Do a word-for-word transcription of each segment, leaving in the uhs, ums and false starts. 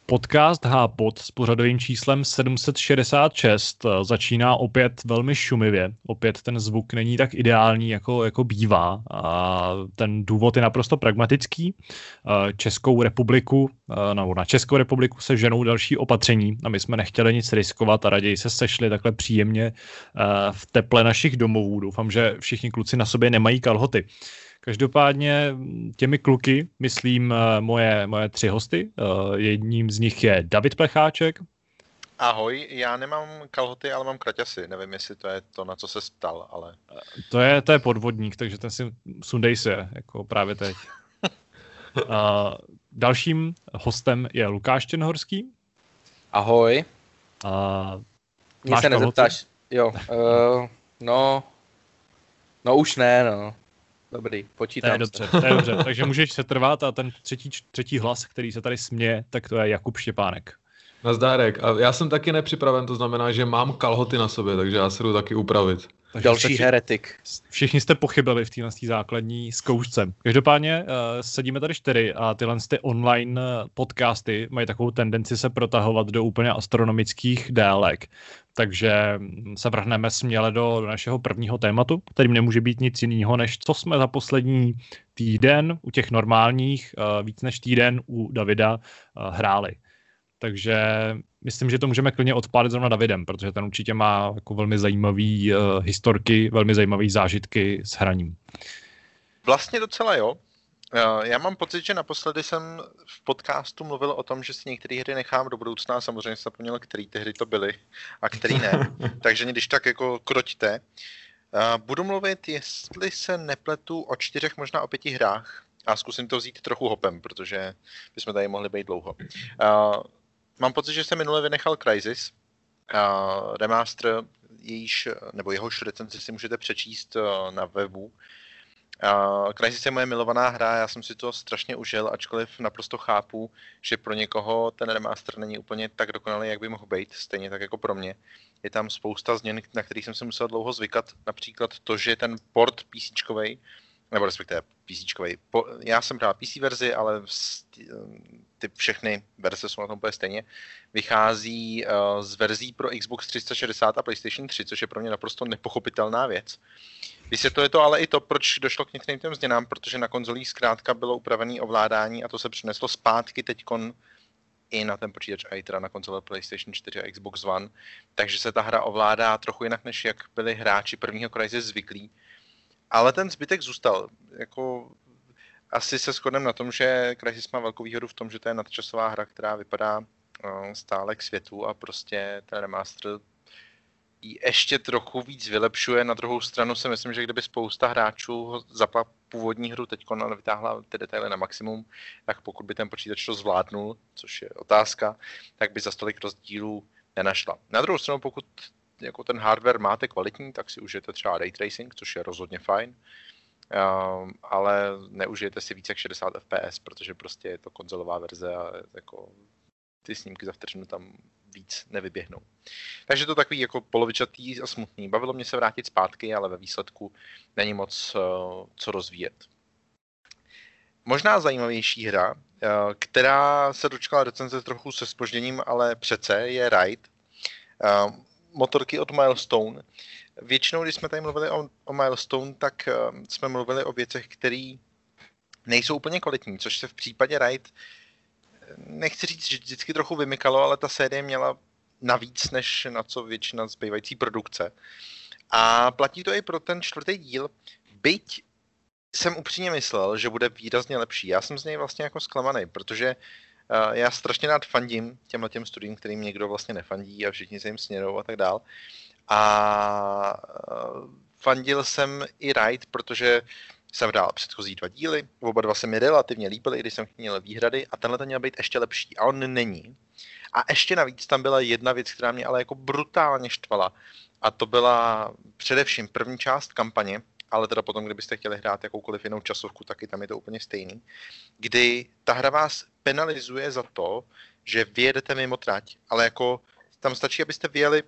Podcast H-Pod s pořadovým číslem sedm set šedesát šest začíná opět velmi šumivě. Opět ten zvuk není tak ideální, jako, jako bývá. A ten důvod je naprosto pragmatický. Českou republiku, nebo na Českou republiku se ženou další opatření a my jsme nechtěli nic riskovat a raději se sešli takhle příjemně v teple našich domovů. Doufám, že všichni kluci na sobě nemají kalhoty. Každopádně těmi kluky myslím moje, moje tři hosty. Jedním z nich je David Plecháček. Ahoj, já nemám kalhoty, ale mám kraťasy. Nevím, jestli to je to, na co se ptal, ale... To je, to je podvodník, takže ten si sundej se, jako právě teď. A dalším hostem je Lukáš Černohorský. Ahoj. A Mě se nezeptáš. Jo, uh, no... No už ne, no. Dobrý, počítám. To je dobře, to je dobře. Takže můžeš se trvat a ten třetí, třetí hlas, který se tady směje, tak to je Jakub Štěpánek. Nazdárek. A já jsem taky nepřipraven, to znamená, že mám kalhoty na sobě, takže já se jdu taky upravit. Takže další vši- heretik. Všichni jste pochybili v téhle základní zkoušce. Každopádně uh, sedíme tady čtyři a tyhle ty online podcasty mají takovou tendenci se protahovat do úplně astronomických délek. Takže se vrhneme směle do, do našeho prvního tématu, kterým nemůže být nic jiného, než co jsme za poslední týden u těch normálních, uh, víc než týden u Davida uh, hráli. Takže myslím, že to můžeme klidně odpálit zrovna Davidem, protože ten určitě má jako velmi zajímavý uh, historky, velmi zajímavý zážitky s hraním. Vlastně docela jo. Uh, já mám pocit, že naposledy jsem v podcastu mluvil o tom, že si některé hry nechám do budoucna a samozřejmě jsem zapomněl, který ty hry to byly a který ne. Takže když tak jako kroťte. Uh, budu mluvit, jestli se nepletu, o čtyřech, možná o pěti hrách a zkusím to vzít trochu hopem, protože bychom tady mohli být dlouho. Uh, Mám pocit, že jsem minule vynechal Crysis, uh, remaster, jejíž, nebo jehož recenzi si můžete přečíst uh, na webu. Uh, Crysis je moje milovaná hra, já jsem si to strašně užil, ačkoliv naprosto chápu, že pro někoho ten remaster není úplně tak dokonalý, jak by mohl být, stejně tak jako pro mě. Je tam spousta změn, na kterých jsem se musel dlouho zvykat, například to, že ten port PCčkovej, nebo respektive PCčkovej. Po, já jsem hrál P C verzi, ale ty všechny verze jsou na tom úplně stejně. Vychází uh, z verzí pro Xbox tři sta šedesát a PlayStation tři, což je pro mě naprosto nepochopitelná věc. Vysvětluje to ale i to, proč došlo k některým těm změnám, protože na konzolích zkrátka bylo upravené ovládání a to se přineslo zpátky teďkon i na ten počítač a i teda na konzole PlayStation čtyři a Xbox One. Takže se ta hra ovládá trochu jinak, než jak byli hráči prvního Crysis zvyklí. Ale ten zbytek zůstal. Jako, asi se shodneme na tom, že Crysis má velkou výhodu v tom, že to je nadčasová hra, která vypadá uh, stále k světu a prostě ten remaster ji ještě trochu víc vylepšuje. Na druhou stranu si myslím, že kdyby spousta hráčů zapla původní hru teď a vytáhla ty detaily na maximum, tak pokud by ten počítač to zvládnul, což je otázka, tak by za stolik rozdílů nenašla. Na druhou stranu, pokud jako ten hardware máte kvalitní, tak si užijete třeba ray tracing, což je rozhodně fajn, um, ale neužijete si více jak šedesát F P S, protože prostě je to konzolová verze a jako ty snímky za vteřinu tam víc nevyběhnou. Takže to takový jako polovičatý a smutný. Bavilo mě se vrátit zpátky, ale ve výsledku není moc uh, co rozvíjet. Možná zajímavější hra, uh, která se dočkala recenze trochu se zpožděním, ale přece je Ride. Uh, motorky od Milestone. Většinou, když jsme tady mluvili o, o Milestone, tak uh, jsme mluvili o věcech, které nejsou úplně kvalitní, což se v případě Ride, nechci říct, že vždycky trochu vymykalo, ale ta série měla navíc, než na co většina zbývající produkce. A platí to i pro ten čtvrtý díl, byť jsem upřímně myslel, že bude výrazně lepší. Já jsem z něj vlastně jako zklamaný, protože Uh, já strašně rád fandím těmhle těm studiím, kterým někdo vlastně nefandí a všichni se jim směrou a tak dál. A uh, fandil jsem i Ride, protože jsem hrál předchozí dva díly, oba dva se mi relativně líbily, když jsem měl výhrady a tenhle ten měl být ještě lepší a on není. A ještě navíc tam byla jedna věc, která mě ale jako brutálně štvala a to byla především první část kampaně, ale teda potom, kdybyste chtěli hrát jakoukoliv jinou časovku, taky tam je to úplně stejný, kdy ta hra vás penalizuje za to, že vyjedete mimo trať, ale jako tam stačí, abyste vyjeli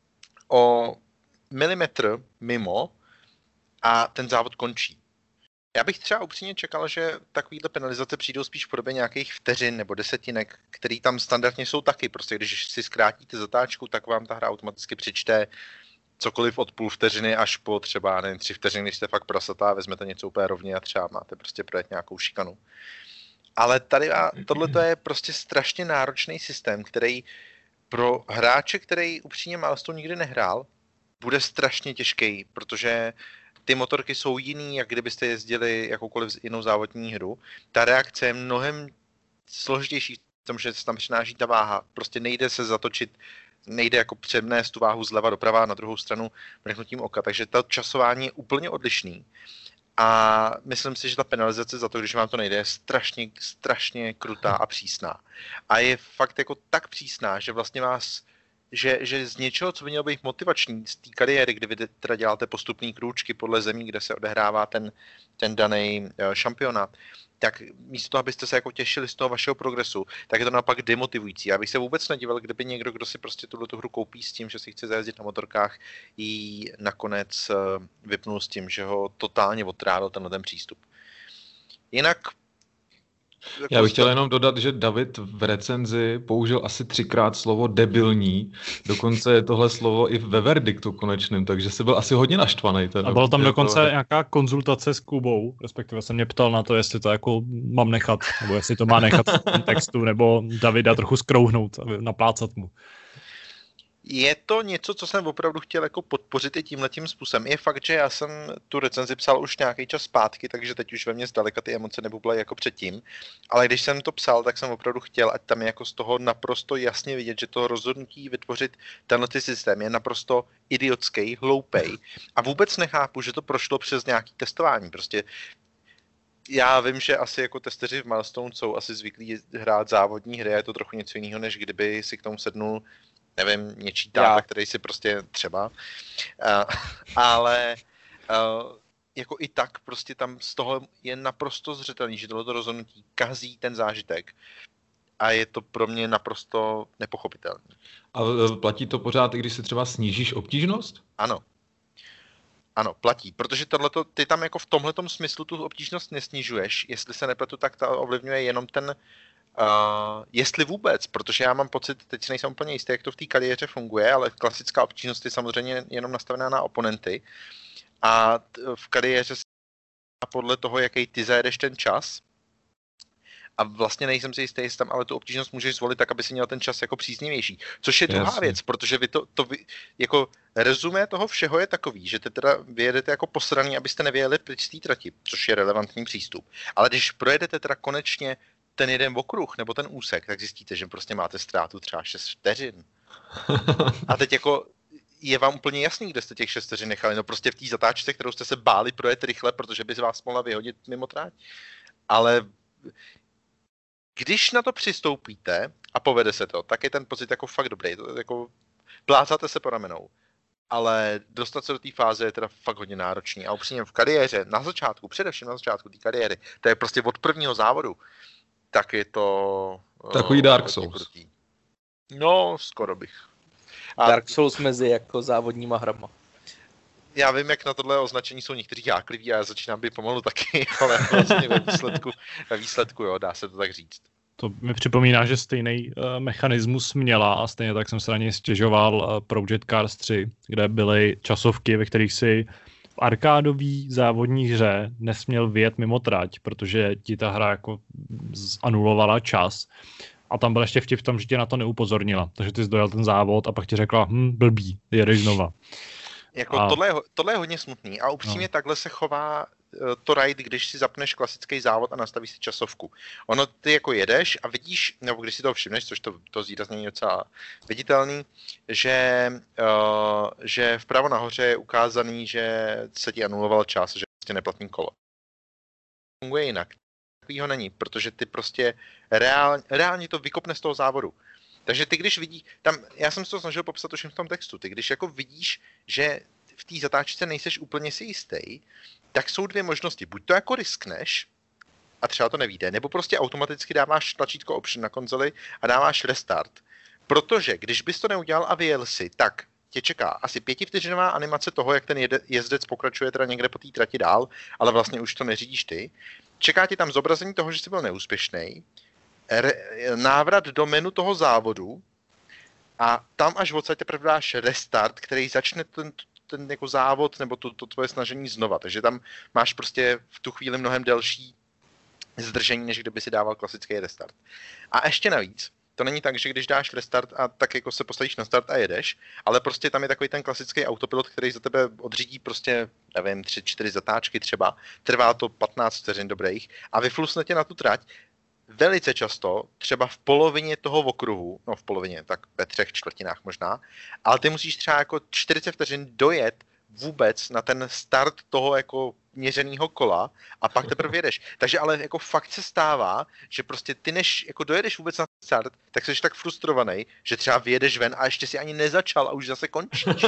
o milimetr mimo a ten závod končí. Já bych třeba upřímně čekal, že takovýhle penalizace přijdou spíš v podobě nějakých vteřin nebo desetinek, který tam standardně jsou taky. Prostě když si zkrátíte zatáčku, tak vám ta hra automaticky přečte cokoliv od půl vteřiny až po třeba nevím, tři vteřiny, když jste fakt prasatá, vezmete něco úplně rovně a třeba máte prostě projet nějakou šikanu. Ale tady tohle je prostě strašně náročný systém, který pro hráče, který upřímně Milestone nikdy nehrál, bude strašně těžký, protože ty motorky jsou jiný, jak kdybyste jezdili jakoukoliv jinou závodní hru. Ta reakce je mnohem složitější v tom, že se tam přináší ta váha. Prostě nejde se zatočit, nejde jako přenést tu váhu zleva doprava na druhou stranu mrknutím oka. Takže to časování je úplně odlišný. A myslím si, že ta penalizace za to, když vám to nejde, je strašně, strašně krutá a přísná. A je fakt jako tak přísná, že vlastně vás, že, že z něčeho, co by mělo být motivační, z té kariéry, kdy vy teda děláte postupný krůčky podle zemí, kde se odehrává ten, ten daný šampionát, tak místo toho, abyste se jako těšili z toho vašeho progresu, tak je to naopak demotivující. Já bych se vůbec nedíval, kdyby někdo, kdo si prostě tuto hru koupí s tím, že si chce zajezdit na motorkách, ji nakonec vypnul s tím, že ho totálně otrávil tenhle ten přístup. Jinak Jako Já bych chtěl jenom dodat, že David v recenzi použil asi třikrát slovo debilní, dokonce je tohle slovo i ve verdiktu konečným, takže si byl asi hodně naštvaný. A byla tam dokonce to... nějaká konzultace s Kubou, respektive jsem mě ptal na to, jestli to jako mám nechat, nebo jestli to má nechat v kontextu, nebo Davida trochu skrouhnout, naplácat mu. Je to něco, co jsem opravdu chtěl jako podpořit i tímhletím způsobem. Je fakt, že já jsem tu recenzi psal už nějaký čas zpátky, takže teď už ve mně zdaleka ty emoce nebublají jako předtím. Ale když jsem to psal, tak jsem opravdu chtěl, ať tam je jako z toho naprosto jasně vidět, že to rozhodnutí vytvořit tenhle systém je naprosto idiotský, hloupej. A vůbec nechápu, že to prošlo přes nějaký testování. Prostě já vím, že asi jako testeři v Milestone jsou asi zvyklí hrát závodní hry, je to trochu něco jiného, než kdyby si k tomu sednul nevím, něčí táta, který si prostě třeba, uh, ale uh, jako i tak prostě tam z toho je naprosto zřetelný, že tohleto rozhodnutí kazí ten zážitek a je to pro mě naprosto nepochopitelné. A platí to pořád, i když si třeba snížíš obtížnost? Ano. Ano, platí, protože tohleto, ty tam jako v tomhletom smyslu tu obtížnost nesnižuješ, jestli se nepletu, tak ta ovlivňuje jenom ten Uh, jestli vůbec, protože já mám pocit, teď si nejsem úplně jistý, jak to v té kariéře funguje, ale klasická obtížnost je samozřejmě jenom nastavená na oponenty a t- v kariéře se podle toho, jaký ty zajedeš ten čas a vlastně nejsem si jistý, jestli tam ale tu obtížnost můžeš zvolit tak, aby si měl ten čas jako příznivější, což je druhá Jasně. věc, protože vy to, to vy, jako rezumé toho všeho je takový, že ty teda vyjedete jako posraný, abyste nevyjeli pryč z té trati, což je relevantní přístup, ale když projedete teda konečně ten jeden okruh nebo ten úsek, tak zjistíte, že prostě máte ztrátu třeba šest vteřin. A teď jako je vám úplně jasný, kde jste těch šest vteřin nechali. No prostě v té zatáčce, kterou jste se báli projet rychle, protože by z vás mohla vyhodit mimo tráť. Ale když na to přistoupíte a povede se to, tak je ten pocit jako fakt dobrý. To jako plácáte se po ramenou. Ale dostat se do té fáze je teda fakt hodně náročný. A upřímně v kariéře, na začátku, především na začátku té kariéry, to je prostě od prvního závodu, tak je to... Takový Dark Souls. Krutý. No, skoro bych. A Dark Souls mezi jako závodníma hrama. Já vím, jak na tohle označení jsou někteří jákliví a já začínám být pomalu taky, ale vlastně ve výsledku, ve výsledku jo, dá se to tak říct. To mi připomíná, že stejný uh, mechanismus měla a stejně tak jsem se na něj stěžoval uh, Project Cars tři, kde byly časovky, ve kterých si v arkádový závodní hře nesměl vyjet mimo trať, protože ti ta hra jako anulovala čas. A tam byl ještě vtip v tom, že tě na to neupozornila. Takže ty jsi dojel ten závod a pak ti řekla, hm, blbý, jedeš znova. Jako a... tohle, je, tohle je hodně smutný a upřímně no. takhle se chová to ride, když si zapneš klasický závod a nastavíš si časovku. Ono ty jako jedeš a vidíš, nebo když si to všimneš, což to, to zvýraznění je docela viditelný, že, uh, že vpravo nahoře je ukázaný, že se ti anuloval čas, že prostě neplatný kolo. Funguje jinak. Takovýho není, protože ty prostě reál, reálně to vykopne z toho závodu. Takže ty když vidíš, tam, já jsem se to snažil popsat už v tom textu, ty když jako vidíš, že v té zatáčce nejseš úplně si jistý, tak jsou dvě možnosti. Buď to jako riskneš a třeba to nevíde, nebo prostě automaticky dáváš tlačítko option na konzoli a dáváš restart. Protože když bys to neudělal a vyjel si, tak tě čeká asi pětivteřinová animace toho, jak ten jezdec pokračuje teda někde po té trati dál, ale vlastně už to neřídíš ty. Čeká ti tam zobrazení toho, že jsi byl neúspěšný, návrat do menu toho závodu a tam až odsaď teprve dáš restart, který začne ten, ten jako závod nebo to, to tvoje snažení znova. Takže tam máš prostě v tu chvíli mnohem delší zdržení, než kdyby si dával klasický restart. A ještě navíc, to není tak, že když dáš restart a tak jako se postavíš na start a jedeš, ale prostě tam je takový ten klasický autopilot, který za tebe odřídí prostě, nevím, tři, čtyři zatáčky třeba, trvá to patnáct vteřin dobrých a vyflusne tě na tu trať velice často, třeba v polovině toho okruhu, no v polovině, tak ve třech čtvrtinách možná, ale ty musíš třeba jako čtyřicet vteřin dojet vůbec na ten start toho jako měřenýho kola a pak teprve jedeš. Takže ale jako fakt se stává, že prostě ty než jako dojedeš vůbec na start, tak jsi tak frustrovaný, že třeba vyjedeš ven a ještě si ani nezačal a už zase končíš.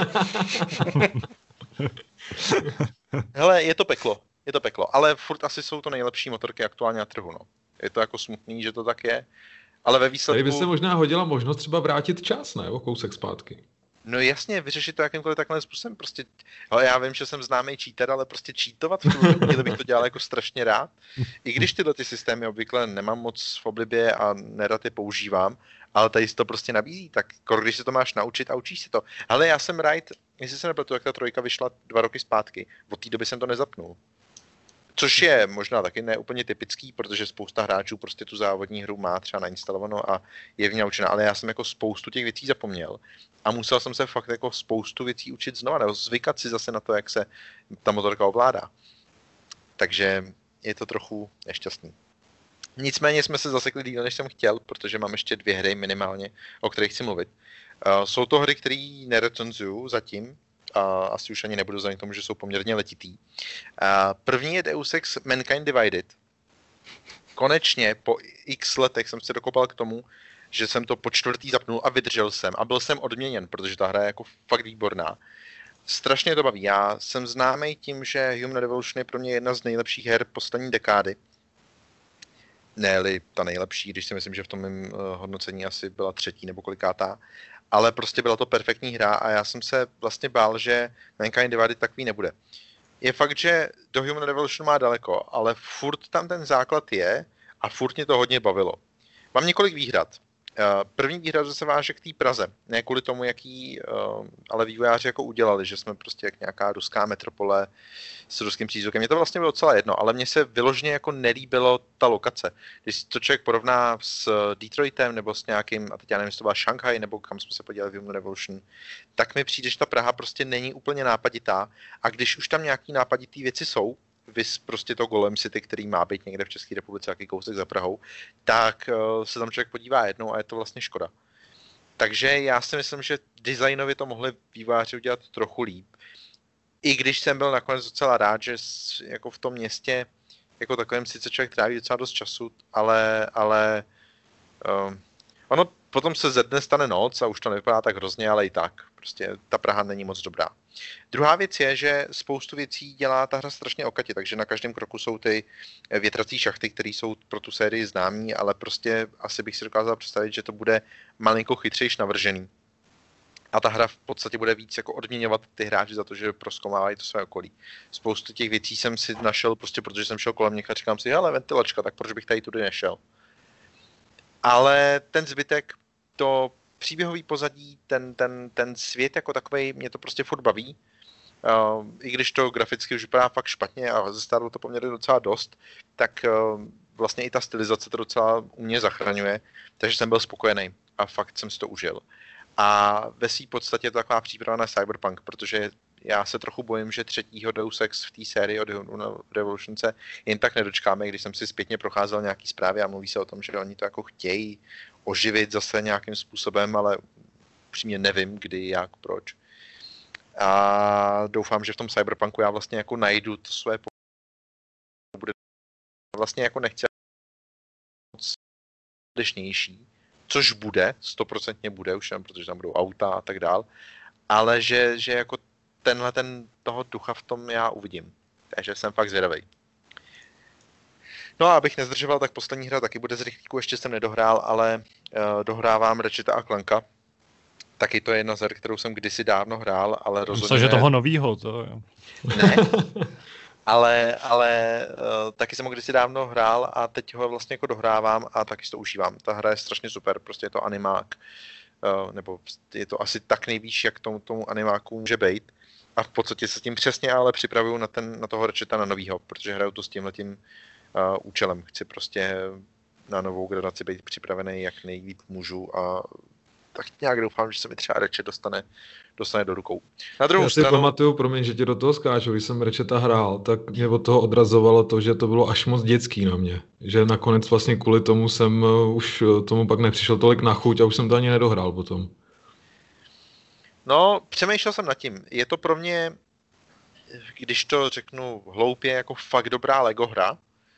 Hele, je to peklo, je to peklo, ale furt asi jsou to nejlepší motorky aktuálně na trhu, no. Je to jako smutný, že to tak je, ale ve výsledku... Tady by se možná hodila možnost třeba vrátit čas, ne? O kousek zpátky. No jasně, vyřešit to jakýmkoliv takhle způsobem, prostě, hele, já vím, že jsem známý cheater, ale prostě cheatovat v tuhle chvíli bych to dělal jako strašně rád. I když tyhle ty systémy obvykle nemám moc v oblibě a nerad je používám, ale tady si to prostě nabízí, tak když se to máš naučit a učíš si to. Hele, já jsem right, jestli se nepletu, jak ta trojka vyšla dva roky zpátky, od té doby jsem to nezapnul. Což je možná taky ne úplně typický, protože spousta hráčů prostě tu závodní hru má třeba nainstalovanou a je v ní naučená, ale já jsem jako spoustu těch věcí zapomněl a musel jsem se fakt jako spoustu věcí učit znova, nebo zvykat si zase na to, jak se ta motorka ovládá. Takže je to trochu nešťastný. Nicméně jsme se zasekli díl, než jsem chtěl, protože mám ještě dvě hry minimálně, o kterých chci mluvit. Uh, jsou to hry, které nerecenzuju zatím, a asi už ani nebudu vzhledem k tomu, že jsou poměrně letitý. A první je Deus Ex Mankind Divided. Konečně po x letech jsem se dokopal k tomu, že jsem to po čtvrtý zapnul a vydržel jsem a byl jsem odměněn, protože ta hra je jako fakt výborná. Strašně to baví. Já jsem známý tím, že Human Revolution je pro mě jedna z nejlepších her poslední dekády. Ne-li ta nejlepší, když si myslím, že v tom mém hodnocení asi byla třetí nebo kolikátá. Ale prostě byla to perfektní hra a já jsem se vlastně bál, že Mankind Divided takový nebude. Je fakt, že do Human Revolution má daleko, ale furt tam ten základ je a furt mě to hodně bavilo. Mám několik výhrad. První výhrada se váže k té Praze. Ne kvůli tomu, jaký ale vývojáři jako udělali, že jsme prostě jak nějaká ruská metropole s ruským přízvukem. Mně to vlastně bylo docela jedno, ale mně se vyloženě jako nelíbilo ta lokace. Když to člověk porovná s Detroitem nebo s nějakým, a teď já nevím, jestli to byla Šanghaj nebo kam jsme se podívali v Human Revolution, tak mi přijde, že ta Praha prostě není úplně nápaditá a když už tam nějaký nápaditý věci jsou, vys prostě to Golem City, který má být někde v České republice, jaký kousek za Prahou, tak uh, se tam člověk podívá jednou a je to vlastně škoda. Takže já si myslím, že designově to mohli vývojáři udělat trochu líp. I když jsem byl nakonec docela rád, že jako v tom městě jako takovém sice člověk tráví docela dost času, ale, ale um, ono potom se ze dne stane noc a už to nevypadá tak hrozně, ale i tak. Prostě ta Praha není moc dobrá. Druhá věc je, že spoustu věcí dělá ta hra strašně okatě, takže na každém kroku jsou ty větrací šachty, které jsou pro tu sérii známý, ale prostě asi bych si dokázal představit, že to bude malinko chytřejš navržený. A ta hra v podstatě bude víc jako odměňovat ty hráči za to, že prozkoumávají to své okolí. Spoustu těch věcí jsem si našel prostě protože jsem šel kolem nich a říkám si, hele, ventilačka, tak proč bych tady tudy nešel. Ale ten zbytek, to příběhový pozadí, ten, ten, ten svět jako takovej, mě to prostě furt baví. Uh, I když to graficky už vypadá fakt špatně a zestárlo to poměrně docela dost, tak uh, vlastně i ta stylizace to docela u mě zachraňuje, takže jsem byl spokojený a fakt jsem si to užil. A ve své podstatě je to taková příprava na Cyberpunk, protože já se trochu bojím, že třetího Deus Ex v té sérii od Revolution se jen tak nedočkáme, když jsem si zpětně procházel nějaký zprávy a mluví se o tom, že oni to jako chtějí oživit zase nějakým způsobem, ale upřímně nevím, kdy, jak, proč. A doufám, že v tom Cyberpunku já vlastně jako najdu to své bude vlastně jako nechci moc dešnější, což bude, stoprocentně bude už jenom, protože tam budou auta a tak dál, ale že, že jako tenhle ten toho ducha v tom já uvidím. Takže jsem fakt zvědavej. No a abych nezdržoval, tak poslední hra taky bude z rychlíku, ještě jsem nedohrál, ale uh, dohrávám Ratcheta a Clanka. Taky to je jedna z her, kterou jsem kdysi dávno hrál, ale rozhodně... Myslím, že toho novýho, to jo. Ne, ale, ale uh, taky jsem ho kdysi dávno hrál a teď ho vlastně jako dohrávám a taky si to užívám. Ta hra je strašně super, prostě je to animák, uh, nebo je to asi tak nejvýš, jak tomu, tomu animáku může být. A v podstatě se s tím přesně ale připravuju na, ten, na toho Ratcheta na novýho, protože hraju to s tímhletím uh, účelem. Chci prostě na novou generaci být připravený, jak nejvíc můžu a tak nějak doufám, že se mi třeba Ratchet dostane, dostane do rukou. Na druhou Já si stranu... pamatuju, promiň, že ti do toho skáču, když jsem Ratcheta hrál, tak mě od toho odrazovalo to, že to bylo až moc dětský na mě. Že nakonec vlastně kvůli tomu jsem už tomu pak nepřišel tolik na chuť a už jsem to ani nedohrál potom. No, přemýšlel jsem nad tím. Je to pro mě, když to řeknu hloupě, jako fakt dobrá Lego hra.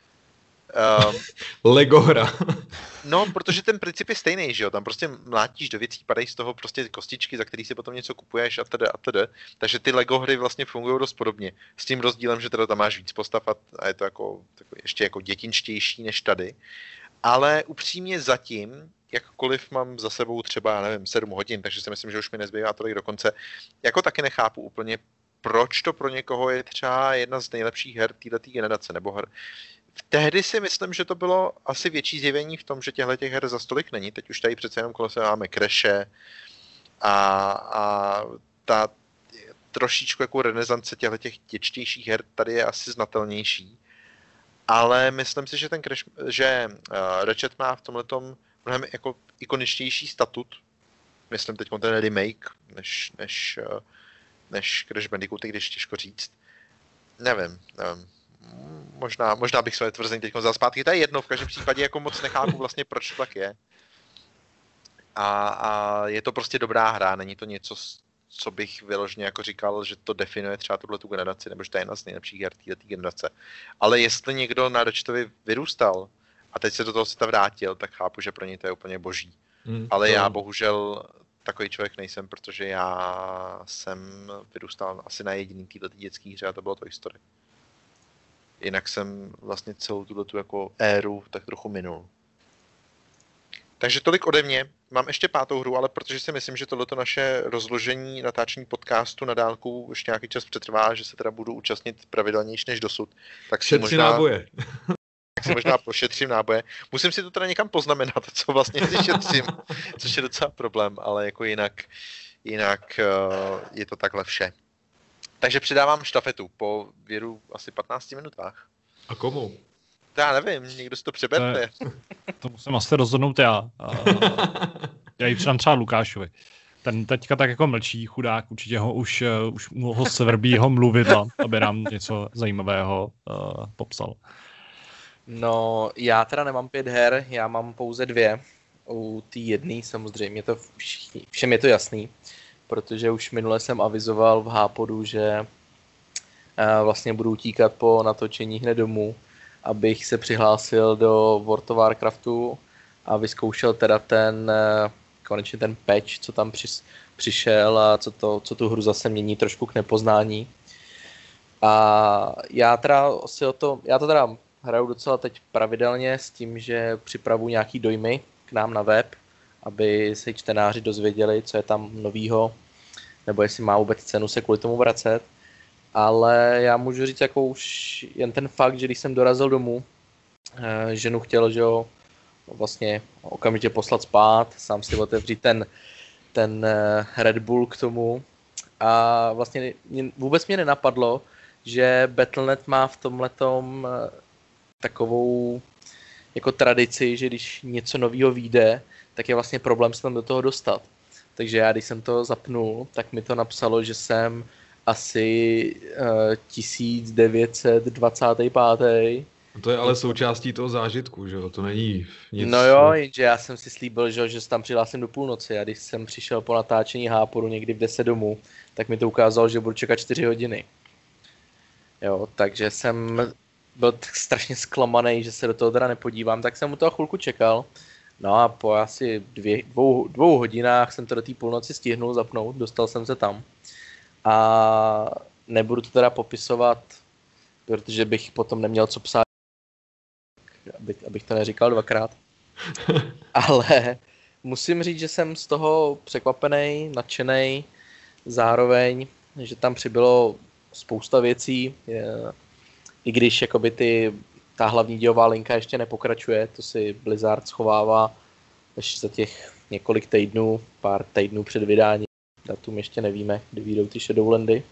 Um, Lego hra. No, protože ten princip je stejný, že jo, tam prostě mlátíš do věcí, padají z toho prostě kostičky, za který si potom něco kupuješ a tedy a tedy. Takže ty Lego hry vlastně fungují dost podobně. S tím rozdílem, že teda tam máš víc postav a je to jako, jako ještě jako dětinštější než tady. Ale upřímně zatím, jakkoliv mám za sebou třeba, já nevím, sedm hodin, takže si myslím, že už mi nezbývá tolik do konce, jako taky nechápu úplně, proč to pro někoho je třeba jedna z nejlepších her této generace, nebo her. Tehdy si myslím, že to bylo asi větší zjevení v tom, že těchto těch her za stolik není. Teď už tady přece jenom kolem se máme Crashe a, a ta trošičku jako renesance těchto těch děčtějších her tady je asi znatelnější. Ale myslím si, že ten Crash, že uh, Ratchet má v tomhletom mnohem jako ikoničtější statut. Myslím teď ten remake, než, než, uh, než Crash Bandicoot, když těžko říct. Nevím, nevím. Možná, možná bych své tvrzení teď vzal zpátky. To je jedno, v každém případě jako moc nechápu vlastně, proč to tak je. A, a je to prostě dobrá hra, není to něco, co bych vyloženě jako říkal, že to definuje třeba tuhletu generaci, nebo že to je jedna z nejlepších her této generace. Ale jestli někdo na Ratchetovi vyrůstal a teď se do toho světa vrátil, tak chápu, že pro něj to je úplně boží. Hmm, Ale to... já bohužel takový člověk nejsem, protože já jsem vyrůstal asi na jediný této dětské hře a to bylo Toy Story. Jinak jsem vlastně celou tuto jako éru tak trochu minul. Takže tolik ode mě. Mám ještě pátou hru, ale protože si myslím, že tohleto naše rozložení natáčení podcastu na dálku ještě nějaký čas přetrvá, že se teda budu účastnit pravidelnější než dosud, tak si možná... náboje. Tak si možná pošetřím náboje. Musím si to teda někam poznamenat, co vlastně si šetřím, což je docela problém, ale jako jinak, jinak uh, je to takhle vše. Takže předávám štafetu po věru asi patnácti minutách. A komu? Já nevím, někdo si to přeberte. To musím asi rozhodnout já. Já ji předám třeba Lukášovi. Ten teďka tak jako mlčí, chudák, určitě ho už, už ho svrbí jeho mluvidla, aby nám něco zajímavého uh, popsal. No, já teda nemám pět her, já mám pouze dvě. U té jedné samozřejmě to všichni, všem je to jasný, protože už minule jsem avizoval v Hápodu, že uh, vlastně budu utíkat po natočení hned domů, abych se přihlásil do World of Warcraftu a vyzkoušel teda ten, konečně ten patch, co tam přis, přišel a co, to, co tu hru zase mění trošku k nepoznání. A já teda si o to, já to teda hraju docela teď pravidelně s tím, že připravuji nějaký dojmy k nám na web, aby se čtenáři dozvěděli, co je tam novýho, nebo jestli má vůbec cenu se kvůli tomu vracet. Ale já můžu říct jako už jen ten fakt, že když jsem dorazil domů, ženu chtěl, že jo, vlastně okamžitě poslat spát, sám si otevřít ten, ten Red Bull k tomu a vlastně vůbec mě nenapadlo, že Battle dot net má v tomhletom takovou jako tradici, že když něco nového vyjde, tak je vlastně problém se tam do toho dostat. Takže já, když jsem to zapnul, tak mi to napsalo, že jsem asi uh, tisíc devět set dvacátý pátý To je ale součástí toho zážitku, že jo? To není nic... No jo, jenže já jsem si slíbil, že, že se tam přihlásím do půlnoci a když jsem přišel po natáčení Háporu někdy v deset domů, tak mi to ukázalo, že budu čekat čtyři hodiny. Jo, takže jsem byl tak strašně zklamaný, že se do toho teda nepodívám, tak jsem u toho chvilku čekal. No a po asi dvě, dvou, dvou hodinách jsem to do té půlnoci stihnul zapnout, dostal jsem se tam. A nebudu to teda popisovat, protože bych potom neměl co psát, abych, abych to neříkal dvakrát. Ale musím říct, že jsem z toho překvapený, nadšený, zároveň, že tam přibylo spousta věcí, je, i když jakoby ty, ta hlavní dějová linka ještě nepokračuje, to si Blizzard schovává ještě za těch několik týdnů, pár týdnů před vydáním, datum ještě nevíme, kdy vyjdou ty Shadowlandy.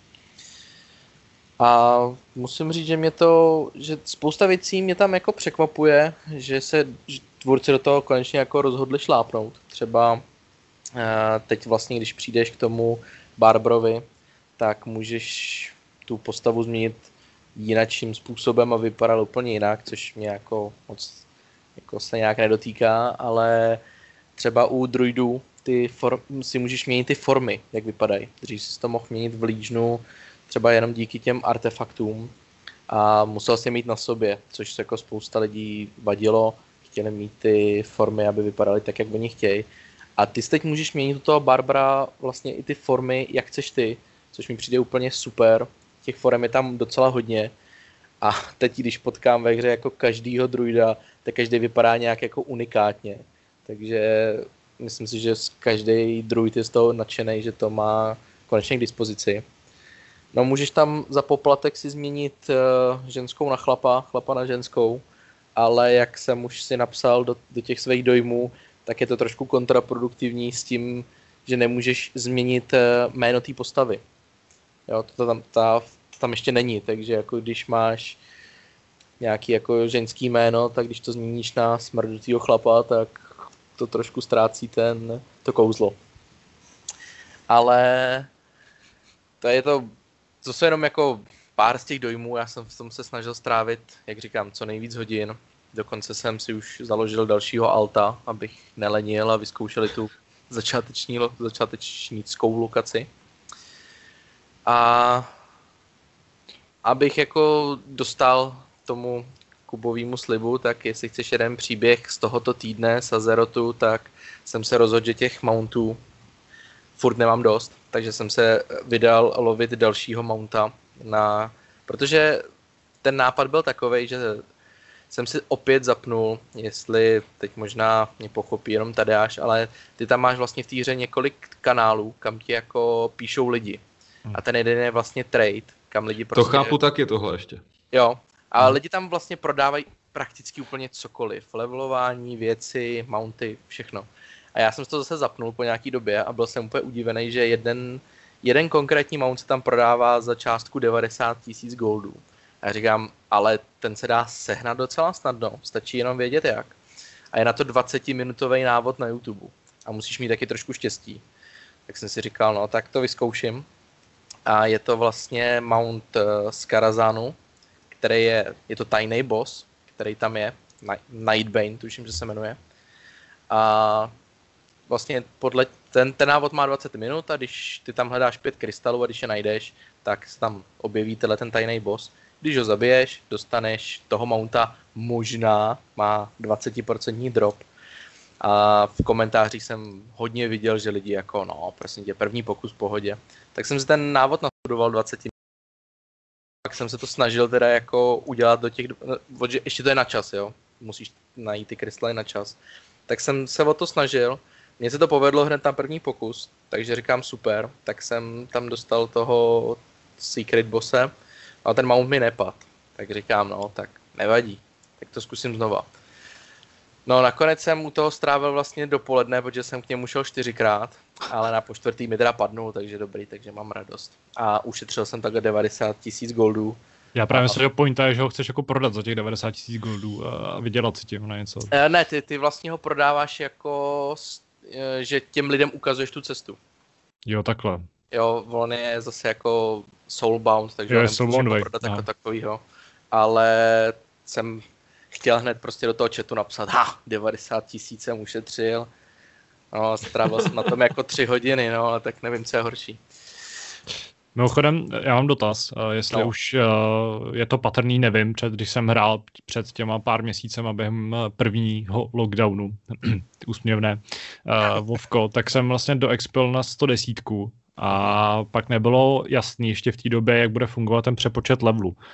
A musím říct, že mě to, že spousta věcí mě tam jako překvapuje, že se že tvůrci do toho konečně jako rozhodli šlápnout. Třeba teď vlastně, když přijdeš k tomu Barbarovi, tak můžeš tu postavu změnit jinakším způsobem a vypadal úplně jinak, což mě jako moc jako se nějak nedotýká, ale třeba u druidů ty form, si můžeš měnit ty formy, jak vypadají. Dřív jsi to mohl měnit v Legionu třeba jenom díky těm artefaktům a musel si je mít na sobě, což se jako spousta lidí vadilo, chtěli mít ty formy, aby vypadaly tak, jak oni chtějí. A ty teď můžeš měnit do toho Barbara vlastně i ty formy, jak chceš ty, což mi přijde úplně super. Těch forem je tam docela hodně. A teď, když potkám ve hře jako každýho druida, tak každý vypadá nějak jako unikátně. Takže myslím si, že každý druid je z toho nadšený, že to má konečně k dispozici. No, můžeš tam za poplatek si změnit uh, ženskou na chlapa, chlapa na ženskou, ale jak jsem už si napsal do, do těch svých dojmů, tak je to trošku kontraproduktivní s tím, že nemůžeš změnit uh, jméno té postavy. Jo, to tam, ta, tam ještě není, takže jako když máš nějaký jako ženský jméno, tak když to změníš na smrdutýho chlapa, tak to trošku ztrácí ten, to kouzlo. Ale to je to, to jsou jenom jako pár z těch dojmů, já jsem v tom se snažil strávit, jak říkám, co nejvíc hodin. Dokonce jsem si už založil dalšího alta, abych nelenil a vyzkoušeli tu začáteční, začátečnickou lokaci. A abych jako dostal tomu Kubovému slibu, tak jestli chceš jeden příběh z tohoto týdne z Azerotu, tak jsem se rozhodl, že těch mountů furt nemám dost, takže jsem se vydal lovit dalšího mounta, na, protože ten nápad byl takovej, že jsem si opět zapnul, jestli teď možná mě pochopí jenom Tadeáš, ale ty tam máš vlastně v té hře několik kanálů, kam ti jako píšou lidi. A ten jeden je vlastně trade, kam lidi prostě... To chápu taky tohle ještě. Jo, a hmm. lidi tam vlastně prodávají prakticky úplně cokoliv. Levelování, věci, mounty, všechno. A já jsem to zase zapnul po nějaký době a byl jsem úplně udivený, že jeden, jeden konkrétní mount se tam prodává za částku devadesát tisíc goldů. A já říkám, ale ten se dá sehnat docela snadno, stačí jenom vědět jak. A je na to dvacetiminutový návod na YouTube. A musíš mít taky trošku štěstí. Tak jsem si říkal, no tak to vyzkouším. A je to vlastně mount z Karazanu, který je, je to tajný boss, který tam je, Nightbane, tuším, že se jmenuje. A vlastně podle, ten, ten návod má dvacet minut a když ty tam hledáš pět krystalů a když je najdeš, tak se tam objeví tenhle ten tajný boss. Když ho zabiješ, dostaneš toho mounta, možná má dvacet procent drop. A v komentářích jsem hodně viděl, že lidi jako, no, prosím tě, první pokus v pohodě. Tak jsem si ten návod nastudoval dvacet minut. Pak jsem se to snažil teda jako udělat do těch, ještě to je na čas, jo, musíš najít ty krystaly na čas. Tak jsem se o to snažil, mně se to povedlo hned na první pokus, takže říkám super, tak jsem tam dostal toho secret bosse, ale ten mount mi nepad, tak říkám, no, tak nevadí, tak to zkusím znova. No nakonec jsem u toho strávil vlastně dopoledne, protože jsem k němu šel čtyřikrát, ale na počtvrtý mi teda padnul, takže dobrý, takže mám radost. A ušetřil jsem takhle devadesát tisíc goldů. Já právě myslím, že pointa je, že ho chceš jako prodat za těch devadesát tisíc goldů a vydělat si tím na něco. Ne, ty, ty vlastně ho prodáváš jako, že těm lidem ukazuješ tu cestu. Jo, takhle. Jo, on je zase jako soulbound, takže jo, ho nemůžeš prodat jako takovýho. Ale jsem chtěl hned prostě do toho chatu napsat, ha, devadesát tisíc jsem ušetřil. No, strávil jsem na tom jako tři hodiny, no, ale tak nevím, co je horší. Mimochodem, já mám dotaz, jestli no. už uh, je to patrný, nevím, před, když jsem hrál před těma pár měsícema během prvního lockdownu, úsměvné, uh, Vovko, tak jsem vlastně doexpil na sto deset a pak nebylo jasný ještě v té době, jak bude fungovat ten přepočet levelu.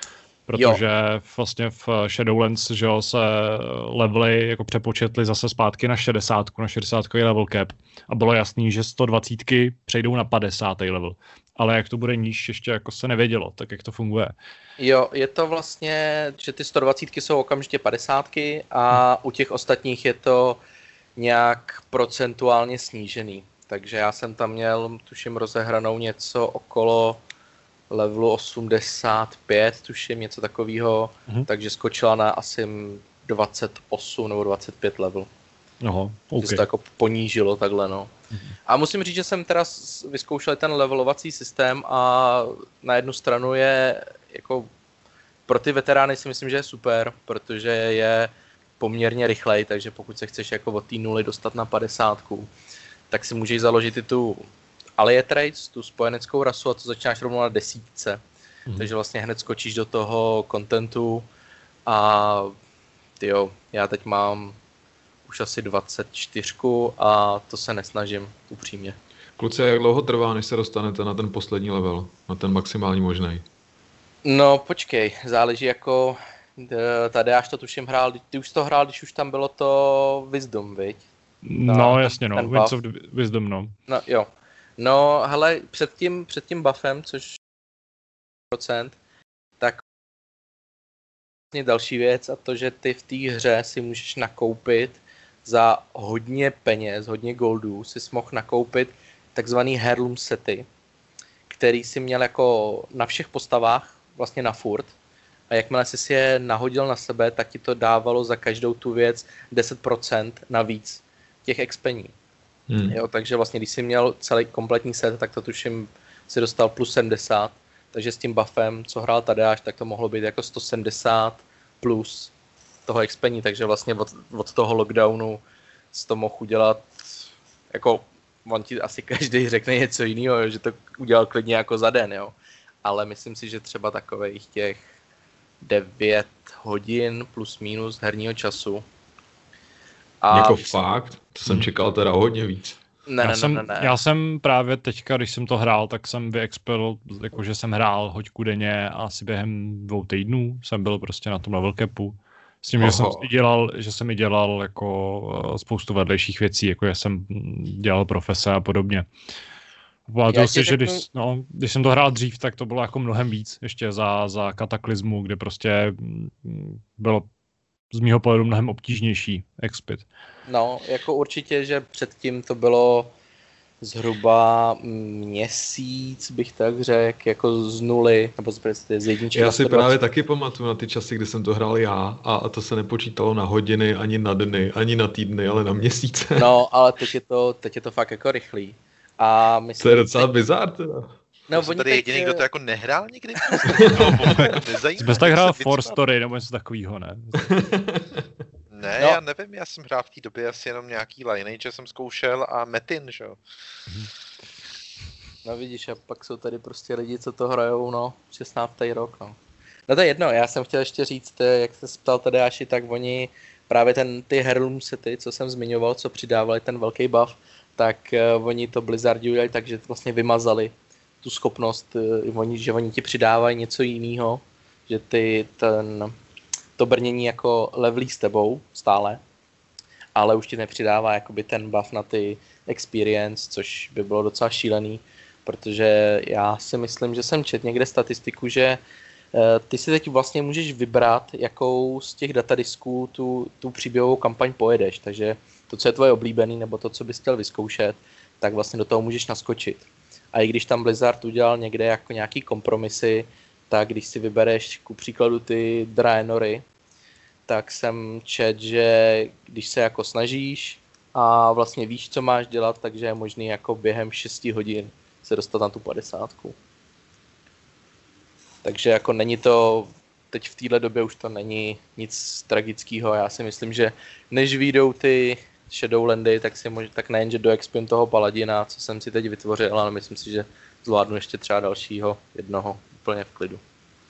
protože jo. vlastně v Shadowlands, že jo, se levely jako přepočetly zase zpátky na šedesát, na šedesátkový level cap a bylo jasný, že sto dvacet přejdou na padesátý level. Ale jak to bude níž, ještě jako se nevědělo, tak jak to funguje. Jo, je to vlastně, že ty sto dvacet jsou okamžitě padesátky a u těch ostatních je to nějak procentuálně snížený. Takže já jsem tam měl, tuším, rozehranou něco okolo levelu osmdesát pět, tuším, něco takového, mhm. takže skočila na asi dvacet osm nebo dvacet pět level. Aha, okay. Že se to jako ponížilo takhle, no. Mhm. A musím říct, že jsem teda vyzkoušel ten levelovací systém a na jednu stranu je jako pro ty veterány si myslím, že je super, protože je poměrně rychlej, takže pokud se chceš jako od té nuly dostat na padesátku, tak si můžeš založit i tu Allied Race, tu spojeneckou rasu a to začínáš rovnou na desítce. Mm. Takže vlastně hned skočíš do toho contentu a tyjo, já teď mám už asi dvacet čtyři a to se nesnažím upřímně. Kluci, jak dlouho trvá, než se dostanete na ten poslední level, na ten maximální možný? No počkej, záleží jako, tady až to tuším hrál, ty už to hrál, když už tam bylo to Wisdom, viď? No, no jasně, no, Winds of Wisdom, no. No jo, no hele, před tím, před tím buffem, což procent, tak vlastně další věc a to, že ty v té hře si můžeš nakoupit za hodně peněz, hodně goldů, si mohl nakoupit takzvaný heirloom sety, který si měl jako na všech postavách, vlastně na furt. A jakmile jsi si je nahodil na sebe, tak ti to dávalo za každou tu věc deset procent navíc těch expení. Hmm. Jo, takže vlastně, když jsi měl celý kompletní set, tak to tuším si dostal plus sedmdesát. Takže s tím buffem, co hrál Tadeáš, tak to mohlo být jako sto sedmdesát plus toho expení. Takže vlastně od, od toho lockdownu jsi to mohl udělat, jako on ti asi každý řekne něco jiného, že to udělal klidně jako za den, jo. Ale myslím si, že třeba takových těch devět hodin plus minus herního času. A jako myslím, fakt? To jsem čekal teda hodně víc. Ne, já, ne, jsem, ne, ne. já jsem právě teďka, když jsem to hrál, tak jsem vyexpil, jakože jsem hrál hoďku denně a asi během dvou týdnů jsem byl prostě na tom level capu. S tím, Oho. že jsem i dělal, že jsem i dělal jako spoustu vedlejších věcí, jako že jsem dělal profese a podobně. Pamatuju si, že když, no, když jsem to hrál dřív, tak to bylo jako mnohem víc, ještě za, za kataklizmu, kde prostě bylo z mýho pohledu mnohem obtížnější expit. No, jako určitě, že předtím to bylo zhruba měsíc, bych tak řekl, jako z nuly, nebo z, z jedničky. Já si právě taky pamatuju na ty časy, kdy jsem to hrál já a, a to se nepočítalo na hodiny, ani na dny, ani na týdny, ale na měsíce. No, ale teď je to, teď je to fakt jako rychlý. A myslím, to je docela teď... bizár teda. No, jsem tady jediný, kdo to jako nehrál nikdy? Jsi tak hrál For Story nebo něco takovýho, ne? Ne, no. Já nevím, já jsem hrál v té době asi jenom nějaký Lineage jsem zkoušel a Metin, že jo. No vidíš, a pak jsou tady prostě lidi, co to hrajou, no, šestnáctý rok, no. No to je jedno, já jsem chtěl ještě říct, jak se ptal Tadeáši, tak oni právě ten, ty heirloom sety, co jsem zmiňoval, co přidávali ten velký buff, tak uh, oni to Blizzardi udělali tak, že vlastně vymazali tu schopnost, uh, oni, že oni ti přidávají něco jiného, že ty ten, to brnění jako levelí s tebou stále, ale už ti nepřidává jakoby ten buff na ty experience, což by bylo docela šílený, protože já si myslím, že jsem četl někde statistiku, že uh, ty si teď vlastně můžeš vybrat, jakou z těch datadisků tu, tu příběhovou kampaň pojedeš, takže to, co je tvoje oblíbený, nebo to, co bys chtěl vyzkoušet, tak vlastně do toho můžeš naskočit. A i když tam Blizzard udělal někde jako nějaký kompromisy, tak když si vybereš ku příkladu ty Draenory, tak jsem čet, že když se jako snažíš a vlastně víš, co máš dělat, takže je možný jako během šesti hodin se dostat na tu padesátku. Takže jako není to, teď v téhle době už to není nic tragického. Já si myslím, že než vyjdou ty Shadowlandy, tak si možná, tak nejen, že doexpím toho paladina, co jsem si teď vytvořil, ale myslím si, že zvládnu ještě třeba dalšího jednoho úplně v klidu.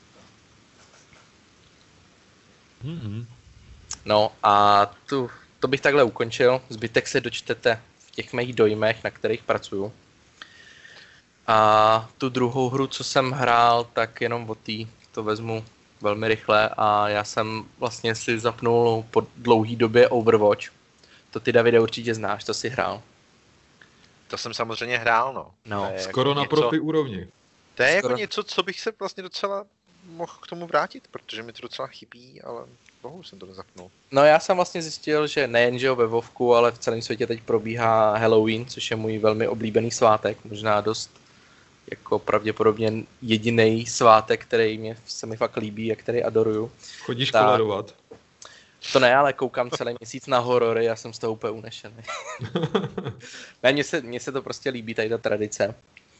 Mm-hmm. No a tu, to bych takhle ukončil. Zbytek se dočtete v těch mých dojmech, na kterých pracuju. A tu druhou hru, co jsem hrál, tak jenom o tý to vezmu velmi rychle a já jsem vlastně si zapnul po dlouhý době Overwatch. To ty, Davide, určitě znáš, to si hrál. To jsem samozřejmě hrál, no. No. Skoro jako na něco, profi úrovni. To je Skoro. jako něco, co bych se vlastně docela mohl k tomu vrátit, protože mi to docela chybí, ale bohu jsem to nezapnul. No já jsem vlastně zjistil, že nejen, že ve Vovku, ale v celém světě teď probíhá Halloween, což je můj velmi oblíbený svátek, možná dost jako pravděpodobně jediný svátek, který mě, se mi fakt líbí a který adoruju. Chodíš Tak. koledovat. To ne, ale koukám celý měsíc na horory, já jsem z toho úplně unešený. Ne, mně se, mně se to prostě líbí, tady ta tradice.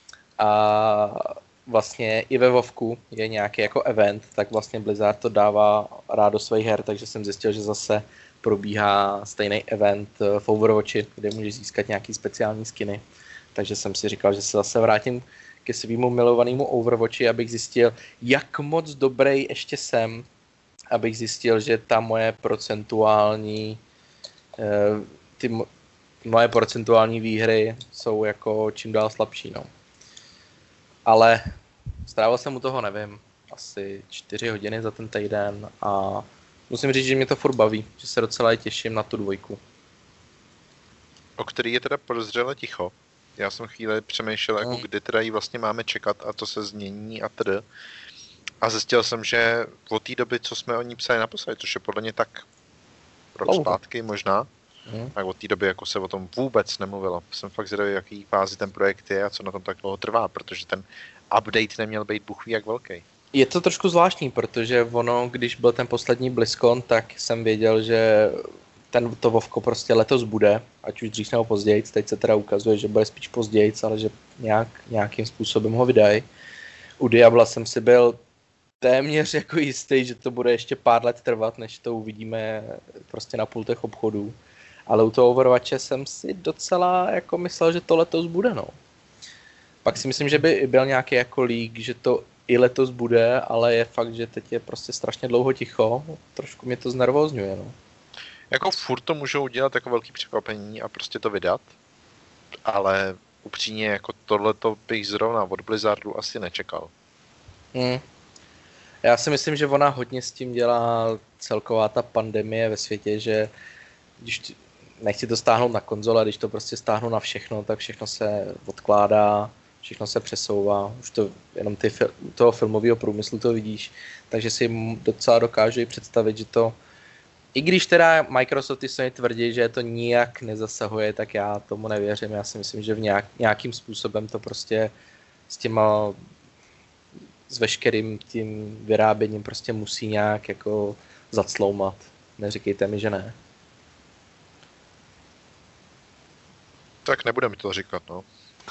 A vlastně i ve Vovku je nějaký jako event, tak vlastně Blizzard to dává rád do svých her, takže jsem zjistil, že zase probíhá stejný event v Overwatchi, kde můžeš získat nějaký speciální skiny. Takže jsem si říkal, že se zase vrátím ke svýmu milovanému Overwatchi, abych zjistil, jak moc dobrý ještě jsem, abych zjistil, že ta moje procentuální ty moje procentuální výhry jsou jako čím dál slabší, no. Ale strávil jsem u toho, nevím, asi čtyři hodiny za ten týden a musím říct, že mě to furt baví, že se docela těším na tu dvojku. O který je teda podezřele ticho. Já jsem chvíli přemýšlel, jako Mm. kdy teda ji vlastně máme čekat a to se změní a tedy. A zjistil jsem, že od té doby, co jsme o ní psali naposledy, což je podle mě tak rok Dlouho. zpátky možná, Mm. tak od té doby jako se o tom vůbec nemluvilo. Jsem fakt zvědavý, jaký fázi ten projekt je a co na tom tak dlouho trvá, protože ten update neměl být buchví jak velký. Je to trošku zvláštní, protože ono, když byl ten poslední BlizzCon, tak jsem věděl, že ten to Vovko prostě letos bude, ať už dřív nebo později. Teď se teda ukazuje, že bude spíš později, ale že nějak, nějakým způsobem ho vydají. U Diabla jsem si byl téměř jako jistý, že to bude ještě pár let trvat, než to uvidíme prostě na pultech obchodů. Ale u toho Overwatche jsem si docela jako myslel, že to letos bude, no. Pak si myslím, že by byl nějaký jako leak, že to i letos bude, ale je fakt, že teď je prostě strašně dlouho ticho. Trošku mě to znervózňuje, no. Jako furt to můžou udělat jako velký překvapení a prostě to vydat, ale upřímně jako tohleto bych zrovna od Blizzardu asi nečekal. Hmm. Já si myslím, že ona hodně s tím dělá celková ta pandemie ve světě, že když t- nechci to stáhnout na konzole, když to prostě stáhnu na všechno, tak všechno se odkládá, všechno se přesouvá, už to jenom ty fil- toho filmového průmyslu to vidíš, takže si m- docela dokážu i představit, že to, i když teda Microsoft i Sony tvrdí, že to nijak nezasahuje, tak já tomu nevěřím, já si myslím, že v nějak, nějakým způsobem to prostě s těma s veškerým tím vyráběním prostě musí nějak jako zacloumat. Neříkejte mi, že ne. Tak nebudeme to říkat, no.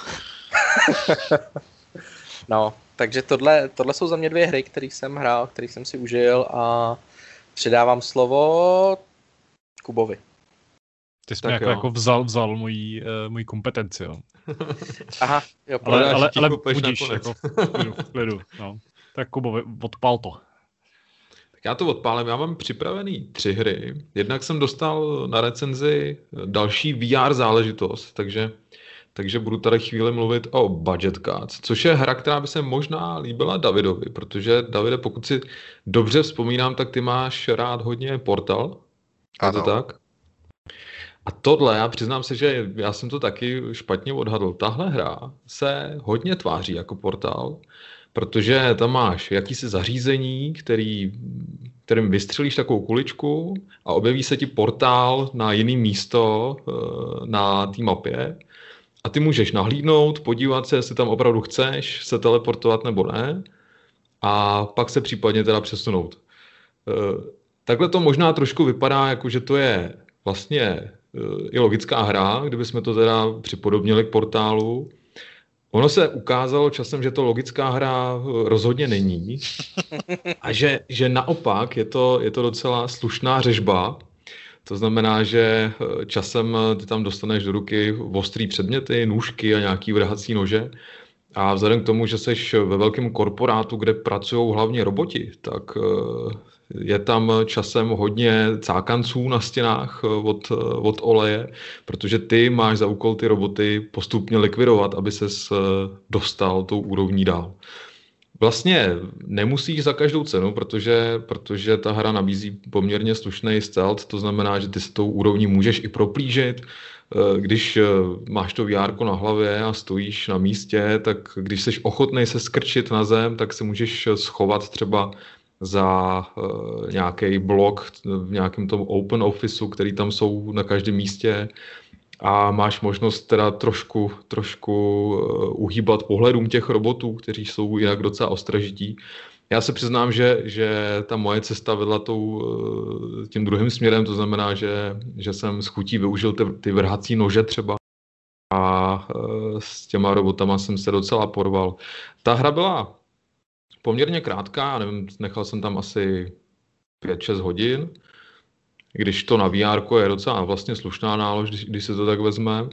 No, takže tohle, tohle jsou za mě dvě hry, které jsem hrál, které jsem si užil a předávám slovo Kubovi. Ty jsi Tak mi jako, jo. jako vzal, vzal můj, uh, můj kompetenci, jo. Aha, jo, Ale, Prodáš ale, ticho, ale pojď budíš, nakonec. jako v klidu, v klidu, no. Tak Kubo, odpal to. Tak já to odpálím, já mám připravený tři hry. Jednak jsem dostal na recenzi další V R záležitost, takže, takže budu tady chvíli mluvit o Budget Cuts, což je hra, která by se možná líbila Davidovi, protože Davide, pokud si dobře vzpomínám, tak ty máš rád hodně Portal. Je to Ano. tak? A tohle, já přiznám se, že já jsem to taky špatně odhadl. Tahle hra se hodně tváří jako Portal, protože tam máš jakýsi zařízení, který, kterým vystřelíš takovou kuličku a objeví se ti portál na jiný místo na té mapě a ty můžeš nahlídnout, podívat se, jestli tam opravdu chceš se teleportovat nebo ne a pak se případně teda přesunout. Takhle to možná trošku vypadá, jako že to je vlastně i logická hra, kdybychom to teda připodobnili k Portálu. Ono se ukázalo časem, že to logická hra rozhodně není a že, že naopak je to, je to docela slušná řežba. To znamená, že časem ty tam dostaneš do ruky ostrý předměty, nůžky a nějaký vrhací nože. A vzhledem k tomu, že seš ve velkém korporátu, kde pracují hlavně roboti, tak je tam časem hodně cákanců na stěnách od, od oleje, protože ty máš za úkol ty roboty postupně likvidovat, aby ses dostal tou úrovní dál. Vlastně nemusíš za každou cenu, protože, protože ta hra nabízí poměrně slušný stealth, to znamená, že ty s tou úrovní můžeš i proplížit. Když máš to vé érko na hlavě a stojíš na místě, tak když jsi ochotný se skrčit na zem, tak se můžeš schovat třeba za uh, nějaký blok v nějakém tom open officeu, který tam jsou na každém místě, a máš možnost teda trošku, trošku uh, uhýbat pohledům těch robotů, kteří jsou jinak docela ostražití. Já se přiznám, že, že ta moje cesta vedla tou, uh, tím druhým směrem, to znamená, že, že jsem s chutí využil ty, ty vrhací nože třeba a uh, s těma robotama jsem se docela porval. Ta hra byla poměrně krátká, nevím, nechal jsem tam asi pět šest hodin, když to na vé érko je docela vlastně slušná nálož, když, když se to tak vezme.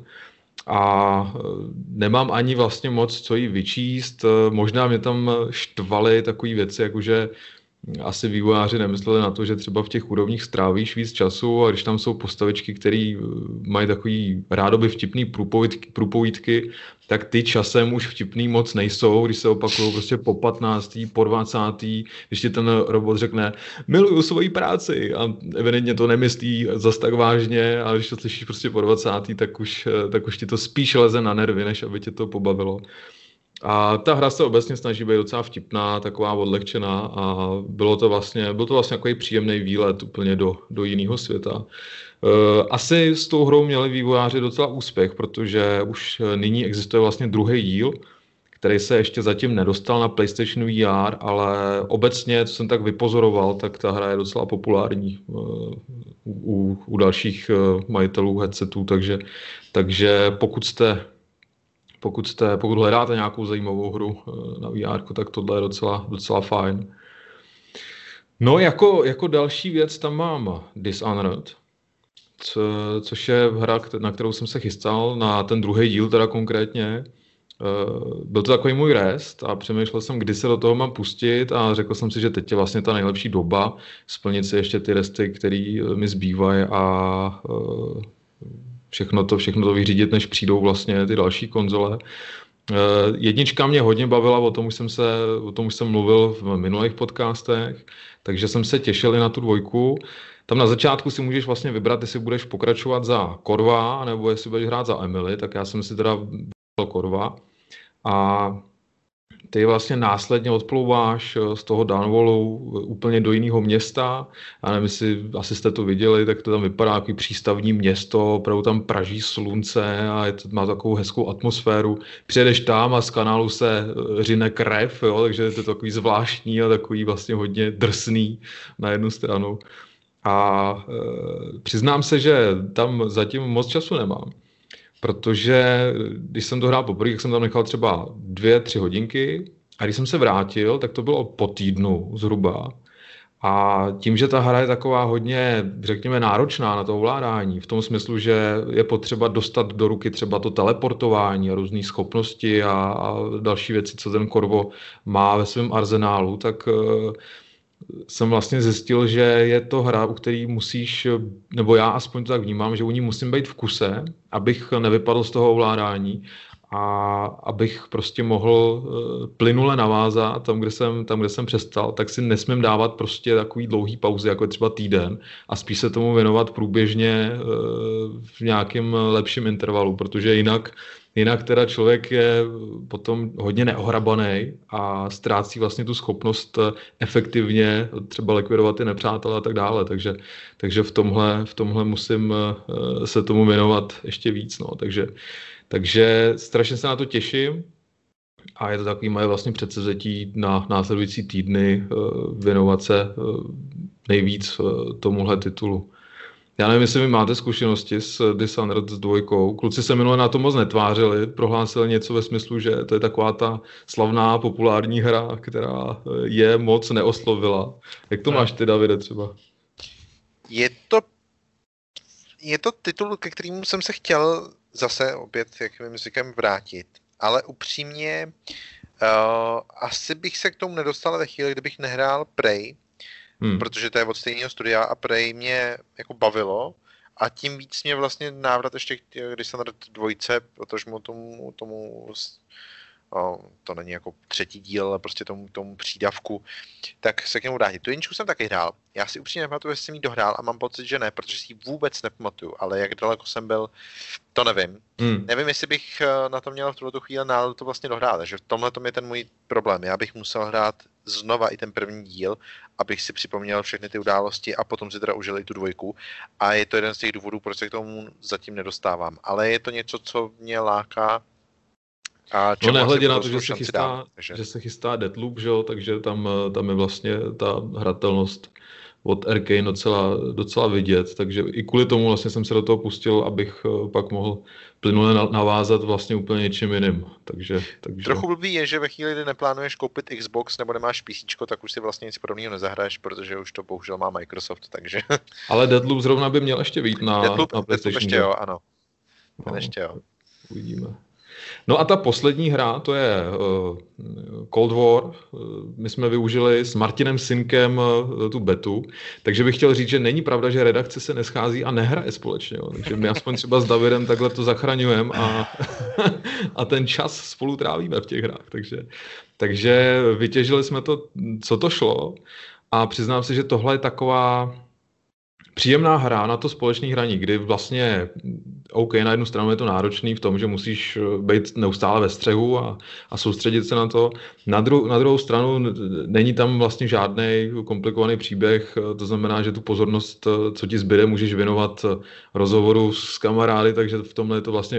A nemám ani vlastně moc co jí vyčíst. Možná mě tam štvaly takové věci, jakože asi vývojáři nemysleli na to, že třeba v těch úrovních strávíš víc času, a když tam jsou postavičky, které mají takový rádoby vtipný průpovídky, průpovídky, tak ty časem už vtipný moc nejsou, když se opakují prostě po patnáctý, po dvacátý, když ti ten robot řekne miluju svoji práci a evidentně to nemyslí zas tak vážně, ale když to slyšíš prostě po dvacátý, tak už, tak už ti to spíš leze na nervy, než aby tě to pobavilo. A ta hra se obecně snaží být docela vtipná, taková odlehčená, a bylo to vlastně, byl to vlastně takový příjemný výlet úplně do, do jiného světa. Asi s tou hrou měli vývojáři docela úspěch, protože už nyní existuje vlastně druhý díl, který se ještě zatím nedostal na PlayStation V R, ale obecně, co jsem tak vypozoroval, tak ta hra je docela populární u, u dalších majitelů headsetů, takže, takže pokud jste Pokud, jste, pokud hledáte nějakou zajímavou hru na V R, tak tohle je docela, docela fajn. No jako, jako další věc tam mám Dishonored, co, což je hra, na kterou jsem se chystal, na ten druhý díl teda konkrétně. Byl to takový můj rest a přemýšlel jsem, kdy se do toho mám pustit, a řekl jsem si, že teď je vlastně ta nejlepší doba splnit si ještě ty resty, které mi zbývají, a Všechno to, všechno to vyřídit, než přijdou vlastně ty další konzole. Jednička mě hodně bavila, o tom už jsem, se, o tom už jsem mluvil v minulých podcastech, takže jsem se těšil i na tu dvojku. Tam na začátku si můžeš vlastně vybrat, jestli budeš pokračovat za Corva, nebo jestli budeš hrát za Emily, tak já jsem si teda vybral Corva. A ty vlastně následně odplouváš z toho Dunwallu úplně do jiného města. Já nevím, jestli asi jste to viděli, tak to tam vypadá jako přístavní město, opravdu tam praží slunce a je to, má takovou hezkou atmosféru. Přijedeš tam a z kanálu se řine krev, jo, takže je to takový zvláštní a takový vlastně hodně drsný na jednu stranu. A e, přiznám se, že tam zatím moc času nemám. Protože když jsem to hrál poprvé, tak jsem tam nechal třeba dvě, tři hodinky, a když jsem se vrátil, tak to bylo po týdnu zhruba. A tím, že ta hra je taková hodně, řekněme, náročná na to ovládání, v tom smyslu, že je potřeba dostat do ruky třeba to teleportování a různé schopnosti a, a další věci, co ten Corvo má ve svém arzenálu, tak jsem vlastně zjistil, že je to hra, u který musíš, nebo já aspoň to tak vnímám, že u ní musím být v kuse, abych nevypadl z toho ovládání a abych prostě mohl plynule navázat tam, kde jsem, tam, kde jsem přestal, tak si nesmím dávat prostě takový dlouhý pauzy, jako je třeba týden, a spíš se tomu věnovat průběžně v nějakém lepším intervalu, protože jinak Jinak teda člověk je potom hodně neohrabaný a ztrácí vlastně tu schopnost efektivně třeba likvidovat ty nepřátelé a tak dále. Takže, takže v tomhle, v tomhle musím se tomu věnovat ještě víc. No. Takže, takže strašně se na to těším a je to takový moje vlastně předsevzetí na následující týdny věnovat se nejvíc tomuhle titulu. Já nevím, jestli vy máte zkušenosti s Dishonored s dvojkou. Kluci se minule na to moc netvářili, prohlásili něco ve smyslu, že to je taková ta slavná populární hra, která je moc neoslovila. Jak to máš ty, Davide, třeba? Je to, je to titul, ke kterému jsem se chtěl zase opět, jak vím, zvykem vrátit. Ale upřímně, uh, asi bych se k tomu nedostal ve chvíli, kdybych nehrál Prey, Hmm. protože to je od stejného studia a Prey mě jako bavilo, a tím víc mě vlastně návrat ještě, když jsem na dvojce, protože mu tomu, tomu o, to není jako třetí díl, ale prostě tomu, tomu přídavku, tak se k němu vrátit. Tu jedničku jsem taky hrál. Já si upřímně nepamatuju, jestli jsem ji dohrál a mám pocit, že ne, protože si ji vůbec nepamatuju, ale jak daleko jsem byl, to nevím. Hmm. Nevím, jestli bych na to měl v tuto chvíli náladu to vlastně dohrát, takže v tomhle tom je ten můj problém. Já bych musel hrát znova i ten první díl, abych si připomněl všechny ty události a potom si teda užil i tu dvojku. A je to jeden z těch důvodů, proč se k tomu zatím nedostávám. Ale je to něco, co mě láká. A no nehledě na to, že se, chystá, dám, takže... že se chystá Deathloop, že jo, takže tam, tam je vlastně ta hratelnost od Arkane docela, docela vidět, takže i kvůli tomu vlastně jsem se do toho pustil, abych pak mohl plynule navázat vlastně úplně něčím jiným. Takže, takže... Trochu blbý je, že ve chvíli, kdy neplánuješ koupit Xbox nebo nemáš PCčko, tak už si vlastně nic podobného nezahraješ, protože už to bohužel má Microsoft, takže... Ale Deathloop zrovna by měl ještě být na, Deathloop, na PlayStation. Deathloop ještě jo, ano. No, ještě jo. Uvidíme. No a ta poslední hra, to je uh, Cold War. Uh, my jsme využili s Martinem Synkem uh, tu betu, takže bych chtěl říct, že není pravda, že redakce se neschází a nehraje společně. Jo. Takže my aspoň třeba s Davidem takhle to zachraňujeme a, a ten čas spolu trávíme v těch hrách. Takže, takže vytěžili jsme to, co to šlo, a přiznám se, že tohle je taková příjemná hra na to společné hraní, kdy vlastně OK, na jednu stranu je to náročný v tom, že musíš být neustále ve střehu a, a soustředit se na to. Na, dru, na druhou stranu není tam vlastně žádný komplikovaný příběh, to znamená, že tu pozornost, co ti zbyde, můžeš věnovat rozhovoru s kamarády, takže v tomhle je to vlastně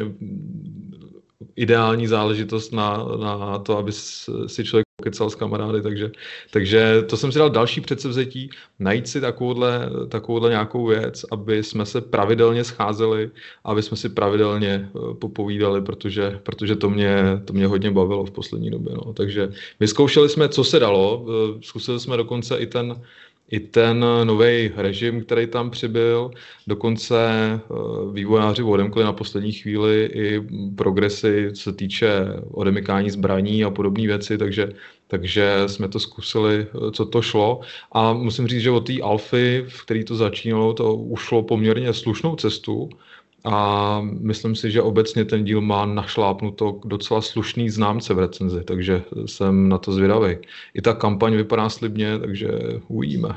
ideální záležitost na, na to, aby si člověk kecal s kamarády, takže, takže to jsem si dal další předsevzetí, najít si takovouhle, takovouhle nějakou věc, aby jsme se pravidelně scházeli, aby jsme si pravidelně popovídali, protože, protože to, mě, to mě hodně bavilo v poslední době. No. Takže vyzkoušeli jsme, co se dalo, zkusili jsme dokonce i ten I ten nový režim, který tam přibyl, dokonce vývojáři odemkli na poslední chvíli i progresy, co se týče odemykání zbraní a podobné věci, takže, takže jsme to zkusili, co to šlo. A musím říct, že od té alfy, v který to začínalo, to ušlo poměrně slušnou cestu. A myslím si, že obecně ten díl má našlápnuto k docela slušný známce v recenzi, takže jsem na to zvědavý. I ta kampaň vypadá slibně, takže uvidíme.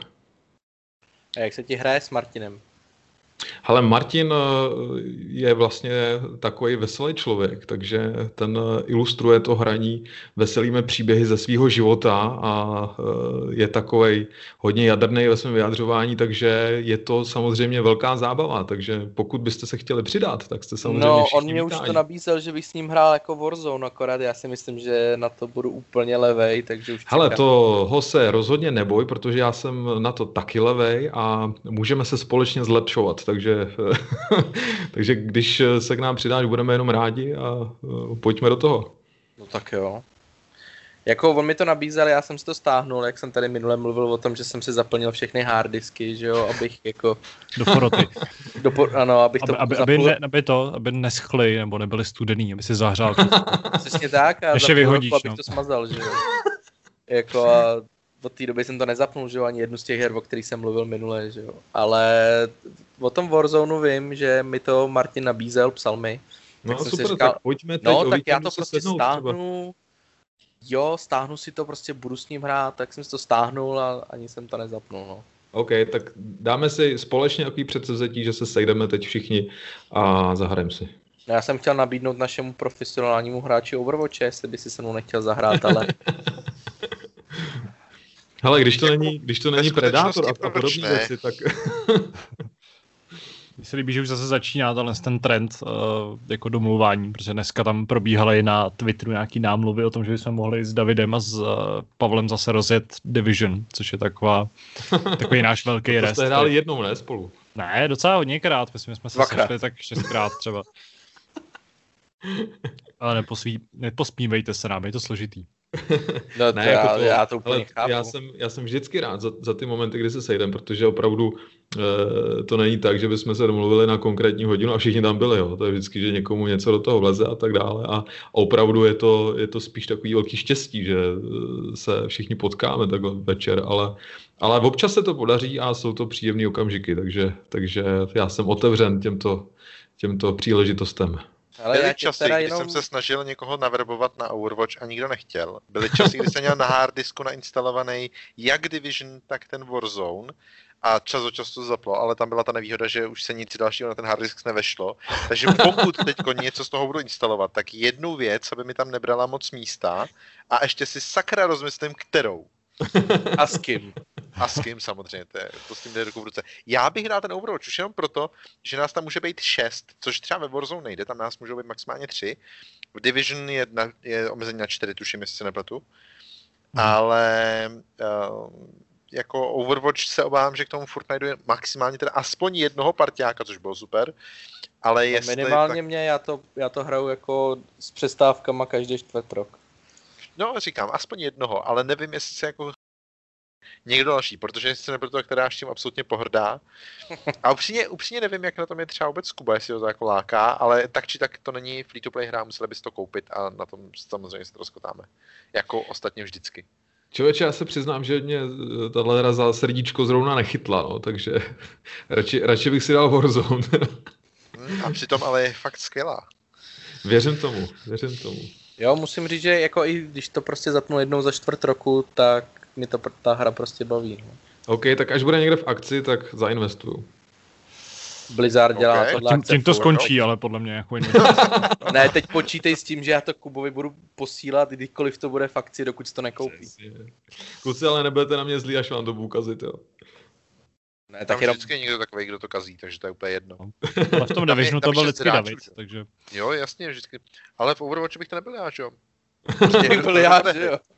A jak se ti hraje s Martinem? Hele, Martin je vlastně takový veselý člověk, takže ten ilustruje to hraní veselými příběhy ze svého života a je takovej hodně jadrný ve svém vyjadřování, takže je to samozřejmě velká zábava, takže pokud byste se chtěli přidat, tak jste samozřejmě No, všichni on mě vítáni. Už to nabízel, že bych s ním hrál jako Warzone, akorát já si myslím, že na to budu úplně levej, takže už Hele, toho se rozhodně neboj, protože já jsem na to taky levej a můžeme se společně zlepšovat, takže takže když se k nám přidáš, budeme jenom rádi a pojďme do toho. No tak jo. Jako on mi to nabízel, já jsem si to stáhnul, jak jsem tady minule mluvil o tom, že jsem si zaplnil všechny harddisky, že jo, abych jako... Do poroty. Do por... Ano, abych to... Aby, aby, ne, aby to, aby neschly, nebo nebyly studený, aby si zahřál. Přesně tak a za vyhodíš, roku, abych no. to smazal, že jo. Jako a od té doby jsem to nezapnul, že jo, ani jednu z těch her, o kterých jsem mluvil minule, že jo. Ale o tom Warzoneu vím, že mi to Martin nabízel, psal mi. No tak super, říkal, tak pojďme teď. No tak já to prostě stáhnu, třeba. Jo, stáhnu si to, prostě budu s ním hrát, tak jsem si to stáhnul a ani jsem to nezapnul, no. OK, tak dáme si společně takový předsevzetí, že se sejdeme teď všichni a zahrajeme si. Já jsem chtěl nabídnout našemu profesionálnímu hráči Overwatche, jestli by si se mnou nechtěl zahrát, ale... Hele, když to jako, není, když to není Predátor a, a podobné věci, tak... Mně se líbí, že už zase začíná tenhle ten trend uh, jako domluvání, protože dneska tam probíhaly na Twitteru nějaký námluvy o tom, že bychom mohli s Davidem a s uh, Pavlem zase rozjet Division, což je taková, takový náš velký rest. To jste hráli jednou, ne, spolu? Ne, docela hodněkrát, myslím, že jsme se sešli tak šestkrát třeba. Ale neposví, nepospívejte se nám, je to složitý. No, ne, to jako já, to, já to úplně chápu. Já jsem, já jsem vždycky rád za, za ty momenty, kdy se sejdem, protože opravdu e, to není tak, že bychom se domluvili na konkrétní hodinu a všichni tam byli. Jo. To je vždycky, že někomu něco do toho vleze a tak dále. A, a opravdu je to, je to spíš takový velký štěstí, že se všichni potkáme takhle večer, ale, ale občas se to podaří a jsou to příjemné okamžiky, takže, takže já jsem otevřen těmto, těmto příležitostem. Ale Byly já časy, teda kdy jenom... jsem se snažil někoho naverbovat na Overwatch a nikdo nechtěl. Byly časy, kdy jsem měl na hard disku nainstalovaný jak Division, tak ten Warzone a čas od času to zaplo, ale tam byla ta nevýhoda, že už se nic dalšího na ten hard disk nevešlo. Takže pokud teď něco z toho budu instalovat, tak jednu věc, aby mi tam nebrala moc místa a ještě si sakra rozmyslím, kterou. A s kým? A s kým samozřejmě, to, je, to s tím jde ruku v ruce. Já bych hrál ten Overwatch už jenom proto, že nás tam může být šest, což třeba ve Warzone nejde, tam nás můžou být maximálně tři. V Division je, na, je omezení na čtyři, tuším, jestli se nepletu. Hmm. Ale uh, jako Overwatch se obávám, že k tomu Fortniteu je maximálně teda aspoň jednoho partiáka, což bylo super. Ale no, jestli minimálně tak... mě, já to, já to hraju jako s přestávkama každý čtvrt rok. No, říkám, aspoň jednoho, ale nevím, jestli se jako někdo další, protože se nebyl to, která s tím absolutně pohrdá. A upřímně, upřímně nevím, jak na tom je třeba vůbec Kuba, jestli ho to jako láká, ale tak či tak to není free-to-play hra, museli bys to koupit a na tom samozřejmě se rozkotáme. Jako ostatně vždycky. Člověče, já se přiznám, že mě tahle hra za srdíčko zrovna nechytla, no, takže radši, radši bych si dal Warzone. Hmm, a přitom ale je fakt skvělá. Věřím tomu, věřím tomu. Jo, musím říct, že jako i když to prostě zapnu jednou za čtvrt roku, tak mi to ta hra prostě baví. No. OK, tak až bude někde v akci, tak zainvestuju. Blizzard dělá Okay. tohle. Tím, tím to skončí, ale podle mě jako jiný. Ne, teď počítej s tím, že já to Kubovi budu posílat, kdykoliv to bude v akci, dokud to nekoupí. Kluci, ale nebudete na mě zlí, až vám to budu kazit, jo. Ne, tam jenom... vždycky je někdo takový, kdo to kazí, takže to je úplně jedno. Ale v tom Divisionu to byl vždycky David, takže... Jo, jasně, vždycky. Ale v Overwatchu bych to nebyl já, že jo? Bych byl já, že jo?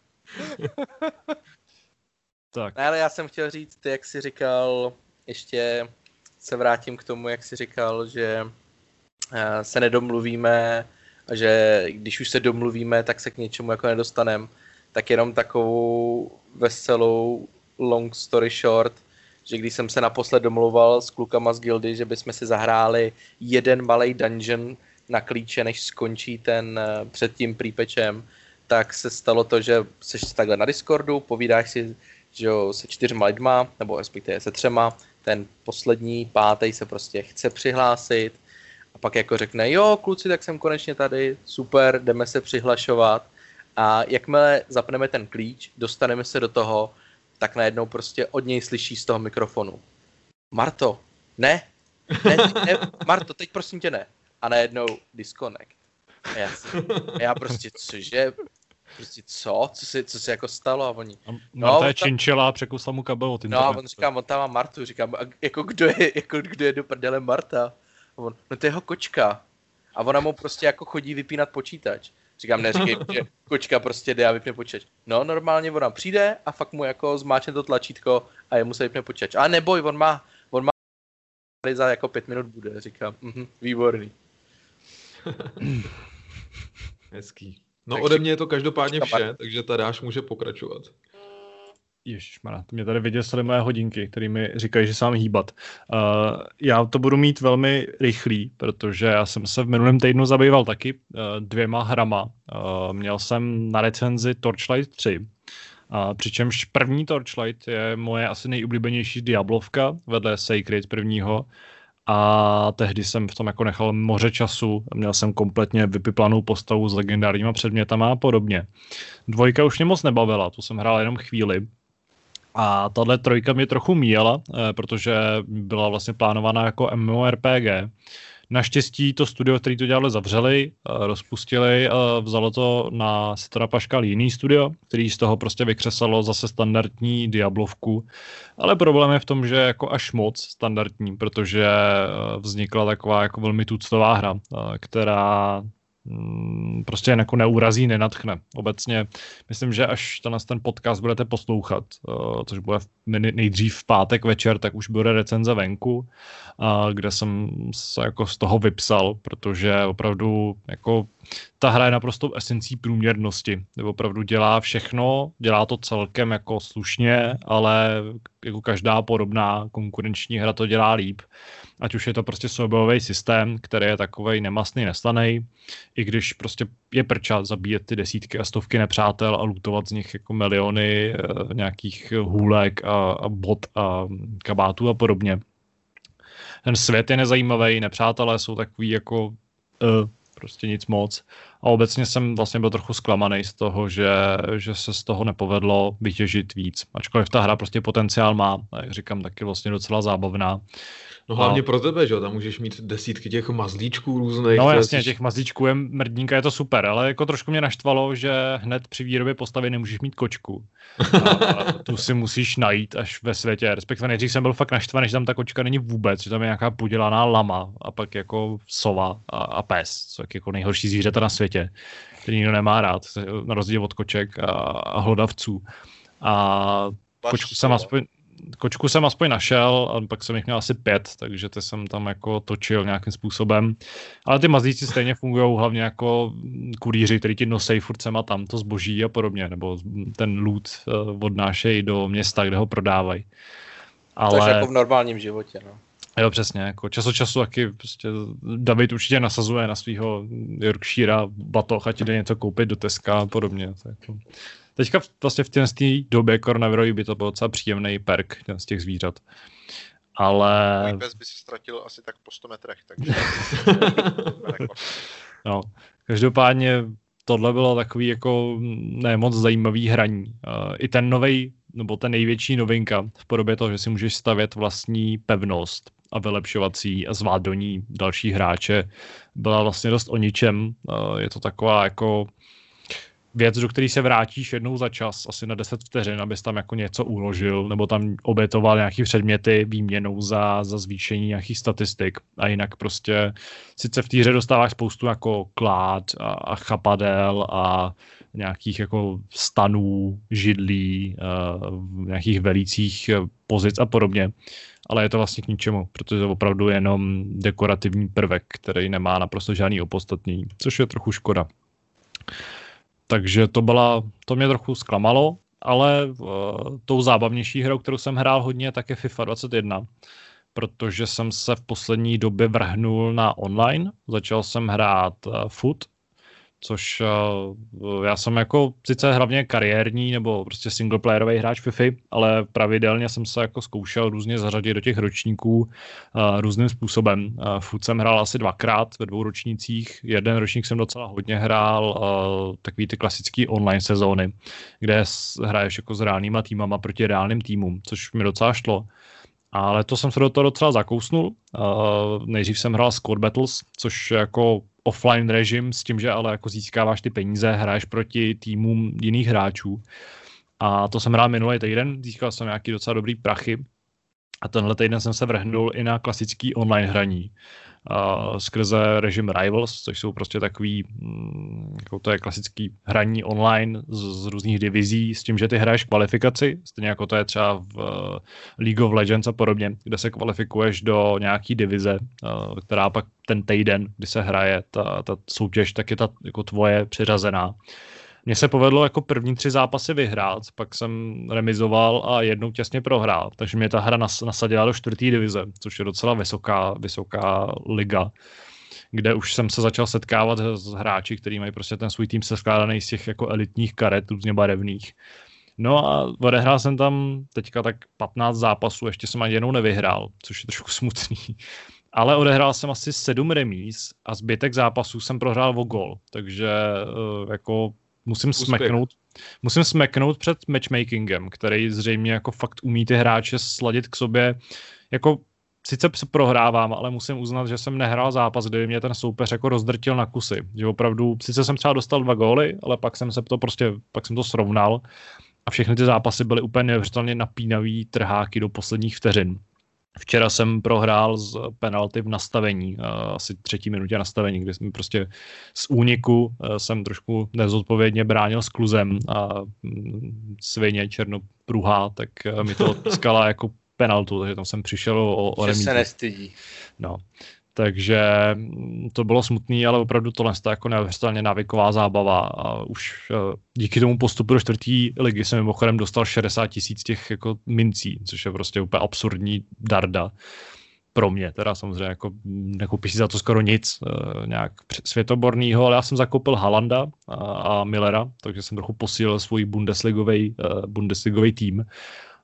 Tak. Ne, ale já jsem chtěl říct, jak jsi říkal, ještě se vrátím k tomu, jak jsi říkal, že se nedomluvíme a že když už se domluvíme, tak se k něčemu jako nedostaneme. Tak jenom takovou veselou long story short, že když jsem se naposled domluval s klukama z Guildy, že bychom si zahráli jeden malej dungeon na klíče, než skončí ten před tím prýpečem, tak se stalo to, že jsi takhle na Discordu, povídáš si, že jo, se čtyřma lidma, nebo respektive se třema, ten poslední, pátý se prostě chce přihlásit a pak jako řekne, jo kluci, tak jsem konečně tady, super, jdeme se přihlašovat a jakmile zapneme ten klíč, dostaneme se do toho, tak najednou prostě od něj slyší z toho mikrofonu. Marto, ne, ne, ne, Marto, teď prosím tě ne. A najednou disconnect. A já, a já prostě, cože, prostě co? Co se, co se jako stalo? A oni, a Marta no, je činčela, překusla mu kabel od internetu. No a on říká, on tam má Martu, říkám, jako kdo je, jako kdo je do prdele Marta? A on, no to je jeho kočka. A ona mu prostě jako chodí vypínat počítač. Říkám, neříkej, že kočka prostě jde a vypne počítač. No, normálně ona přijde a fakt mu jako zmáčne to tlačítko a jemu se vypne počítač. A neboj, on má, on má tady za jako pět minut bude, říkám, mhm, výborný. Hezký. No takže ode mě je to každopádně vše, takže Tadáš může pokračovat. Ježišmarja, mě tady vyděsily moje hodinky, které mi říkají, že se mám hýbat. Uh, já to budu mít velmi rychlý, protože já jsem se v minulém týdnu zabýval taky uh, dvěma hrama. Uh, měl jsem na recenzi Torchlight tři, uh, přičemž první Torchlight je moje asi nejoblíbenější Diablovka vedle Sacred prvního. A tehdy jsem v tom jako nechal moře času, měl jsem kompletně vypiplanou postavu s legendárníma předmětama a podobně. Dvojka už mě moc nebavila, tu jsem hrál jenom chvíli. A tahle trojka mě trochu míjela, protože byla vlastně plánovaná jako MMORPG. Naštěstí to studio, který to dělali, zavřeli, rozpustili, vzalo to na Stora Paškal jiný studio, který z toho prostě vykřesalo zase standardní Diablovku. Ale problém je v tom, že jako až moc standardní, protože vznikla taková jako velmi tuctová hra, která prostě jako neurazí, nenadchne. Obecně myslím, že až tenhle ten podcast budete poslouchat, což bude nejdřív v pátek večer, tak už bude recenze venku, kde jsem se jako z toho vypsal, protože opravdu jako ta hra je naprosto esencí průměrnosti. Opravdu dělá všechno, dělá to celkem jako slušně, ale jako každá podobná konkurenční hra to dělá líp. Ať už je to prostě soubojový systém, který je takovej nemastný, neslanej, i když prostě je prča zabíjet ty desítky a stovky nepřátel a lootovat z nich jako miliony e, nějakých hůlek a, a bot a kabátů a podobně. Ten svět je nezajímavý, nepřátelé jsou takový jako e, prostě nic moc. A obecně jsem vlastně byl trochu zklamaný z toho, že, že se z toho nepovedlo vytěžit víc. Ačkoliv ta hra prostě potenciál má, a jak říkám, taky vlastně docela zábavná. No hlavně pro tebe, že jo, tam můžeš mít desítky těch mazlíčků různých. No jasně, jsi... těch mazlíčků je mrdínka, je to super, ale jako trošku mě naštvalo, že hned při výrobě postavy nemůžeš mít kočku. A tu si musíš najít až ve světě, respektive nejdřív jsem byl fakt naštvaný, že tam ta kočka není vůbec, že tam je nějaká podělaná lama a pak jako sova a, a pes, co je jako nejhorší zvířata na světě, který nikdo nemá rád, na rozdíl od koček a, a hlodavců. A kočku jsem aspoň... Kočku jsem aspoň našel a pak jsem jich měl asi pět, takže ty jsem tam jako točil nějakým způsobem. Ale ty mazlíci stejně fungují hlavně jako kurýři, který ti nosej furt sem a tam to zboží a podobně, nebo ten loot odnášejí do města, kde ho prodávají. Ale... Takže jako v normálním životě, no. Jo, přesně, jako čas od času taky prostě David určitě nasazuje na svého Yorkshira batoh a ti jde něco koupit do Teska a podobně. To jako... Teďka vlastně v té době koronavirový by to byl docela příjemný perk z těch zvířat. Ale... Můj pes by se ztratil asi tak po sto metrech, takže... no, každopádně tohle bylo takový jako ne moc zajímavý hraní. I ten novej, nebo ten největší novinka v podobě toho, že si můžeš stavět vlastní pevnost a vylepšovací a zvát do ní další hráče, byla vlastně dost o ničem. Je to taková jako věc, do který se vrátíš jednou za čas, asi na deset vteřin, abys tam jako něco uložil, nebo tam obětoval nějaký předměty výměnou za, za zvýšení nějakých statistik. A jinak prostě sice v té hře dostáváš spoustu jako klád a, a chapadel a nějakých jako stanů, židlí, uh, nějakých velících pozic a podobně. Ale je to vlastně k ničemu, protože to opravdu je jenom dekorativní prvek, který nemá naprosto žádný opodstatnění, což je trochu škoda. Takže to byla, to mě trochu zklamalo, ale uh, tou zábavnější hrou, kterou jsem hrál hodně, tak je FIFA dvacet jedna, protože jsem se v poslední době vrhnul na online, začal jsem hrát uh, Foot, což uh, já jsem jako sice hlavně kariérní nebo prostě singleplayerový hráč FIFA, ale pravidelně jsem se jako zkoušel různě zařadit do těch ročníků uh, různým způsobem. Uh, Foot jsem hrál asi dvakrát ve dvou ročnících, jeden ročník jsem docela hodně hrál, uh, takový ty klasický online sezóny, kde hraješ jako s reálnýma týmama proti reálným týmům, což mi docela šlo. Ale to jsem se do toho docela zakousnul. Uh, nejdřív jsem hrál Squad Battles, což je jako offline režim s tím, že ale jako získáváš ty peníze, hraješ proti týmům jiných hráčů. A to jsem hrál minulý týden, získal jsem nějaký docela dobrý prachy. A tenhle týden jsem se vrhnul i na klasický online hraní. Uh, skrze režim Rivals, což jsou prostě takový, mm, jako to je klasický hraní online z, z různých divizí, s tím, že ty hraješ kvalifikaci, stejně jako to je třeba v uh, League of Legends a podobně, kde se kvalifikuješ do nějaký divize, uh, která pak ten týden, kdy se hraje ta, ta soutěž, tak je ta jako tvoje přiřazená. Mně se povedlo jako první tři zápasy vyhrát, pak jsem remizoval a jednou těsně prohrál, takže mě ta hra nas, nasadila do čtvrtý divize, což je docela vysoká, vysoká liga, kde už jsem se začal setkávat s hráči, kteří mají prostě ten svůj tým seskládaný z těch jako elitních karet, různě barevných. No a odehrál jsem tam teďka tak patnáct zápasů, ještě jsem ani jednou nevyhrál, což je trošku smutný. Ale odehrál jsem asi sedm remíz a zbytek zápasů jsem prohrál o gól, takže jako musím Úspěch. smeknout, musím smeknout před matchmakingem, který zřejmě jako fakt umí ty hráče sladit k sobě. Jako sice prohrávám, ale musím uznat, že jsem nehrál zápas, kde mě ten soupeř jako rozdrtil na kusy. Že opravdu, sice jsem třeba dostal dva góly, ale pak jsem se to prostě, pak jsem to srovnal a všechny ty zápasy byly úplně neuvěřitelně napínavý trháky do posledních vteřin. Včera jsem prohrál z penalty v nastavení, asi třetí minutě nastavení, kde jsem prostě z úniku jsem trošku nezodpovědně bránil s kluzem a svině černopruhá, tak mi to odpískala jako penaltu, takže tam jsem přišel o, o remízu. Že se nestydí. No. Takže to bylo smutný, ale opravdu tohle je jako neuvěřitelně návyková zábava a už díky tomu postupu do čtvrtý ligy jsem mimochodem dostal šedesát tisíc těch jako mincí, což je prostě úplně absurdní darda pro mě. Teda samozřejmě jako nekoupíš si za to skoro nic nějak světobornýho, ale já jsem zakoupil Haalanda a, a Millera, takže jsem trochu posílil svůj bundesligový, bundesligový tým.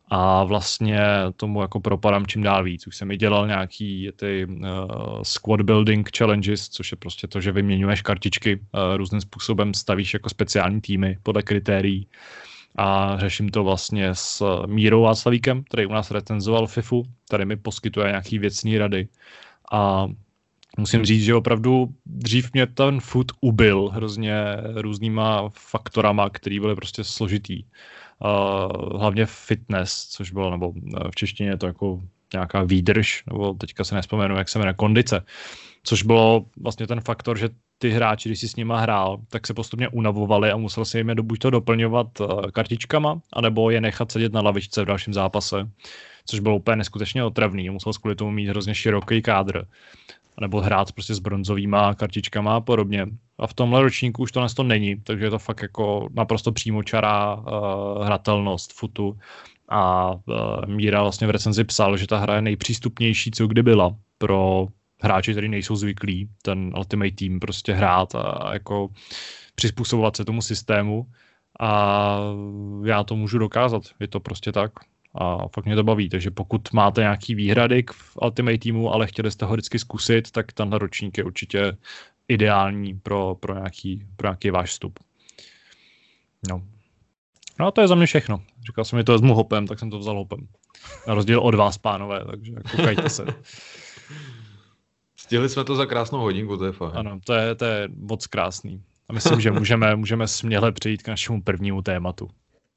a vlastně tomu jako propadám čím dál víc. Už jsem i dělal nějaký ty uh, squad building challenges, což je prostě to, že vyměňuješ kartičky, uh, různým způsobem stavíš jako speciální týmy podle kritérií. A řeším to vlastně s Mírou Václavíkem, který u nás recenzoval FIFU, který mi poskytuje nějaký věcný rady. A musím říct, že opravdu dřív mě ten food ubil hrozně různýma faktorama, který byly prostě složitý. Uh, hlavně fitness, což bylo, nebo v češtině je to jako nějaká výdrž, nebo teďka se nespomenu, jak se jmenuje, kondice. Což bylo vlastně ten faktor, že ty hráči, když si s nima hrál, tak se postupně unavovali a musel si jim je buď to doplňovat uh, kartičkama, anebo je nechat sedět na lavičce v dalším zápase, což bylo úplně neskutečně otravný. Musel kvůli tomu mít hrozně široký kádr, nebo hrát prostě s bronzovýma kartičkama a podobně. A v tomhle ročníku už tohle to není, takže je to fakt jako naprosto přímočará uh, hratelnost futu. A uh, Míra vlastně v recenzi psal, že ta hra je nejpřístupnější, co kdy byla pro hráči, kteří nejsou zvyklí ten Ultimate Team prostě hrát a jako přizpůsobovat se tomu systému. A já to můžu dokázat, je to prostě tak. A fakt mě to baví, takže pokud máte nějaký výhrady k Ultimate Teamu, ale chtěli jste ho vždycky zkusit, tak tenhle ročník je určitě ideální pro, pro, nějaký, pro nějaký váš vstup. No. No a to je za mě všechno. Říkal jsem, že to vezmu hopem, tak jsem to vzal hopem. Na rozdíl od vás, pánové, takže koukajte se. Stihli jsme to za krásnou hodinku, to je fajn. Ano, to je, to je moc krásný. A myslím, že můžeme, můžeme směle přejít k našemu prvnímu tématu.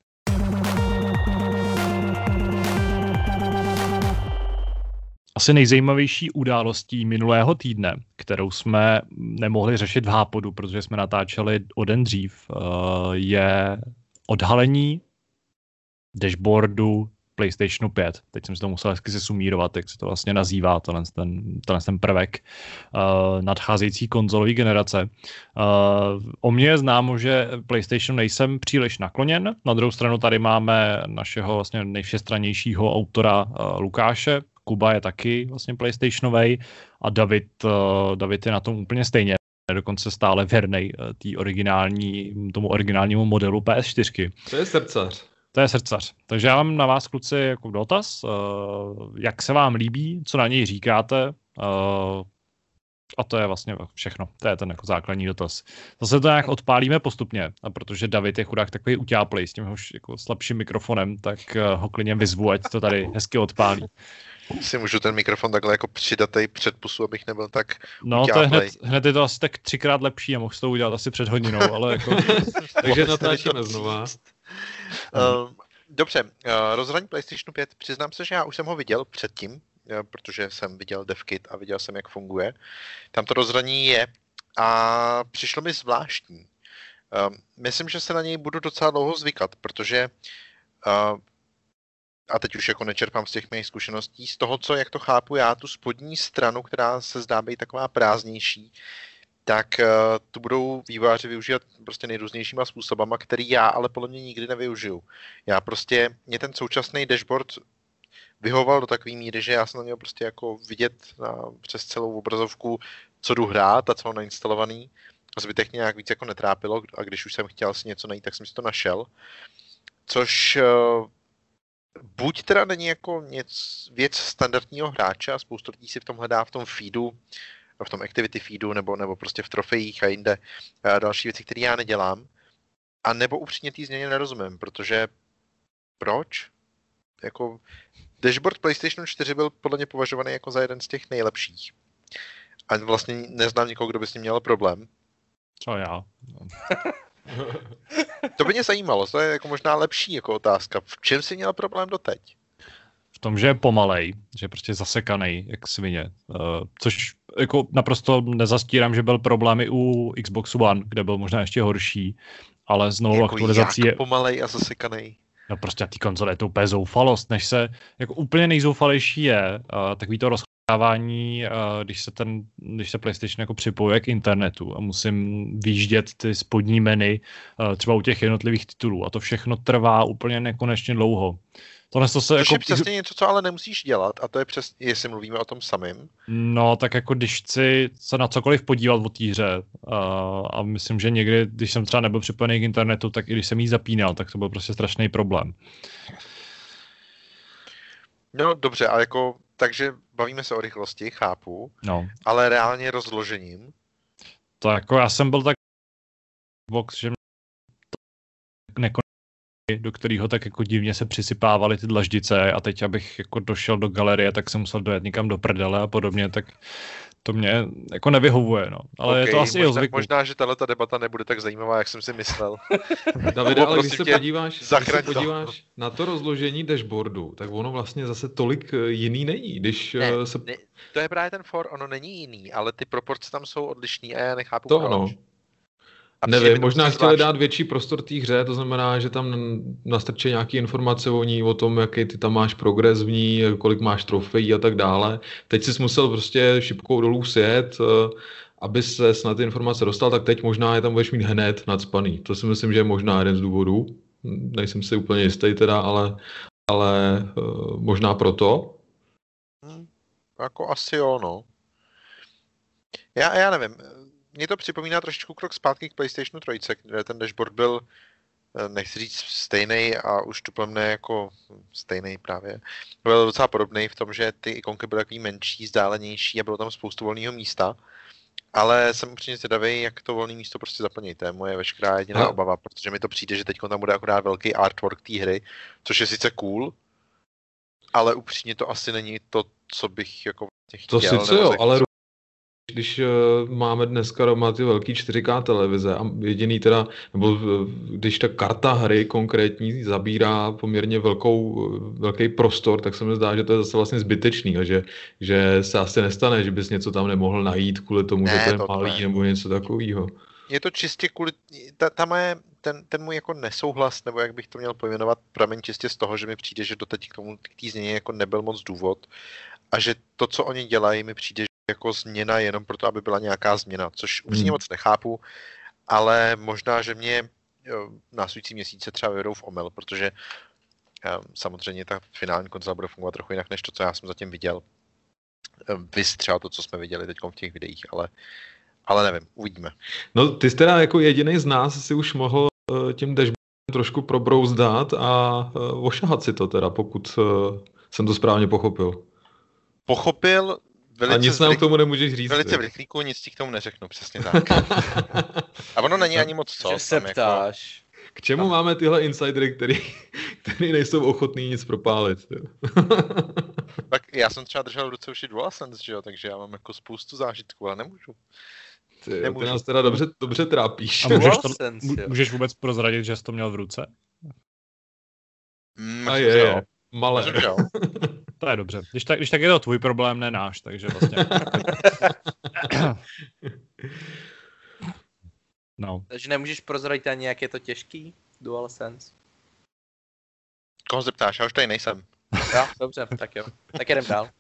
Asi nejzajímavější událostí minulého týdne, kterou jsme nemohli řešit v Hápodu, protože jsme natáčeli o den dřív, je odhalení dashboardu PlayStationu pět. Teď jsem si to musel hezky sesumírovat, jak se to vlastně nazývá, tenhle ten, tenhle ten prvek uh, nadcházející konzolové generace. Uh, o mě je známo, že PlayStation nejsem příliš nakloněn. Na druhou stranu tady máme našeho vlastně nejvšestrannějšího autora uh, Lukáše. Kuba je taky vlastně PlayStationovej a David, uh, David je na tom úplně stejně. Dokonce stále věrnej uh, tý originální, tomu originálnímu modelu P S čtyři. To je srdcař. To je srdcař. Takže já mám na vás, kluci, jako dotaz. Uh, jak se vám líbí, co na něj říkáte? Uh, a to je vlastně všechno. To je ten jako základní dotaz. Zase to nějak odpálíme postupně, a protože David je chudák takový utáplej s tím už jako slabším mikrofonem, tak uh, ho klidně vyzvu, ať to tady hezky odpálí. Si můžu ten mikrofon takhle jako přidatej před pusu, abych nebyl tak No to je hned, hned je to asi tak třikrát lepší a mohl to udělat asi před hodinou, ale jako... Takže natáčíme znova. Uh, dobře, uh, rozhraní PlayStationu pět, přiznám se, že já už jsem ho viděl předtím, uh, protože jsem viděl DevKit a viděl jsem, jak funguje. Tam to rozhraní je a přišlo mi zvláštní. Uh, myslím, že se na něj budu docela dlouho zvykat, protože uh, a teď už jako nečerpám z těch mých zkušeností, z toho, co, jak to chápu já, tu spodní stranu, která se zdá být taková prázdnější, tak uh, tu budou vývojáři využívat prostě nejrůznějšíma způsobama, který já ale podle mě nikdy nevyužiju. Já prostě, mě ten současný dashboard vyhoval do takové míry, že já jsem na něho prostě jako vidět na, přes celou obrazovku, co jdu hrát a co mám nainstalovaný. A zbytek nějak víc jako netrápilo a když už jsem chtěl si něco najít, tak jsem si to našel. Což uh, buď teda není jako něco, věc standardního hráče a spoustu lidí si v tom hledá v tom feedu, v tom activity feedu nebo, nebo prostě v trofejích a jinde a další věci, které já nedělám. A nebo upřímně té změně nerozumím, protože proč? Jako dashboard PlayStation čtyři byl podle mě považovaný jako za jeden z těch nejlepších. A vlastně neznám nikoho, kdo by s ním měl problém. Co já? To by mě zajímalo, to je jako možná lepší jako otázka. V čem jsi měl problém doteď? V tom, že je pomalej, že je prostě zasekanej, jak svině. Uh, což jako naprosto nezastírám, že byl problém i u Xbox One, kde byl možná ještě horší, ale s novou jako aktualizací je... pomalej a zasekanej? No prostě na té konzole je to úplně zoufalost, než se, jako úplně nejzoufalejší je uh, takový to rozchovávání, uh, když se ten, když se PlayStation jako připojuje k internetu a musím vyjíždět ty spodní menu uh, třeba u těch jednotlivých titulů a to všechno trvá úplně nekonečně dlouho. Tohle to se Což jako... je přesně něco, co ale nemusíš dělat a to je přesně, jestli mluvíme o tom samým. No, tak jako když chci se na cokoliv podívat o té hře uh, a myslím, že někdy, když jsem třeba nebyl připojený k internetu, tak i když jsem jí zapínal, tak to byl prostě strašný problém. No dobře, ale jako, takže bavíme se o rychlosti, chápu, No. ale reálně rozložením. To jako já jsem byl tak box, že mě nekonečný, do kterého tak jako divně se přisypávaly ty dlaždice a teď abych jako došel do galerie, tak jsem musel dojet někam do prdele a podobně, tak to mě jako nevyhovuje, no. Ale okay, je to asi možná, o zvyku. Možná, že tahleta debata nebude tak zajímavá, jak jsem si myslel. Davide, ale když se, podíváš, když se podíváš na to rozložení dashboardu, tak ono vlastně zase tolik jiný není, když ne, se... Ne, to je právě ten for, ono není jiný, ale ty proporce tam jsou odlišný a já nechápu to proč. Ano. A nevím, možná chtěli dát větší prostor té hře, to znamená, že tam nastrčí nějaké informace o ní, o tom, jaký ty tam máš progres v ní, kolik máš trofejí a tak dále. Teď jsi musel prostě šipkou dolů sjet, aby se na ty informace dostal, tak teď možná je tam budeš mít hned nacpaný. To si myslím, že je možná jeden z důvodů. Nejsem si úplně jistý teda, ale, ale možná proto. Hmm, jako asi jo, no. Já, já nevím. Mně to připomíná trošičku krok zpátky k PlayStationu tři, kde ten dashboard byl, nechci říct stejný a už tuplemné jako stejný právě. Byl docela podobný v tom, že ty ikonky byly takový menší, vzdálenější a bylo tam spoustu volného místa. Ale jsem upřímně zvědavý, jak to volné místo prostě zaplní. To je moje veškerá jediná a... obava, protože mi to přijde, že teď tam bude akorát velký artwork té hry, což je sice cool, ale upřímně to asi není to, co bych jako chtěl. To sice jo, ale když uh, máme dneska doma ty velký čtyři ká televize a jediný teda, nebo uh, když ta karta hry konkrétní zabírá poměrně velkou, uh, velký prostor, tak se mi zdá, že to je zase vlastně zbytečný a že, že se asi nestane, že bys něco tam nemohl najít kvůli tomu, ne, že to je to malý ne. Nebo něco takového. Je to čistě kvůli, ta, tam je ten, ten můj jako nesouhlas, nebo jak bych to měl pojmenovat, pramen čistě z toho, že mi přijde, že doteď k tomu k té změně jako nebyl moc důvod a že to, co oni dělají, mi přijde, jako změna jenom proto, aby byla nějaká změna, což upřímně hmm. moc nechápu, ale možná, že mě jo, následující měsíce třeba vyvedou v omyl, protože um, samozřejmě ta finální konzola bude fungovat trochu jinak, než to, co já jsem zatím viděl. Um, vys třeba to, co jsme viděli teď v těch videích, ale, ale nevím, uvidíme. No ty jsi teda jako jediný z nás si už mohl uh, tím dashboardem trošku probrouzdat a uh, ošahat si to teda, pokud uh, jsem to správně pochopil. Pochopil, a nic nám k tomu nemůžeš říct. Velice v rychlíku, nic ti k tomu neřeknu, přesně tak. A ono není ani moc co. Že se ptáš. Jako... K čemu no. máme tyhle insidery, který, který nejsou ochotní nic propálit? Tak já jsem třeba držel v ruce už i DualSense, že jo, takže já mám jako spoustu zážitků, ale nemůžu. Ty, nemůžu. Ty nás teda dobře, dobře trápíš. A můžeš, to, můžeš vůbec prozradit, že jsi to měl v ruce? Mm, A je, je. Malé. To je dobře. Když tak, když tak je to tvůj problém, ne náš, takže vlastně... no. Takže nemůžeš prozradit ani, jak je to těžký, DualSense? Koho se ptáš? Já už tady nejsem. Jo, dobře, tak jo. Tak jdem dál.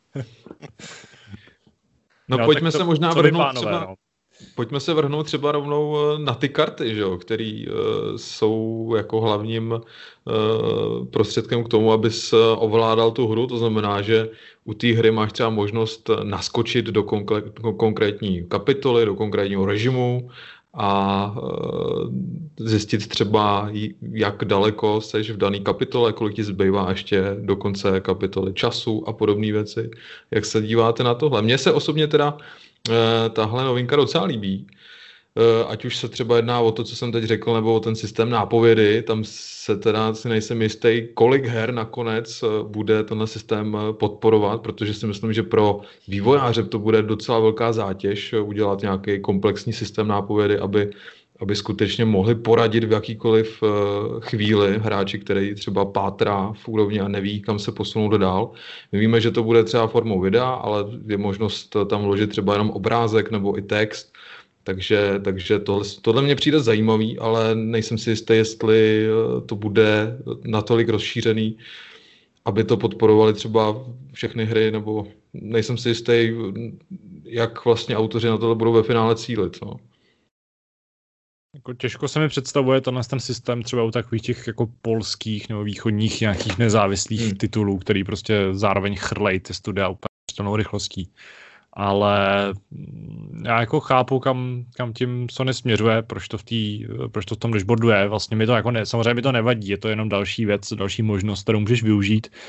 No, no pojďme se možná vrhnout třeba... No. Pojďme se vrhnout třeba rovnou na ty karty, že jo, které uh, jsou jako hlavním uh, prostředkem k tomu, abys ovládal tu hru. To znamená, že u té hry máš třeba možnost naskočit do konkr- konkrétní kapitoly, do konkrétního režimu a uh, zjistit třeba, jak daleko seš v dané kapitole, kolik ti zbývá ještě do konce kapitoly času a podobné věci. Jak se díváte na tohle? Mně se osobně teda tahle novinka docela líbí. Ať už se třeba jedná o to, co jsem teď řekl, nebo o ten systém nápovědy, tam se teda si nejsem jistý, kolik her nakonec bude tenhle systém podporovat, protože si myslím, že pro vývojáře to bude docela velká zátěž udělat nějaký komplexní systém nápovědy, aby, aby skutečně mohli poradit v jakýkoliv chvíli hráči, který třeba pátrá v úrovni a neví, kam se posunout dál. My víme, že to bude třeba formou videa, ale je možnost tam vložit třeba jenom obrázek nebo i text, takže, takže tohle, tohle mě přijde zajímavý, ale nejsem si jistý, jestli to bude natolik rozšířený, aby to podporovali třeba všechny hry, nebo nejsem si jistý, jak vlastně autoři na tohle budou ve finále cílit. No. Jako těžko se mi představuje tenhle ten systém třeba u takových těch jako polských nebo východních nějakých nezávislých hmm. titulů, který prostě zároveň chrlej ty studia úplně stejnou rychlostí. Ale já jako chápu, kam, kam tím Sony směřuje, proč to v, tý, proč to v tom dashboardu je. Vlastně mi to jako ne, samozřejmě mi to nevadí, je to jenom další věc, další možnost, kterou můžeš využít.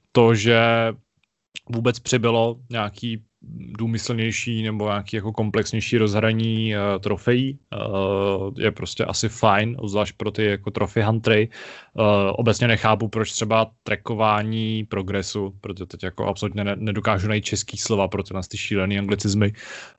to, že vůbec přibylo nějaký důmyslnější nebo nějaký jako komplexnější rozhraní uh, trofejí uh, je prostě asi fajn, zvlášť pro ty jako trophy huntery. Uh, obecně nechápu, proč třeba trackování progresu, protože teď jako absolutně ne- nedokážu najít český slova pro tyhle ty šílený anglicizmy.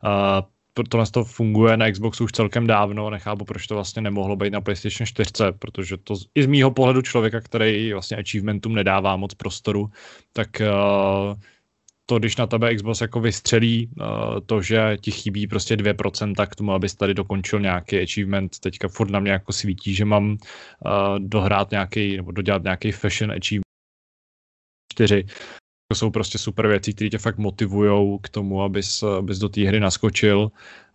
Uh, tohle to funguje na Xboxu už celkem dávno, nechápu, proč to vlastně nemohlo být na PlayStation čtyři, protože to i z mýho pohledu člověka, který vlastně achievementům nedává moc prostoru, tak uh, to, když na tebe Xbox jako vystřelí, uh, to, že ti chybí prostě dvě procenta k tomu, abys tady dokončil nějaký achievement, teďka furt na mě jako svítí, že mám uh, dohrát nějaký, nebo dodělat nějaký fashion achievement čtyři. To jsou prostě super věci, které tě fakt motivujou k tomu, abys, abys do té hry naskočil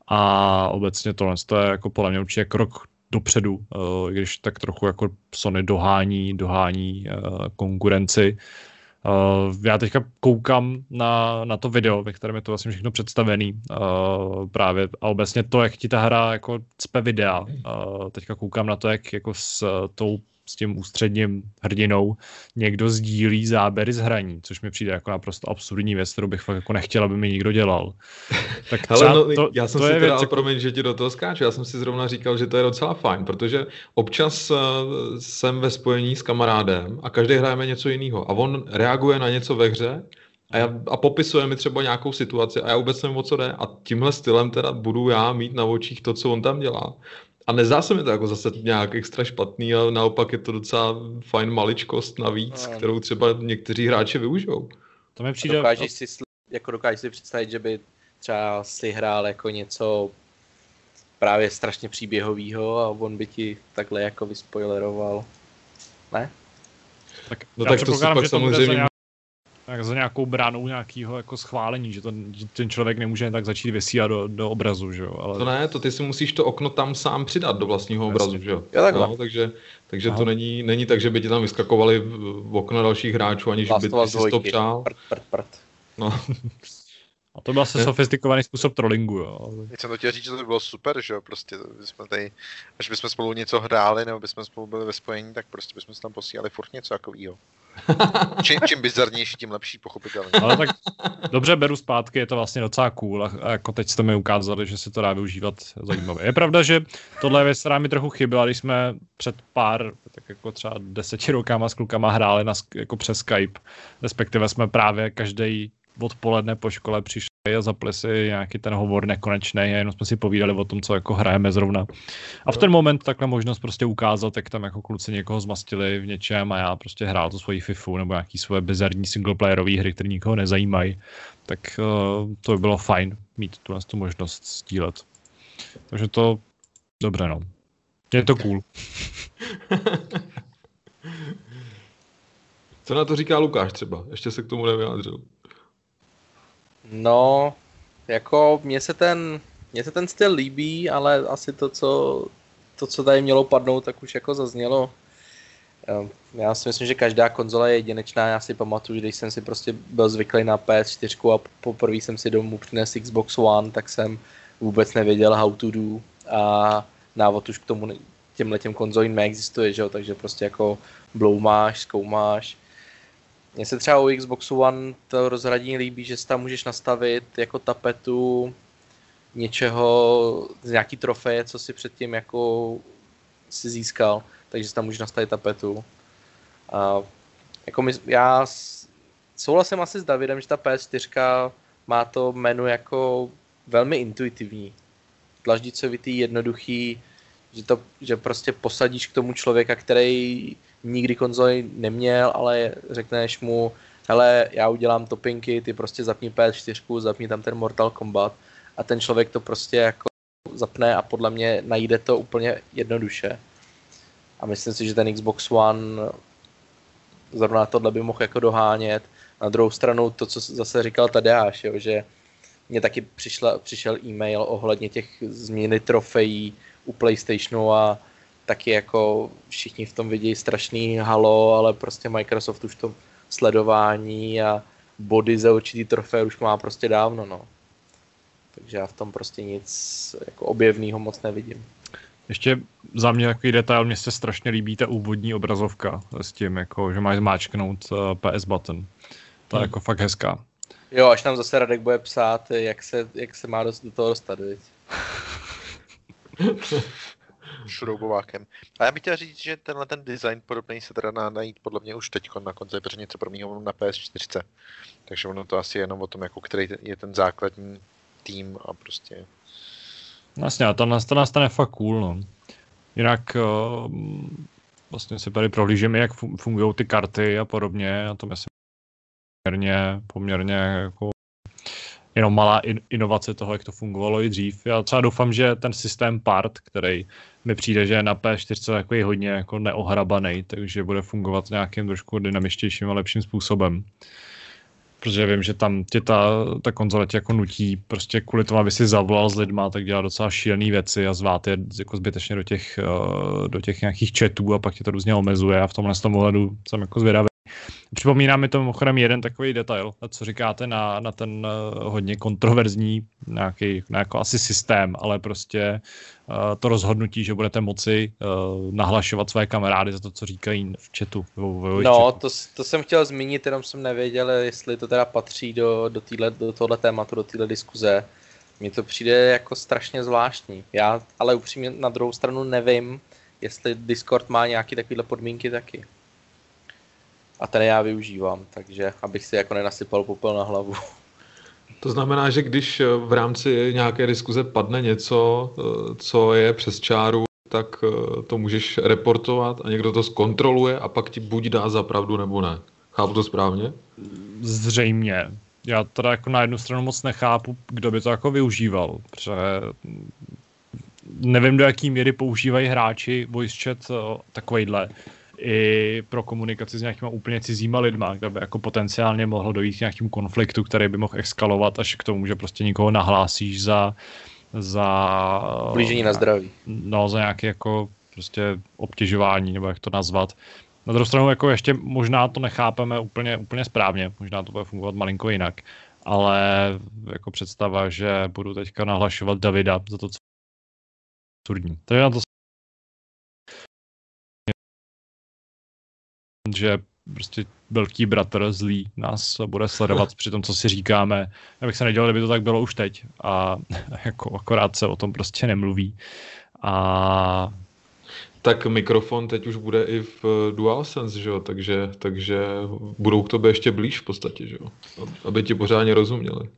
a obecně tohle je jako podle mě určitě krok dopředu, uh, když tak trochu jako Sony dohání, dohání uh, konkurenci. Uh, já teďka koukám na, na to video, ve kterém je to vlastně všechno představený uh, právě a obecně to, jak ti ta hra jako cpe videa. Uh, teďka koukám na to, jak jako s, tou, s tím ústředním hrdinou někdo sdílí záběry z hraní, což mi přijde jako naprosto absurdní věc, kterou bych fakt jako nechtěl, aby mi někdo dělal. Tak hele, no, to, já jsem to si teda, věc, promiň, že ti do toho skáču, já jsem si zrovna říkal, že to je docela fajn, protože občas uh, jsem ve spojení s kamarádem a každý hrajeme něco jiného a on reaguje na něco ve hře a, já, a popisuje mi třeba nějakou situaci a já vůbec nevím, o co jde a tímhle stylem teda budu já mít na očích to, co on tam dělá. A nezdá se mi to jako zase nějak extra špatný, ale naopak je to docela fajn maličkost navíc, no. kterou třeba někteří hráči využijou. To mi přijde... Dokážeš si, jako dokážeš si představit, že by třeba si hrál jako něco právě strašně příběhovýho a on by ti takhle jako vyspoileroval. Ne? Tak no tak to si pak samozřejmě... Tak za nějakou bránou nějakého jako schválení, že, to, že ten člověk nemůže tak začít vysílat do, do obrazu, že jo. Ale... To ne, to ty si musíš to okno tam sám přidat do vlastního obrazu, že jo. No, takže takže to není, není tak, že by ti tam vyskakovali v okno dalších hráčů, aniž by ty si to přál. Prd, prd, prd. No. A to byl asi sofistikovaný způsob trollingu, jo. Teď jsem to chtěl říct, že to by bylo super, že jo, prostě bychom tady, až bychom spolu něco hráli, nebo bychom spolu byli ve spojení, tak prostě bychom si tam posílali furt něco takovýho. Čím, čím bizarnější, tím lepší, pochopitelně. Ale tak dobře, beru zpátky, je to vlastně docela cool a, a jako teď jste mi ukázali, že se to dá využívat zajímavě. Je pravda, že tohle je věc, která mi trochu chyběla, když jsme před pár, tak jako třeba deseti rokama s klukama hráli na, jako přes Skype, respektive jsme právě každý odpoledne po škole přišli a zapli si nějaký ten hovor nekonečný a jenom jsme si povídali o tom, co jako hrajeme zrovna. A v ten moment takhle možnost prostě ukázat, jak tam jako kluci někoho zmastili v něčem a já prostě hrál tu svoji FIFU nebo nějaký svoje bizarní singleplayerové hry, které nikoho nezajímají, tak uh, to by bylo fajn mít tu, tu možnost sdílet. Takže to dobré, no. Je to cool. Co na to říká Lukáš třeba? Ještě se k tomu nevyjádřil. No, jako mně se ten, mně se ten styl líbí, ale asi to co, to, co tady mělo padnout, tak už jako zaznělo. Já si myslím, že každá konzola je jedinečná. Já si pamatuju, když jsem si prostě byl zvyklý na P S čtyři a poprvé jsem si domů přinesl Xbox One, tak jsem vůbec nevěděl how to do a návod už k tomu těmhletěm konzolím neexistuje, že jo? Takže prostě jako bloumáš, zkoumáš. Mně se třeba u Xboxu One to rozhraní líbí, že si tam můžeš nastavit jako tapetu něčeho, z nějaký trofeje, co si předtím jako si získal, takže si tam můžeš nastavit tapetu. A jako my, já souhlasím asi s Davidem, že ta P S čtyři má to menu jako velmi intuitivní. Dlaždicovitý, jednoduchý, že, to, že prostě posadíš k tomu člověka, který nikdy konzoli neměl, ale řekneš mu, hele, já udělám topinky, ty prostě zapni P S čtyři, zapni tam ten Mortal Kombat a ten člověk to prostě jako zapne a podle mě najde to úplně jednoduše. A myslím si, že ten Xbox One zrovna tohle by mohl jako dohánět. Na druhou stranu to, co zase říkal Tadeáš, jo, že mně taky přišla, přišel e-mail ohledně těch změny trofejí u PlayStationu a taky jako všichni v tom vidí strašný halo, ale prostě Microsoft už to sledování a body za určitý trofej už má prostě dávno, no. Takže já v tom prostě nic jako objevného moc nevidím. Ještě za mě takový detail, mně se strašně líbí ta úvodní obrazovka s tím, jako, že máš zmáčknout uh, P S button. To je hmm. jako fakt hezká. Jo, až nám zase Radek bude psát, jak se, jak se má do, do toho dostat, viď? Šroubovákem. A já bych chtěl říct, že tenhle ten design podobný se teda dá najít podle mě už teď na konzoli, protože něco podobného na P S čtyři. Takže ono to asi jenom o tom, jako který je ten základní tým a prostě... Vlastně, a to, to nastane fakt cool, no. Jinak uh, vlastně si tady prohlížíme, jak fungují ty karty a podobně, a to myslím poměrně, poměrně jako jenom malá in, inovace toho, jak to fungovalo i dřív. Já třeba doufám, že ten systém part, který mi přijde, že je na P S čtyři takový hodně jako neohrabaný, takže bude fungovat nějakým trošku dynamičtějším a lepším způsobem. Protože vím, že tam tě ta, ta konzole tě jako nutí prostě kvůli tomu, aby si zavolal s lidma, tak dělá docela šílený věci a zvát je jako zbytečně do těch, do těch nějakých chatů a pak tě to různě omezuje a v tomhle z tom ohledu jsem jako zvědavý. Připomíná mi to mimochodem jeden takový detail, co říkáte na, na ten uh, hodně kontroverzní nějaký, jako asi systém, ale prostě uh, to rozhodnutí, že budete moci uh, nahlašovat své kamarády za to, co říkají v chatu. V, v no, to, to jsem chtěl zmínit, jenom jsem nevěděl, jestli to teda patří do, do, týhle, do tohle tématu, do téhle diskuze. Mně to přijde jako strašně zvláštní. Já ale upřímně na druhou stranu nevím, jestli Discord má nějaké takovéhle podmínky taky. A ten já využívám, takže abych si jako nenasypal popel na hlavu. To znamená, že když v rámci nějaké diskuze padne něco, co je přes čáru, tak to můžeš reportovat a někdo to zkontroluje a pak ti buď dá za pravdu nebo ne. Chápu to správně? Zřejmě. Já teda jako na jednu stranu moc nechápu, kdo by to jako využíval, protože nevím, do jaký míry používají hráči voice chat takovejhle i pro komunikaci s nějakýma úplně cizíma lidma, kde by jako potenciálně mohlo dojít k nějakému konfliktu, který by mohl eskalovat až k tomu, že prostě někoho nahlásíš za za blížení na zdraví. No, za nějaké jako prostě obtěžování, nebo jak to nazvat. Na druhou stranu jako ještě možná to nechápeme úplně, úplně správně, možná to bude fungovat malinko jinak, ale jako představa, že budu teďka nahlašovat Davida za to, co je absurdní. Takže na to že prostě velký bratr zlý nás bude sledovat při tom, co si říkáme. Já bych se nedělal, kdyby to tak bylo už teď. A jako akorát se o tom prostě nemluví. A tak mikrofon teď už bude i v DualSense, že jo? Takže, takže budou k tobě ještě blíž v podstatě, že jo? Aby ti pořádně rozuměli.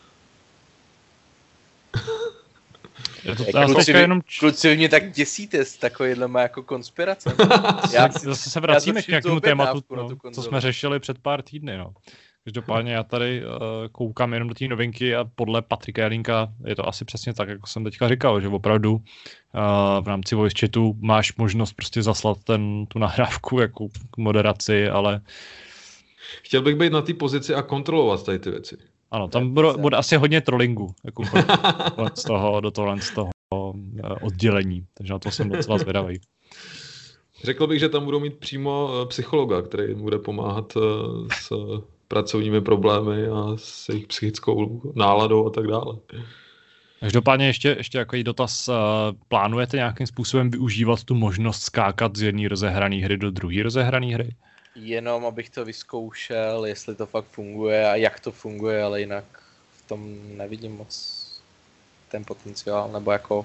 Je to, jako kluci, jenom... kluci mě tak děsíte s takovýhlema jako konspirace. Já, zase se vracíme k nějakému tématu, no, co jsme řešili před pár týdny. No. Každopádně já tady uh, koukám jenom do té novinky a podle Patrika Jelínka je to asi přesně tak, jako jsem teďka říkal, že opravdu uh, v rámci voice chatu máš možnost prostě zaslat ten, tu nahrávku jako k moderaci, ale... Chtěl bych být na té pozici a kontrolovat tady ty věci. Ano, tam bude, bude asi hodně trollingu jako z toho, do tohle z toho oddělení, takže na to jsem docela zvědavý. Řekl bych, že tam budou mít přímo psychologa, který bude pomáhat s pracovními problémy a s jejich psychickou náladou a tak dále. Každopádně ještě, ještě jaký dotaz, plánujete nějakým způsobem využívat tu možnost skákat z jedné rozehrané hry do druhé rozehrané hry? Jenom abych to vyzkoušel, jestli to fakt funguje a jak to funguje, ale jinak v tom nevidím moc ten potenciál, nebo jako...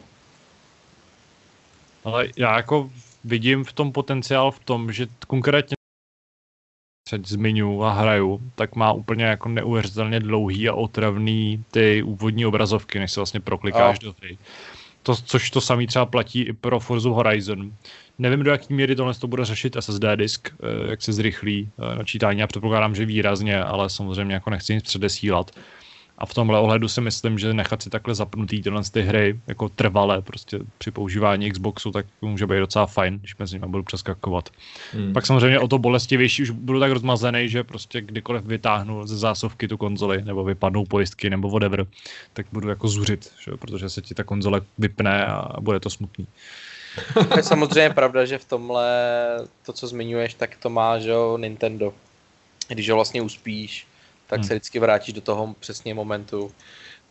Ale já jako vidím v tom potenciál v tom, že konkrétně teď zmiňu a hraju, tak má úplně jako neuvěřitelně dlouhý a otravný ty úvodní obrazovky, než se vlastně proklikáš a. do hry. To, což to samý třeba platí i pro Forza Horizon. Nevím, do jaký míry tohle to bude řešit S S D disk, jak se zrychlí načítání. Já předpokládám, že výrazně, ale samozřejmě jako nechci nic předesílat. A v tomhle ohledu si myslím, že nechat si takhle zapnutý tyhle ty hry jako trvalé prostě při používání Xboxu, tak může být docela fajn, když mezi nimi budu přeskakovat. Hmm. Pak samozřejmě o to bolestivější už budu tak rozmazený, že prostě kdykoliv vytáhnu ze zásuvky tu konzoli, nebo vypadnou pojistky, nebo whatever, tak budu jako zuřit, že? Protože se ti ta konzole vypne a bude to smutný. Je samozřejmě pravda, že v tomhle to, co zmiňuješ, tak to má, že jo, Nintendo. Když ho vlastně uspíš, tak hmm. se vždycky vrátíš do toho přesně momentu.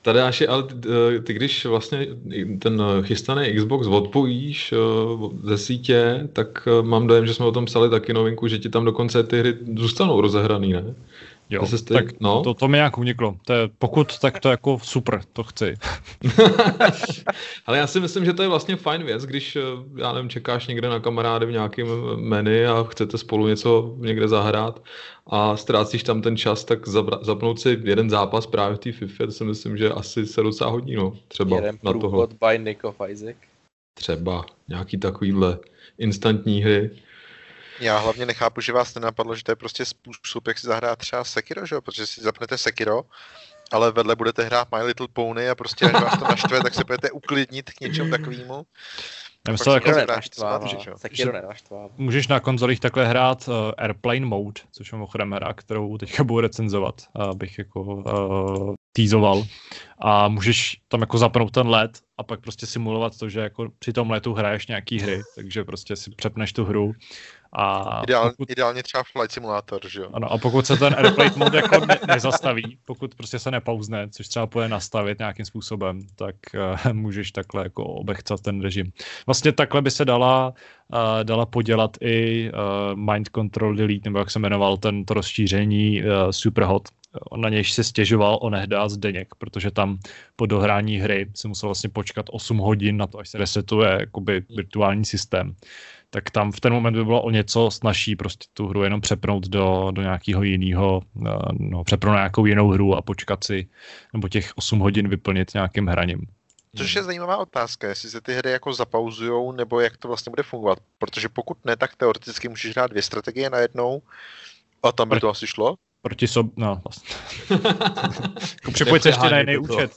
Tadeáši, ale ty, ty když vlastně ten chystaný Xbox odpojíš ze sítě, tak mám dojem, že jsme o tom psali taky novinku, že ti tam dokonce ty hry zůstanou rozehraný, ne? Jo, stej... tak no? to, to mi nějak uniklo. To je, pokud, tak to jako super, to chci. Ale já si myslím, že to je vlastně fajn věc, když, já nevím, čekáš někde na kamarády v nějakém menu a chcete spolu něco někde zahrát a ztrácíš tam ten čas, tak zabra- zapnout si jeden zápas právě v té FIFA, to si myslím, že asi se docela hodí, no. Třeba jeden na toho. průchod by Nick of Isaac. Třeba nějaký takovýhle instantní hry. Já hlavně nechápu, že vás nenapadlo, že to je prostě způsob, jak si zahrát třeba Sekiro, že jo? Protože si zapnete Sekiro, ale vedle budete hrát My Little Pony a prostě až vás to naštve, tak se budete uklidnit k něčemu takovému. Myslel, jako, Sekiro nenaštvává. Můžeš na konzolích takhle hrát uh, Airplane Mode, což je mimochodem hra, kterou teďka budu recenzovat, abych jako uh, teasoval. A můžeš tam jako zapnout ten let a pak prostě simulovat to, že jako při tom letu hraješ nějaký hry, takže prostě si přepneš tu hru. A Ideál, pokud, ideálně třeba Flight Simulator, že jo? Ano, a pokud se ten Airplane Mode jako ne, nezastaví, pokud prostě se nepauzne, což třeba půjde nastavit nějakým způsobem, tak uh, můžeš takhle jako obechcat ten režim. Vlastně takhle by se dala, uh, dala podělat i uh, Mind Control Delete, nebo jak se jmenoval ten, to rozšíření uh, Superhot. Na nějž se stěžoval onehda Zdeněk, protože tam po dohrání hry se musel vlastně počkat osm hodin na to, až se resetuje jakoby virtuální systém. Tak tam v ten moment by bylo o něco snazší prostě tu hru jenom přepnout do, do nějakého jiného, no, přepnout na nějakou jinou hru a počkat si, nebo těch osm hodin vyplnit nějakým hraním. Což je zajímavá otázka, jestli se ty hry jako zapauzujou, nebo jak to vlastně bude fungovat. Protože pokud ne, tak teoreticky můžeš hrát dvě strategie najednou a tam by to asi šlo. Proti sobě, no vlastně. Připojit se ještě na jiný účet.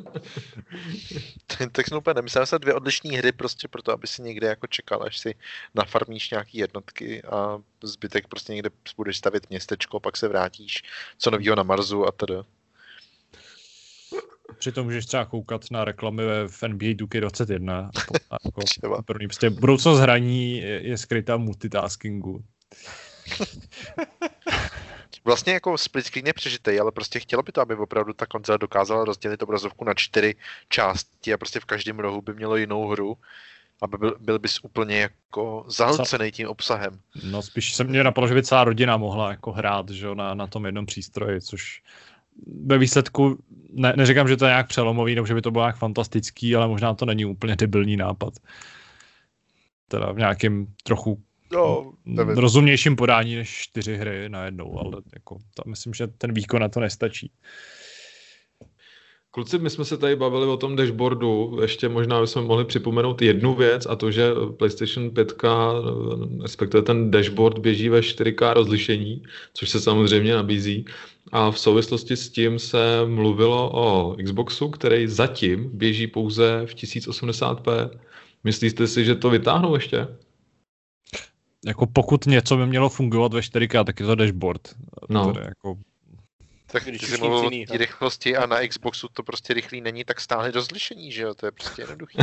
Tak jsem úplně nemyslel, se dvě odlišné hry prostě proto, aby si někde jako čekal, až si nafarmíš nějaký jednotky a zbytek prostě někde budeš stavit městečko, pak se vrátíš, co novýho na Marsu a teda. Přitom můžeš třeba koukat na reklamy v N B A two K dvacet jedna. Jako, Třeba. Prostě budoucnost hraní je, je skrytá v multitaskingu. Vlastně jako split screen je přežitej, ale prostě chtělo by to, aby opravdu ta konzole dokázala rozdělit obrazovku na čtyři části a prostě v každém rohu by mělo jinou hru, aby byl, byl bys úplně jako zahlcený tím obsahem. No spíš se mě napadlo, že by celá rodina mohla jako hrát, že, na, na tom jednom přístroji, což ve výsledku, ne, neříkám, že to je nějak přelomový, nebo že by to bylo nějak fantastický, ale možná to není úplně debilní nápad. Teda v nějakém trochu No, rozumnějším podání než čtyři hry najednou, ale jako, to, myslím, že ten výkon na to nestačí. Kluci, my jsme se tady bavili o tom dashboardu, ještě možná bychom mohli připomenout jednu věc a to, že PlayStation pět, respektive ten dashboard běží ve čtyři ká rozlišení, což se samozřejmě nabízí a v souvislosti s tím se mluvilo o Xboxu, který zatím běží pouze v tisíc osmdesát pé. Myslíte si, že to vytáhnou ještě? Jako pokud něco by mělo fungovat ve čtyři ká, tak je to dashboard. No. To jako... Tak když jsi mluvil o té rychlosti a na Xboxu to prostě rychlý není, tak stáhne rozlišení, že jo? To je prostě jednoduchý.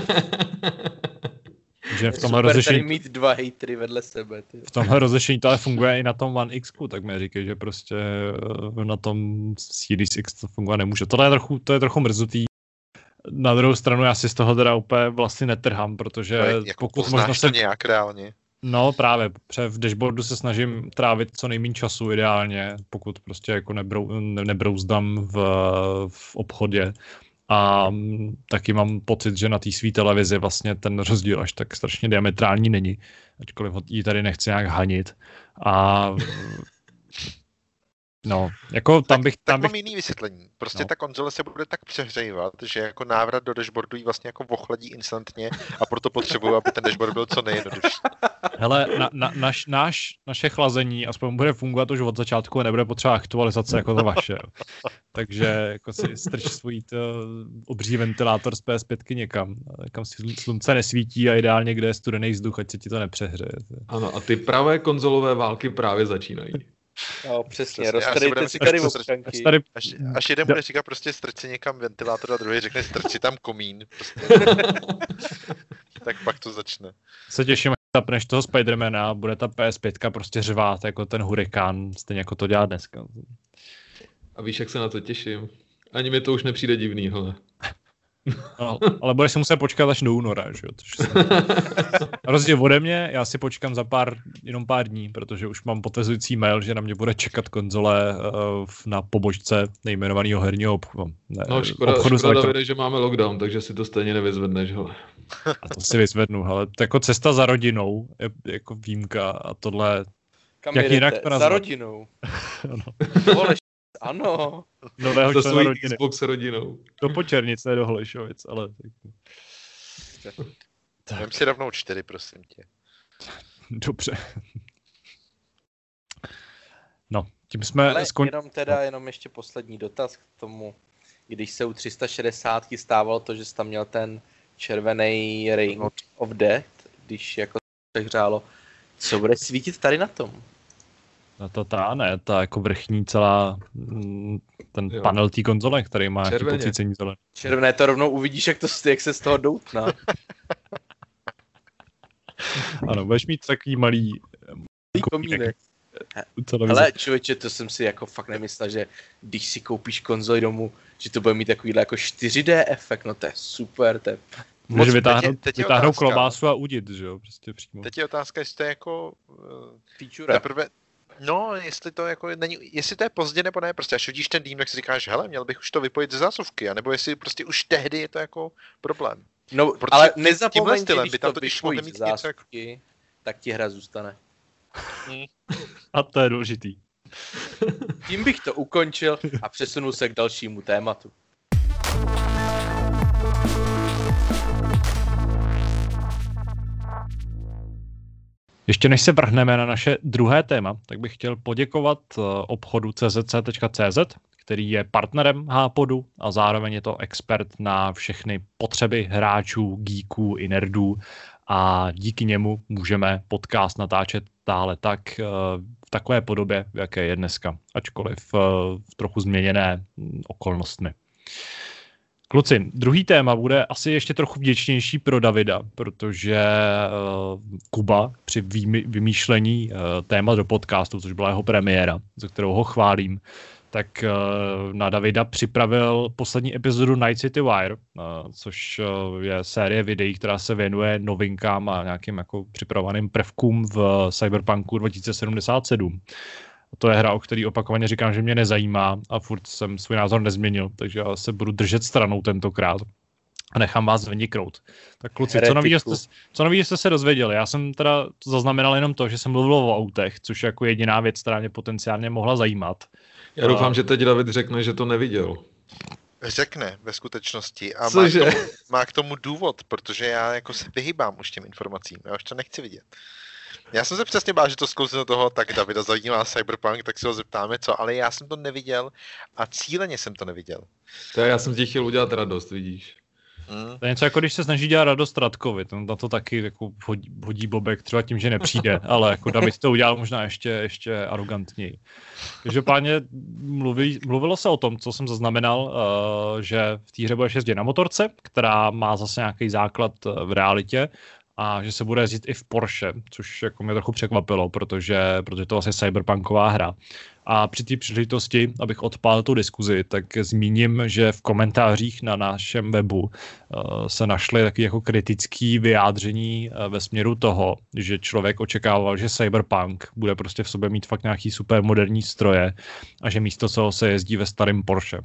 Že v tomhle rozlišení... mít dva hejtry vedle sebe. Ty. V tomhle rozlišení to ale funguje i na tom One X, tak mi říkají, že prostě na tom Series X to fungovat nemůže. Tohle je trochu, to je trochu mrzutý. Na druhou stranu já si z toho teda úplně vlastně netrhám, protože no, jako pokud možná se... to nějak reálně. No právě, v dashboardu se snažím trávit co nejméně času ideálně, pokud prostě jako nebrou, ne, nebrouzdám v, v obchodě. A taky mám pocit, že na té své televizi vlastně ten rozdíl až tak strašně diametrální není, ačkoliv ji tady nechci nějak hanit. A no, jako tam tak, bych... Tam tak bych... mám jiný vysvětlení. Prostě no. Ta konzole se bude tak přehřejvat, že jako návrat do dashboardu ji vlastně jako ochladí instantně a proto potřebuju, aby ten dashboard byl co nejjednodušší. Hele, na, na, naš, naš, naše chlazení aspoň bude fungovat už od začátku a nebude potřeba aktualizace jako to vaše. Takže jako si strč svůj obří ventilátor z P S pět někam, kam si slunce nesvítí a ideálně, kde je studený vzduch, ať se ti to nepřehřeje. Ano, a ty pravé konzolové války právě začínají. No, přesně, roztrejte si tady občanky. Tady... Až, až jeden bude říkat prostě strč si někam ventilátor a druhý řekne strč si tam komín. Prostě. Tak pak to začne. Se těším, až zapneš toho Spidermana a bude ta P S pět prostě řvát jako ten hurikán, stejně jako to dělá dneska. A víš, jak se na to těším? Ani mi to už nepřijde divný, hele. No, ale budeš si muset počkat až do února, že jo? Rozdíl ode mě, já si počkám za pár, jenom pár dní, protože už mám potvrzující mail, že na mě bude čekat konzole uh, na pobočce nejmenovaného herního obchodu. Ne, no škoda, obchodu škoda Davide, že máme lockdown, takže si to stejně nevyzvedneš, hele. A to si vyzvednu, ale jako cesta za rodinou je jako výjimka a tohle... Kam jak jedete? Jinak to za rodinou. Ano. Vole, ano. Nového za člena svojí rodiny. Xbox rodinou. Do Počernice, do Holešovic, ale... Tak. Vem si rovnou čtyři, prosím tě. Dobře. No, tím jsme... Ale skon... jenom teda, jenom ještě poslední dotaz k tomu, když se u tři sta šedesát stávalo to, že jsi tam měl ten červený Ring of Death, když jako se hřálo, co bude svítit tady na tom? No to ta ne, ta jako vrchní celá, ten jo. panel té konzole, který má nějaký podřícení zelené. Červené, to rovnou uvidíš, jak, to, jak se z toho doutná. Ano, budeš mít takový malý, malý komínek. Ale člověče, to jsem si jako fakt nemyslel, že když si koupíš konzoli domů, že to bude mít takovýhle jako čtyři dé efekt, no to je super, to je... Můžeš vytáhnout, teď je, vytáhnout klobásu a udit, že jo, prostě přímo. Teď je otázka, jestli to je jako... Feature. Teprve, no, jestli to jako není, jestli to je pozdě nebo ne, prostě až vidíš ten dým, tak si říkáš, hele, měl bych už to vypojit ze zásuvky, anebo jestli prostě už tehdy je to jako problém. No, protože ale nezapomeň, když by to vypojíš ze zásuvky, jako... tak ti hra zůstane. A to je důležitý. Tím bych to ukončil a přesunul se k dalšímu tématu. Ještě než se vrhneme na naše druhé téma, tak bych chtěl poděkovat obchodu c z c tečka c z, který je partnerem Hápodu a zároveň je to expert na všechny potřeby hráčů, geeků i nerdů a díky němu můžeme podcast natáčet dále tak v takové podobě, v jaké je dneska, ačkoliv v trochu změněné okolnostmi. Kluci, druhý téma bude asi ještě trochu vděčnější pro Davida, protože uh, Kuba při vymýšlení uh, téma do podcastu, což byla jeho premiéra, za kterou ho chválím, tak uh, na Davida připravil poslední epizodu Night City Wire, uh, což uh, je série videí, která se věnuje novinkám a nějakým jako připravovaným prvkům v Cyberpunku dva tisíce sedmdesát sedm. To je hra, o který opakovaně říkám, že mě nezajímá a furt jsem svůj názor nezměnil, takže já se budu držet stranou tentokrát a nechám vás vyniknout. Tak kluci, co nový, jste, co nový jste se dozvěděli? Já jsem teda zaznamenal jenom to, že jsem mluvil o autech, což je jako jediná věc, která mě potenciálně mohla zajímat. Já doufám, a... že teď David řekne, že to neviděl. Řekne ve skutečnosti a má k, tomu, má k tomu důvod, protože já jako se vyhýbám už těm informacím, já už to nechci vidět. Já jsem se přesně bál, že to zkousne do toho, tak Davida zajímá Cyberpunk, tak si ho zeptáme co, ale já jsem to neviděl a cíleně jsem to neviděl. To já jsem ti chtěl udělat radost, vidíš. Mm. To je něco jako když se snaží dělat radost Radkovi, to, na to taky jako hodí, hodí Bobek třeba tím, že nepřijde, ale jako David to udělal možná ještě, ještě arrogantněji. Každopádně mluví, mluvilo se o tom, co jsem zaznamenal, uh, že v té hře budeš jezdit na motorce, která má zase nějaký základ v realitě, a že se bude jezdit i v Porsche, což jako mě trochu překvapilo, protože, protože to je vlastně cyberpunková hra. A při té příležitosti, abych odpálil tu diskuzi, tak zmíním, že v komentářích na našem webu uh, se našly taky jako kritické vyjádření uh, ve směru toho, že člověk očekával, že cyberpunk bude prostě v sobě mít fakt nějaký super moderní stroje a že místo toho se jezdí ve starém Porsche.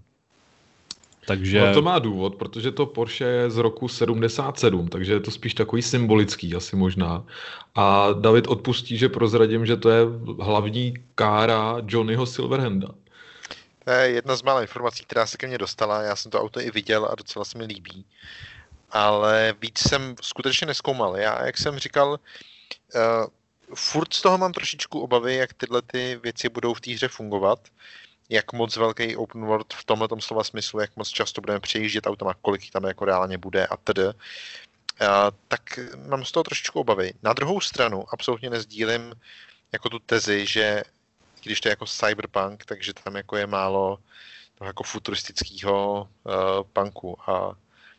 Takže... No to má důvod, protože to Porsche je z roku sedmdesát sedm, takže je to spíš takový symbolický asi možná. A David odpustí, že prozradím, že to je hlavní kára Johnnyho Silverhanda. To je jedna z mála informací, která se ke mně dostala. Já jsem to auto i viděl a docela se mi líbí. Ale víc jsem skutečně nezkoumal. Já, jak jsem říkal, uh, furt z toho mám trošičku obavy, jak tyhle ty věci budou v té hře fungovat. Jak moc velký open world v tomhletom slova smyslu, jak moc často budeme přejíždět autama, kolik tam jako reálně bude a td. Uh, tak mám z toho trošičku obavy. Na druhou stranu absolutně nezdílím jako tu tezi, že když to je jako cyberpunk, takže tam jako je málo toho jako futuristického uh, punku a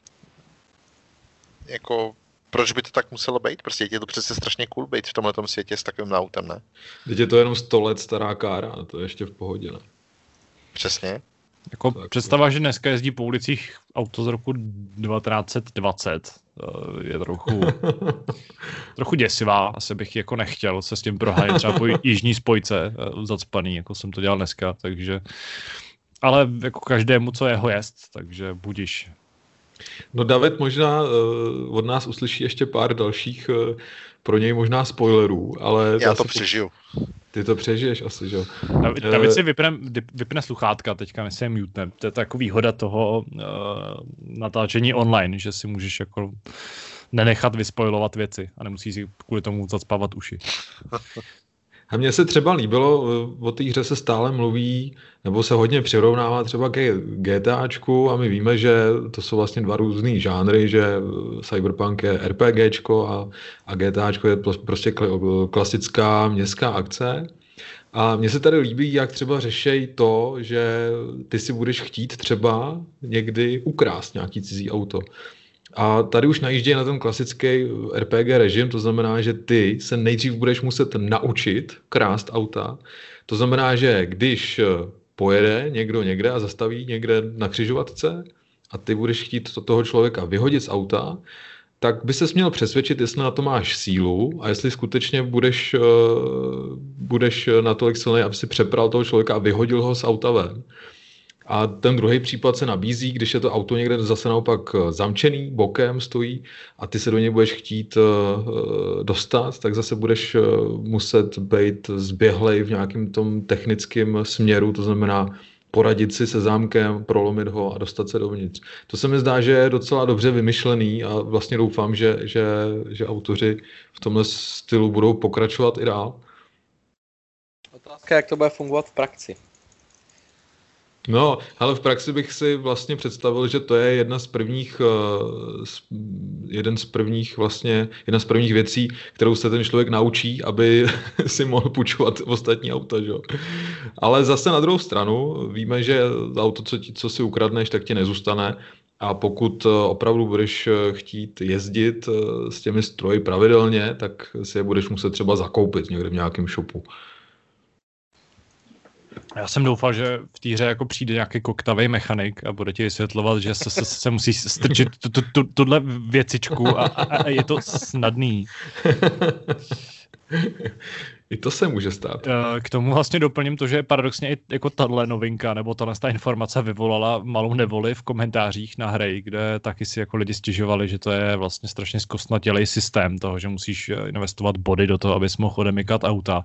jako proč by to tak muselo být? Prostě je to přece strašně cool být v tomhletom světě s takovým autem, ne? Teď je to jenom sto let stará kára, to je ještě v pohodě, ne? Přesně. Jako tak, představa, že dneska jezdí po ulicích auto z roku devatenáct set dvacet je trochu, trochu děsivá. Asi bych jako nechtěl se s tím prohánět třeba po jižní spojce zacpaný, jako jsem to dělal dneska, takže ale jako každému, co jeho jest, takže budiš. No David možná uh, od nás uslyší ještě pár dalších uh, pro něj možná spoilerů, ale... Já to přežiju. Ty to přežiješ asi, že jo? David, David si vypne, vypne sluchátka teďka, než se je mutne. To je taková výhoda toho uh, natáčení online, že si můžeš jako nenechat vyspoilovat věci a nemusíš si kvůli tomu zacpávat uši. A mně se třeba líbilo, o té hře se stále mluví, nebo se hodně přirovnává třeba ke GTAčku a my víme, že to jsou vlastně dva různý žánry, že Cyberpunk je RPGčko a, a GTAčko je prostě klasická městská akce. A mně se tady líbí, jak třeba řešejí to, že ty si budeš chtít třeba někdy ukrást nějaký cizí auto. A tady už najíždějí na ten klasický R P G režim, to znamená, že ty se nejdřív budeš muset naučit krást auta. To znamená, že když pojede někdo někde a zastaví někde na křižovatce a ty budeš chtít toho člověka vyhodit z auta, tak by ses měl přesvědčit, jestli na to máš sílu a jestli skutečně budeš, budeš natolik silný, aby si přepral toho člověka a vyhodil ho z auta ven. A ten druhý případ se nabízí, když je to auto někde zase naopak zamčený, bokem stojí a ty se do něj budeš chtít dostat, tak zase budeš muset být zběhlej v nějakém tom technickém směru, to znamená poradit si se zámkem, prolomit ho a dostat se dovnitř. To se mi zdá, že je docela dobře vymyšlený a vlastně doufám, že, že, že autoři v tomhle stylu budou pokračovat i dál. Otázka, jak to bude fungovat v praxi. No, ale v praxi bych si vlastně představil, že to je jedna z prvních, jeden z prvních vlastně, jedna z prvních věcí, kterou se ten člověk naučí, aby si mohl půjčovat ostatní auta, že? Ale zase na druhou stranu víme, že auto, co, ti, co si ukradneš, tak ti nezůstane a pokud opravdu budeš chtít jezdit s těmi stroji pravidelně, tak si je budeš muset třeba zakoupit někde v nějakém shopu. Já jsem doufal, že v té hře jako přijde nějaký koktavý mechanik a bude ti vysvětlovat, že se, se, se musí strčit tu, tu, tu, tuhle věcičku a, a, a je to snadný. I to se může stát. K tomu vlastně doplním to, že paradoxně i jako tahle novinka nebo tahle ta informace vyvolala malou nevoli v komentářích na hry, kde taky si jako lidi stěžovali, že to je vlastně strašně zkostnatělej systém toho, že musíš investovat body do toho, abys mohl odemykat auta.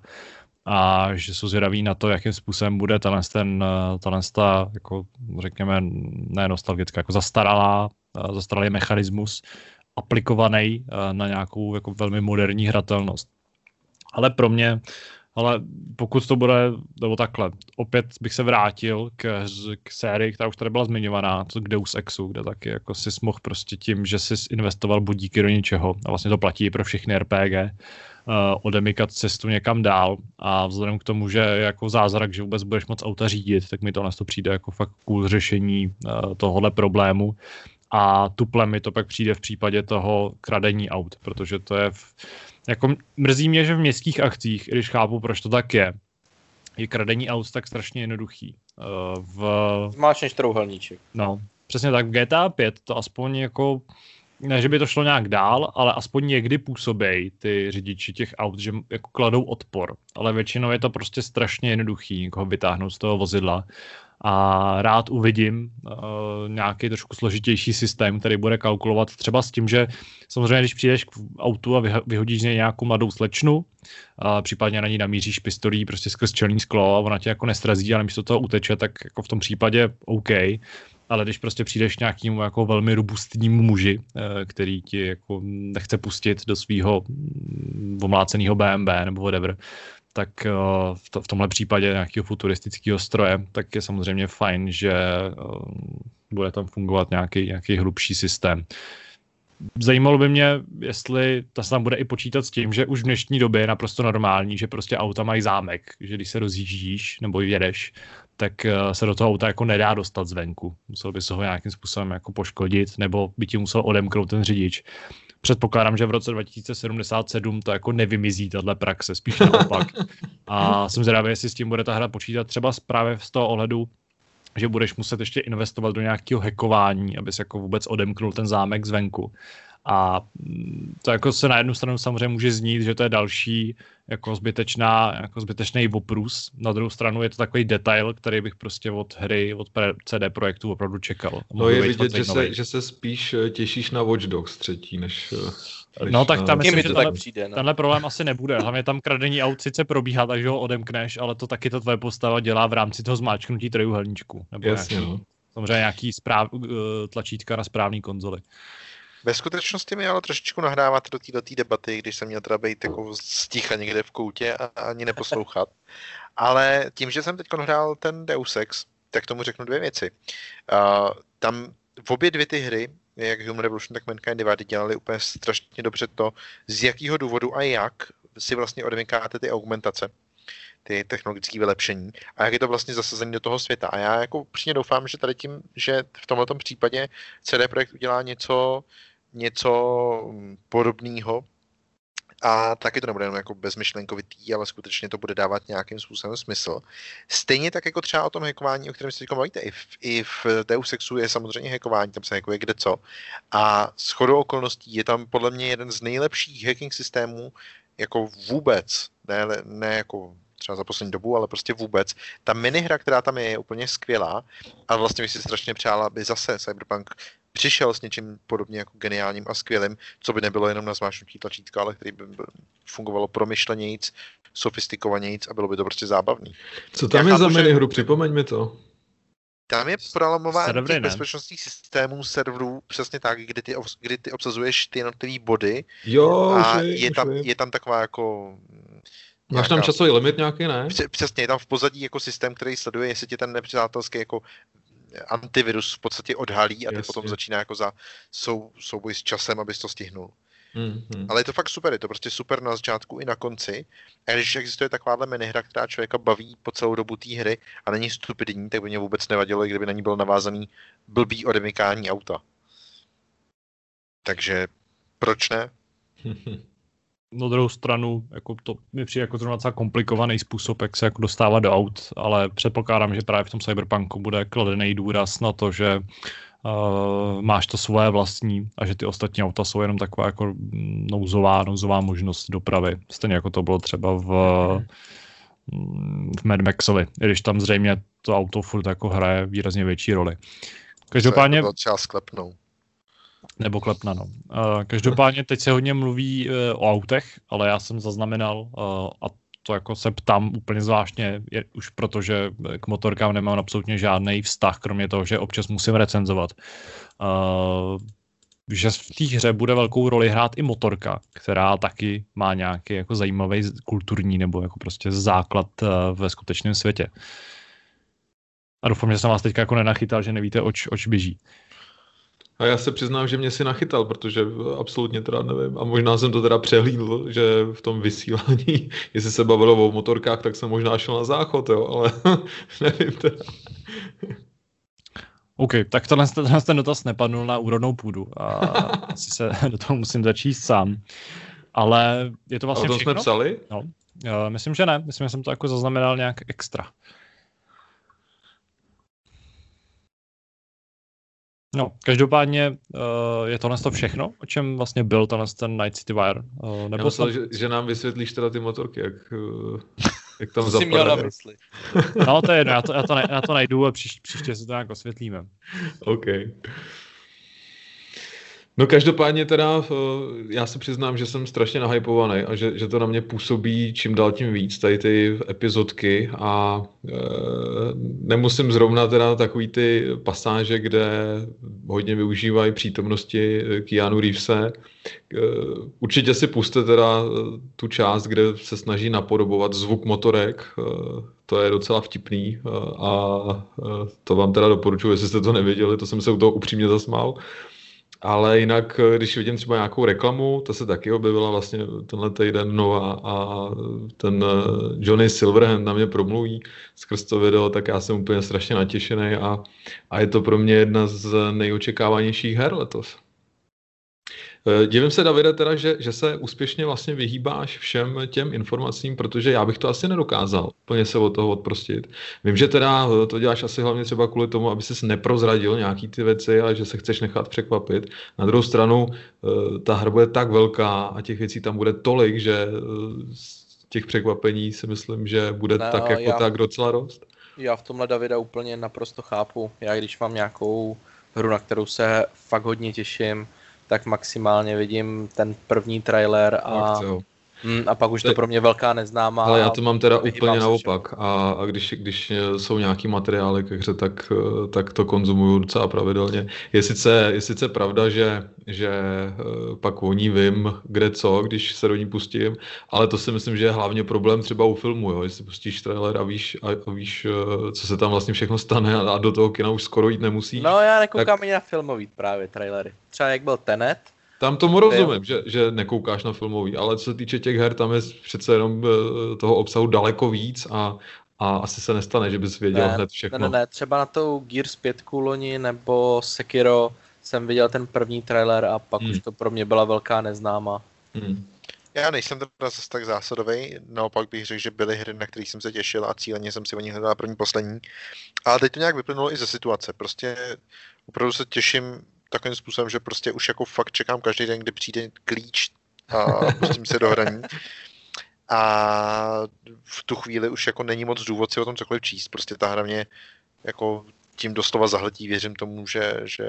A že jsou zvědaví na to, jakým způsobem bude tenhle ten, tenhle ta, jako řekněme, ne nostalgická, jako zastaralá, zastaralý mechanismus aplikovaný na nějakou jako velmi moderní hratelnost. Ale pro mě, ale pokud to bude, nebo takhle, opět bych se vrátil k, k sérii, která už tady byla zmiňovaná, to k Deus Exu, kde taky jako si mohl prostě tím, že jsi investoval budíky do ničeho, a vlastně to platí i pro všechny R P G, Uh, odemykat cestu někam dál a vzhledem k tomu, že jako zázrak, že vůbec budeš moc auta řídit, tak mi to to přijde jako fakt cool řešení uh, tohohle problému a tuple mi to pak přijde v případě toho kradení aut, protože to je v, jako mrzí mě, že v městských akcích, i když chápu, proč to tak je, je kradení aut tak strašně jednoduchý. Uh, v... Máš než trouhelníček. No, přesně tak, v G T A pět to aspoň jako ne, že by to šlo nějak dál, ale aspoň někdy působí ty řidiči těch aut, že jako kladou odpor. Ale většinou je to prostě strašně jednoduchý, jako ho vytáhnout z toho vozidla. A rád uvidím uh, nějaký trošku složitější systém, který bude kalkulovat třeba s tím, že samozřejmě, když přijdeš k autu a vyhodíš z něj nějakou mladou slečnu, uh, případně na ní namíříš pistolí prostě skrz čelní sklo a ona tě jako nestrazí, ale místo toho uteče, tak jako v tom případě OK. Ale když prostě přijdeš k nějakému jako velmi robustnímu muži, který ti jako nechce pustit do svého omláceného B M W nebo whatever, tak v, to, v tomhle případě nějakého futuristického stroje, tak je samozřejmě fajn, že bude tam fungovat nějaký, nějaký hlubší systém. Zajímalo by mě, jestli ta se tam bude i počítat s tím, že už v dnešní době je naprosto normální, že prostě auta mají zámek, že když se rozjíždíš nebo jedeš, tak se do toho auta jako nedá dostat zvenku. Musel by se ho nějakým způsobem jako poškodit, nebo by ti musel odemknout ten řidič. Předpokládám, že v roce dva tisíce sedmdesát sedm to jako nevymizí tahle praxe, spíš naopak. A jsem zvědavý, jestli s tím bude ta hra počítat třeba právě z toho ohledu, že budeš muset ještě investovat do nějakého hackování, abys jako vůbec odemknul ten zámek zvenku. A to jako se na jednu stranu samozřejmě může znít, že to je další jako zbytečná, jako zbytečný oprus. Na druhou stranu je to takový detail, který bych prostě od hry, od C D Projektu opravdu čekal. No je vidět, že se, že se spíš těšíš na Watch Dogs třetí, než... než no tak tam myslím, že to tenhle, přijde, no. tenhle problém asi nebude. Hlavně tam kradení aut sice probíhá, takže ho odemkneš, ale to taky ta tvoje postava dělá v rámci toho zmáčknutí trojuhelníčku. Nebo jasně, nějaký, no. Samozřejmě nějaký správ, tlačítka na správný konzoli. Ve skutečnosti mi ale trošičku nahráváte do této debaty, když jsem měl teda být jako sticha někde v koutě a ani neposlouchat. Ale tím, že jsem teď hrál ten Deus Ex, tak tomu řeknu dvě věci. Uh, tam v obě dvě ty hry, jak Human Revolution, tak Mankind Divided, dělali úplně strašně dobře to, z jakého důvodu a jak si vlastně odmykáte ty augmentace, ty technologické vylepšení a jak je to vlastně zasazení do toho světa. A já jako přímě doufám, že tady tím, že v tomto případě C D Projekt udělá něco, něco podobného a taky to nebude jenom jako bezmyšlenkovitý, ale skutečně to bude dávat nějakým způsobem smysl. Stejně tak jako třeba o tom hackování, o kterém se teď bavíte. I v, i v Deus Exu je samozřejmě hackování, tam se hackuje kde co. A shodou okolností je tam podle mě jeden z nejlepších hacking systémů jako vůbec, ne, ne jako třeba za poslední dobu, ale prostě vůbec. Ta minihra, která tam je, je úplně skvělá a vlastně bych si strašně přála, aby zase Cyberpunk přišel s něčím podobně jako geniálním a skvělým, co by nebylo jenom na zmáčknutí tlačítka, ale který by fungovalo promyšlenějc, sofistikovanějc a bylo by to prostě zábavný. Co tam Já je chápu, za minihru? Připomeň mi to. Tam je prolamování Servery, těch bezpečnostních systémů serverů přesně tak, kdy ty, kdy ty obsazuješ ty jednotlivý body jo, a už je, už tam, je. je tam taková jako... Máš tam časový limit nějaký, ne? Přesně, je tam v pozadí jako systém, který sleduje, jestli ti ten nepřátelský jako antivirus v podstatě odhalí a ty Jasně. potom začíná jako za sou, souboj s časem, abys to stihnul. Mm-hmm. Ale je to fakt super, je to prostě super na začátku i na konci. A když existuje takováhle minihra, která člověka baví po celou dobu té hry a není stupidní, tak by mě vůbec nevadilo, i kdyby na ní byl navázaný blbý odemykání auta. Takže proč ne? Na druhou stranu, jako to mi přijde jako zrovna docela komplikovaný způsob, jak se jako dostávat do aut, ale předpokládám, že právě v tom Cyberpunku bude kladený důraz na to, že uh, máš to svoje vlastní a že ty ostatní auta jsou jenom taková jako nouzová, nouzová možnost dopravy. Stejně jako to bylo třeba v, v Mad Maxovi, i když tam zřejmě to auto furt jako hraje výrazně větší roli. Každopádně... To třeba sklepnou. Nebo klepna, no. Uh, každopádně teď se hodně mluví uh, o autech, ale já jsem zaznamenal uh, a to jako se ptám úplně zvláštně, je, už protože k motorkám nemám absolutně žádný vztah, kromě toho, že občas musím recenzovat. Uh, že v té hře bude velkou roli hrát i motorka, která taky má nějaký jako zajímavý kulturní nebo jako prostě základ uh, ve skutečném světě. A doufám, že jsem vás teďka jako nenachytal, že nevíte, oč, oč běží. A já se přiznám, že mě si nachytal, protože absolutně teda nevím. A možná jsem to teda přehlídl, že v tom vysílání, jestli se bavilo o motorkách, tak jsem možná šel na záchod, jo, ale nevím teda. OK, tak tenhle, tenhle ten dotaz nepadnul na úrodnou půdu a asi se do toho musím začít sám. Ale je to vlastně všechno? A o tom jsme psali? No, myslím, že ne. Myslím, že jsem to jako zaznamenal nějak extra. No, každopádně uh, je tohle to všechno, o čem vlastně byl tenhle ten Night City Wire. Uh, nebo Já myslel, tam... že, že nám vysvětlíš teda ty motorky, jak, uh, jak tam zapadají. Měl na mysli. No, to je jedno, já to, já to, ne, já to najdu a příš, příště si to nějak osvětlíme. OK. No každopádně teda, já se přiznám, že jsem strašně nahypovaný a že, že to na mě působí čím dál tím víc, tady ty epizodky a e, nemusím zrovna teda takový ty pasáže, kde hodně využívají přítomnosti Keanu Reevese. E, určitě si puste teda tu část, kde se snaží napodobovat zvuk motorek, e, to je docela vtipný e, a e, to vám teda doporučuji, jestli jste to nevěděli, to jsem se u toho upřímně zasmál. Ale jinak, když vidím třeba nějakou reklamu, ta se taky objevila vlastně tenhle týden nová a ten Johnny Silverhand na mě promluví skrz to video, tak já jsem úplně strašně natěšený a, a je to pro mě jedna z nejočekávanějších her letos. Divím se, Davide, teda, že, že se úspěšně vlastně vyhýbáš všem těm informacím, protože já bych to asi nedokázal plně se od toho odprostit. Vím, že teda to děláš asi hlavně třeba kvůli tomu, aby ses neprozradil nějaký ty věci a že se chceš nechat překvapit. Na druhou stranu ta hra bude tak velká a těch věcí tam bude tolik, že z těch překvapení si myslím, že bude no, tak jako já, tak docela dost. Já v tomhle Davida úplně naprosto chápu. Já když mám nějakou hru, na kterou se fakt hodně těším, tak maximálně vidím ten první trailer a, mm, a pak už to pro mě velká neznámá. Ale já to mám teda úplně naopak a, a když, když jsou nějaký materiály ke hře, tak, tak to konzumuju docela pravidelně. Je sice, je sice pravda, že, že pak o ní vím, kde co, když se do ní pustím, ale to si myslím, že je hlavně problém třeba u filmu, jo? Jestli pustíš trailer a víš, a, a víš, co se tam vlastně všechno stane a do toho kina už skoro jít nemusíš. No já nekoukám tak... ani na filmový právě trailery. Třeba jak byl Tenet. Tam tomu rozumím, že, že nekoukáš na filmový, ale co se týče těch her, tam je přece jenom toho obsahu daleko víc a, a asi se nestane, že bys věděl ne, hned všechno. Ne, ne, třeba na tou Gears pět loni nebo Sekiro jsem viděl ten první trailer a pak hmm. už to pro mě byla velká neznámá. Hmm. Já nejsem teda zase tak zásadový, naopak bych řekl, že byly hry, na které jsem se těšil a cíleně jsem si o nich hledal první, poslední. Ale teď to nějak vyplynulo i ze situace. Prostě opravdu se těším takovým způsobem, že prostě už jako fakt čekám každý den, kdy přijde klíč a pustím se do hraní. A v tu chvíli už jako není moc důvod si o tom cokoliv číst. Prostě ta hra mě jako tím doslova zahltí. Věřím tomu, že, že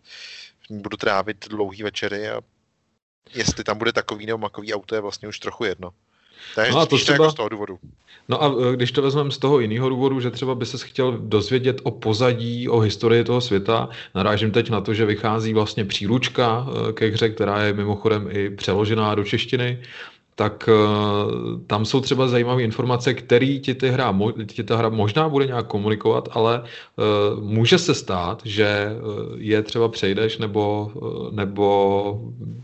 v ní budu trávit dlouhý večery a jestli tam bude takový nebo makový auto, je vlastně už trochu jedno. Takže no a to třeba... jako z toho důvodu. No a když to vezmeme z toho jiného důvodu, že třeba by ses chtěl dozvědět o pozadí, o historii toho světa, narážím teď na to, že vychází vlastně příručka ke hře, která je mimochodem i přeložená do češtiny, tak uh, tam jsou třeba zajímavé informace, které ti, ty hra, ti ta hra možná bude nějak komunikovat, ale uh, může se stát, že uh, je třeba přejdeš nebo, uh, nebo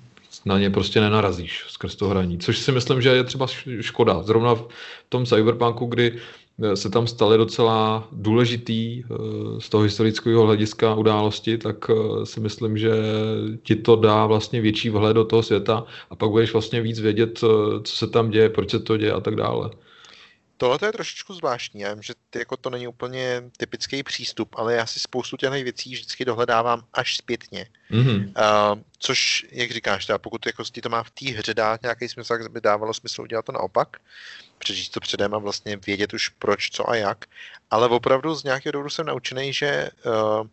na ně prostě nenarazíš skrz to hraní, což si myslím, že je třeba škoda. Zrovna v tom Cyberpunku, kdy se tam staly docela důležitý z toho historického hlediska události, tak si myslím, že ti to dá vlastně větší vhled do toho světa a pak budeš vlastně víc vědět, co se tam děje, proč se to děje a tak dále. Tohle je trošičku zvláštní, já vím, že ty, jako to není úplně typický přístup, ale já si spoustu těchto věcí vždycky dohledávám až zpětně. Mm-hmm. Uh, což, jak říkáš, teda, pokud jako ti to má v té hře dát nějaký smysl, tak by dávalo smysl udělat to naopak, přečíst to předem a vlastně vědět už proč, co a jak, ale opravdu z nějakého důvodu jsem naučený, že uh,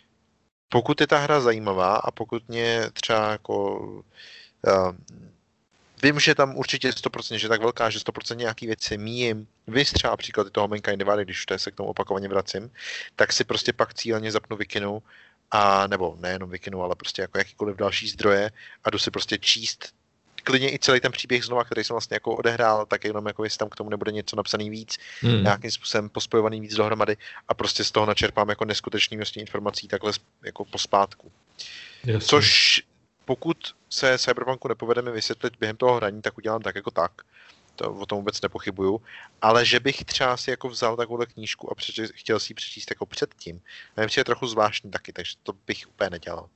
pokud je ta hra zajímavá a pokud mě třeba jako uh, vím, že tam určitě sto procent, že je tak velká, že sto procent nějaký věci míjím. Vy třeba příklad toho Mankind Divided, když se k tomu opakovaně vracím, tak si prostě pak cíleně zapnu Wikinu, a nebo nejenom Wikinu, ale prostě jako jakýkoliv další zdroje a jdu si prostě číst klidně i celý ten příběh znova, který jsem vlastně jako odehrál, tak jenom jako jestli tam k tomu nebude něco napsaný víc, hmm. nějakým způsobem pospojovaný víc dohromady a prostě z toho načerpám jako neskutečný množství informací takhle jako pospátku. Jasně. Což pokud se Cyberpunku nepovedeme vysvětlit během toho hraní, tak udělám tak jako tak. To, o tom vůbec nepochybuju. Ale že bych třeba si jako vzal takovou knížku a přeči, chtěl si ji přečíst jako předtím, nevím, že je trochu zvláštní taky, takže to bych úplně nedělal.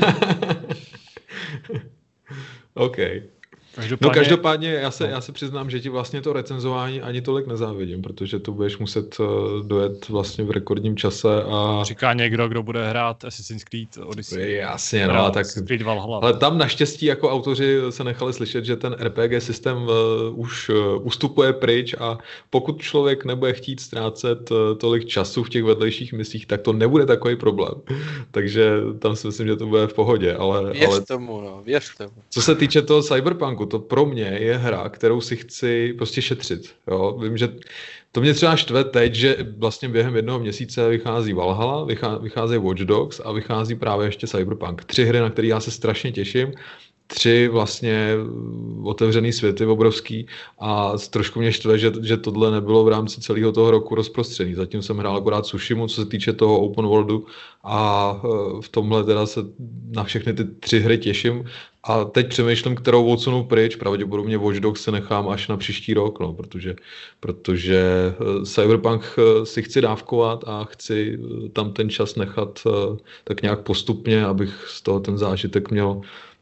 OK. Každopádně... No každopádně já se, já se přiznám, že ti vlastně to recenzování ani tolik nezávidím, protože to budeš muset dojet vlastně v rekordním čase a... Říká někdo, kdo bude hrát Assassin's Creed Odyssey. Jasně, no, tak... Ale tam naštěstí jako autoři se nechali slyšet, že ten R P G systém uh, už uh, ustupuje pryč a pokud člověk nebude chtít ztrácet uh, tolik času v těch vedlejších misích, tak to nebude takový problém. Takže tam si myslím, že to bude v pohodě, ale... Věř ale... tomu, no, věř tomu. Co se týče toho Cyberpunku, to pro mě je hra, kterou si chci prostě šetřit. Jo? Vím, že to mě třeba štve teď, že vlastně během jednoho měsíce vychází Valhalla, vychází Watch Dogs a vychází právě ještě Cyberpunk. Tři hry, na které já se strašně těším. Tři vlastně otevřený světy obrovský a trošku mě štve, že, že tohle nebylo v rámci celého toho roku rozprostřený. Zatím jsem hrál akorát Tsushimu, co se týče toho open worldu a v tomhle teda se na všechny ty tři hry těším a teď přemýšlím, kterou odsunu pryč, pravděpodobně Watch Dogs se nechám až na příští rok, no, protože, protože Cyberpunk si chci dávkovat a chci tam ten čas nechat tak nějak postupně, abych z toho ten zážitek měl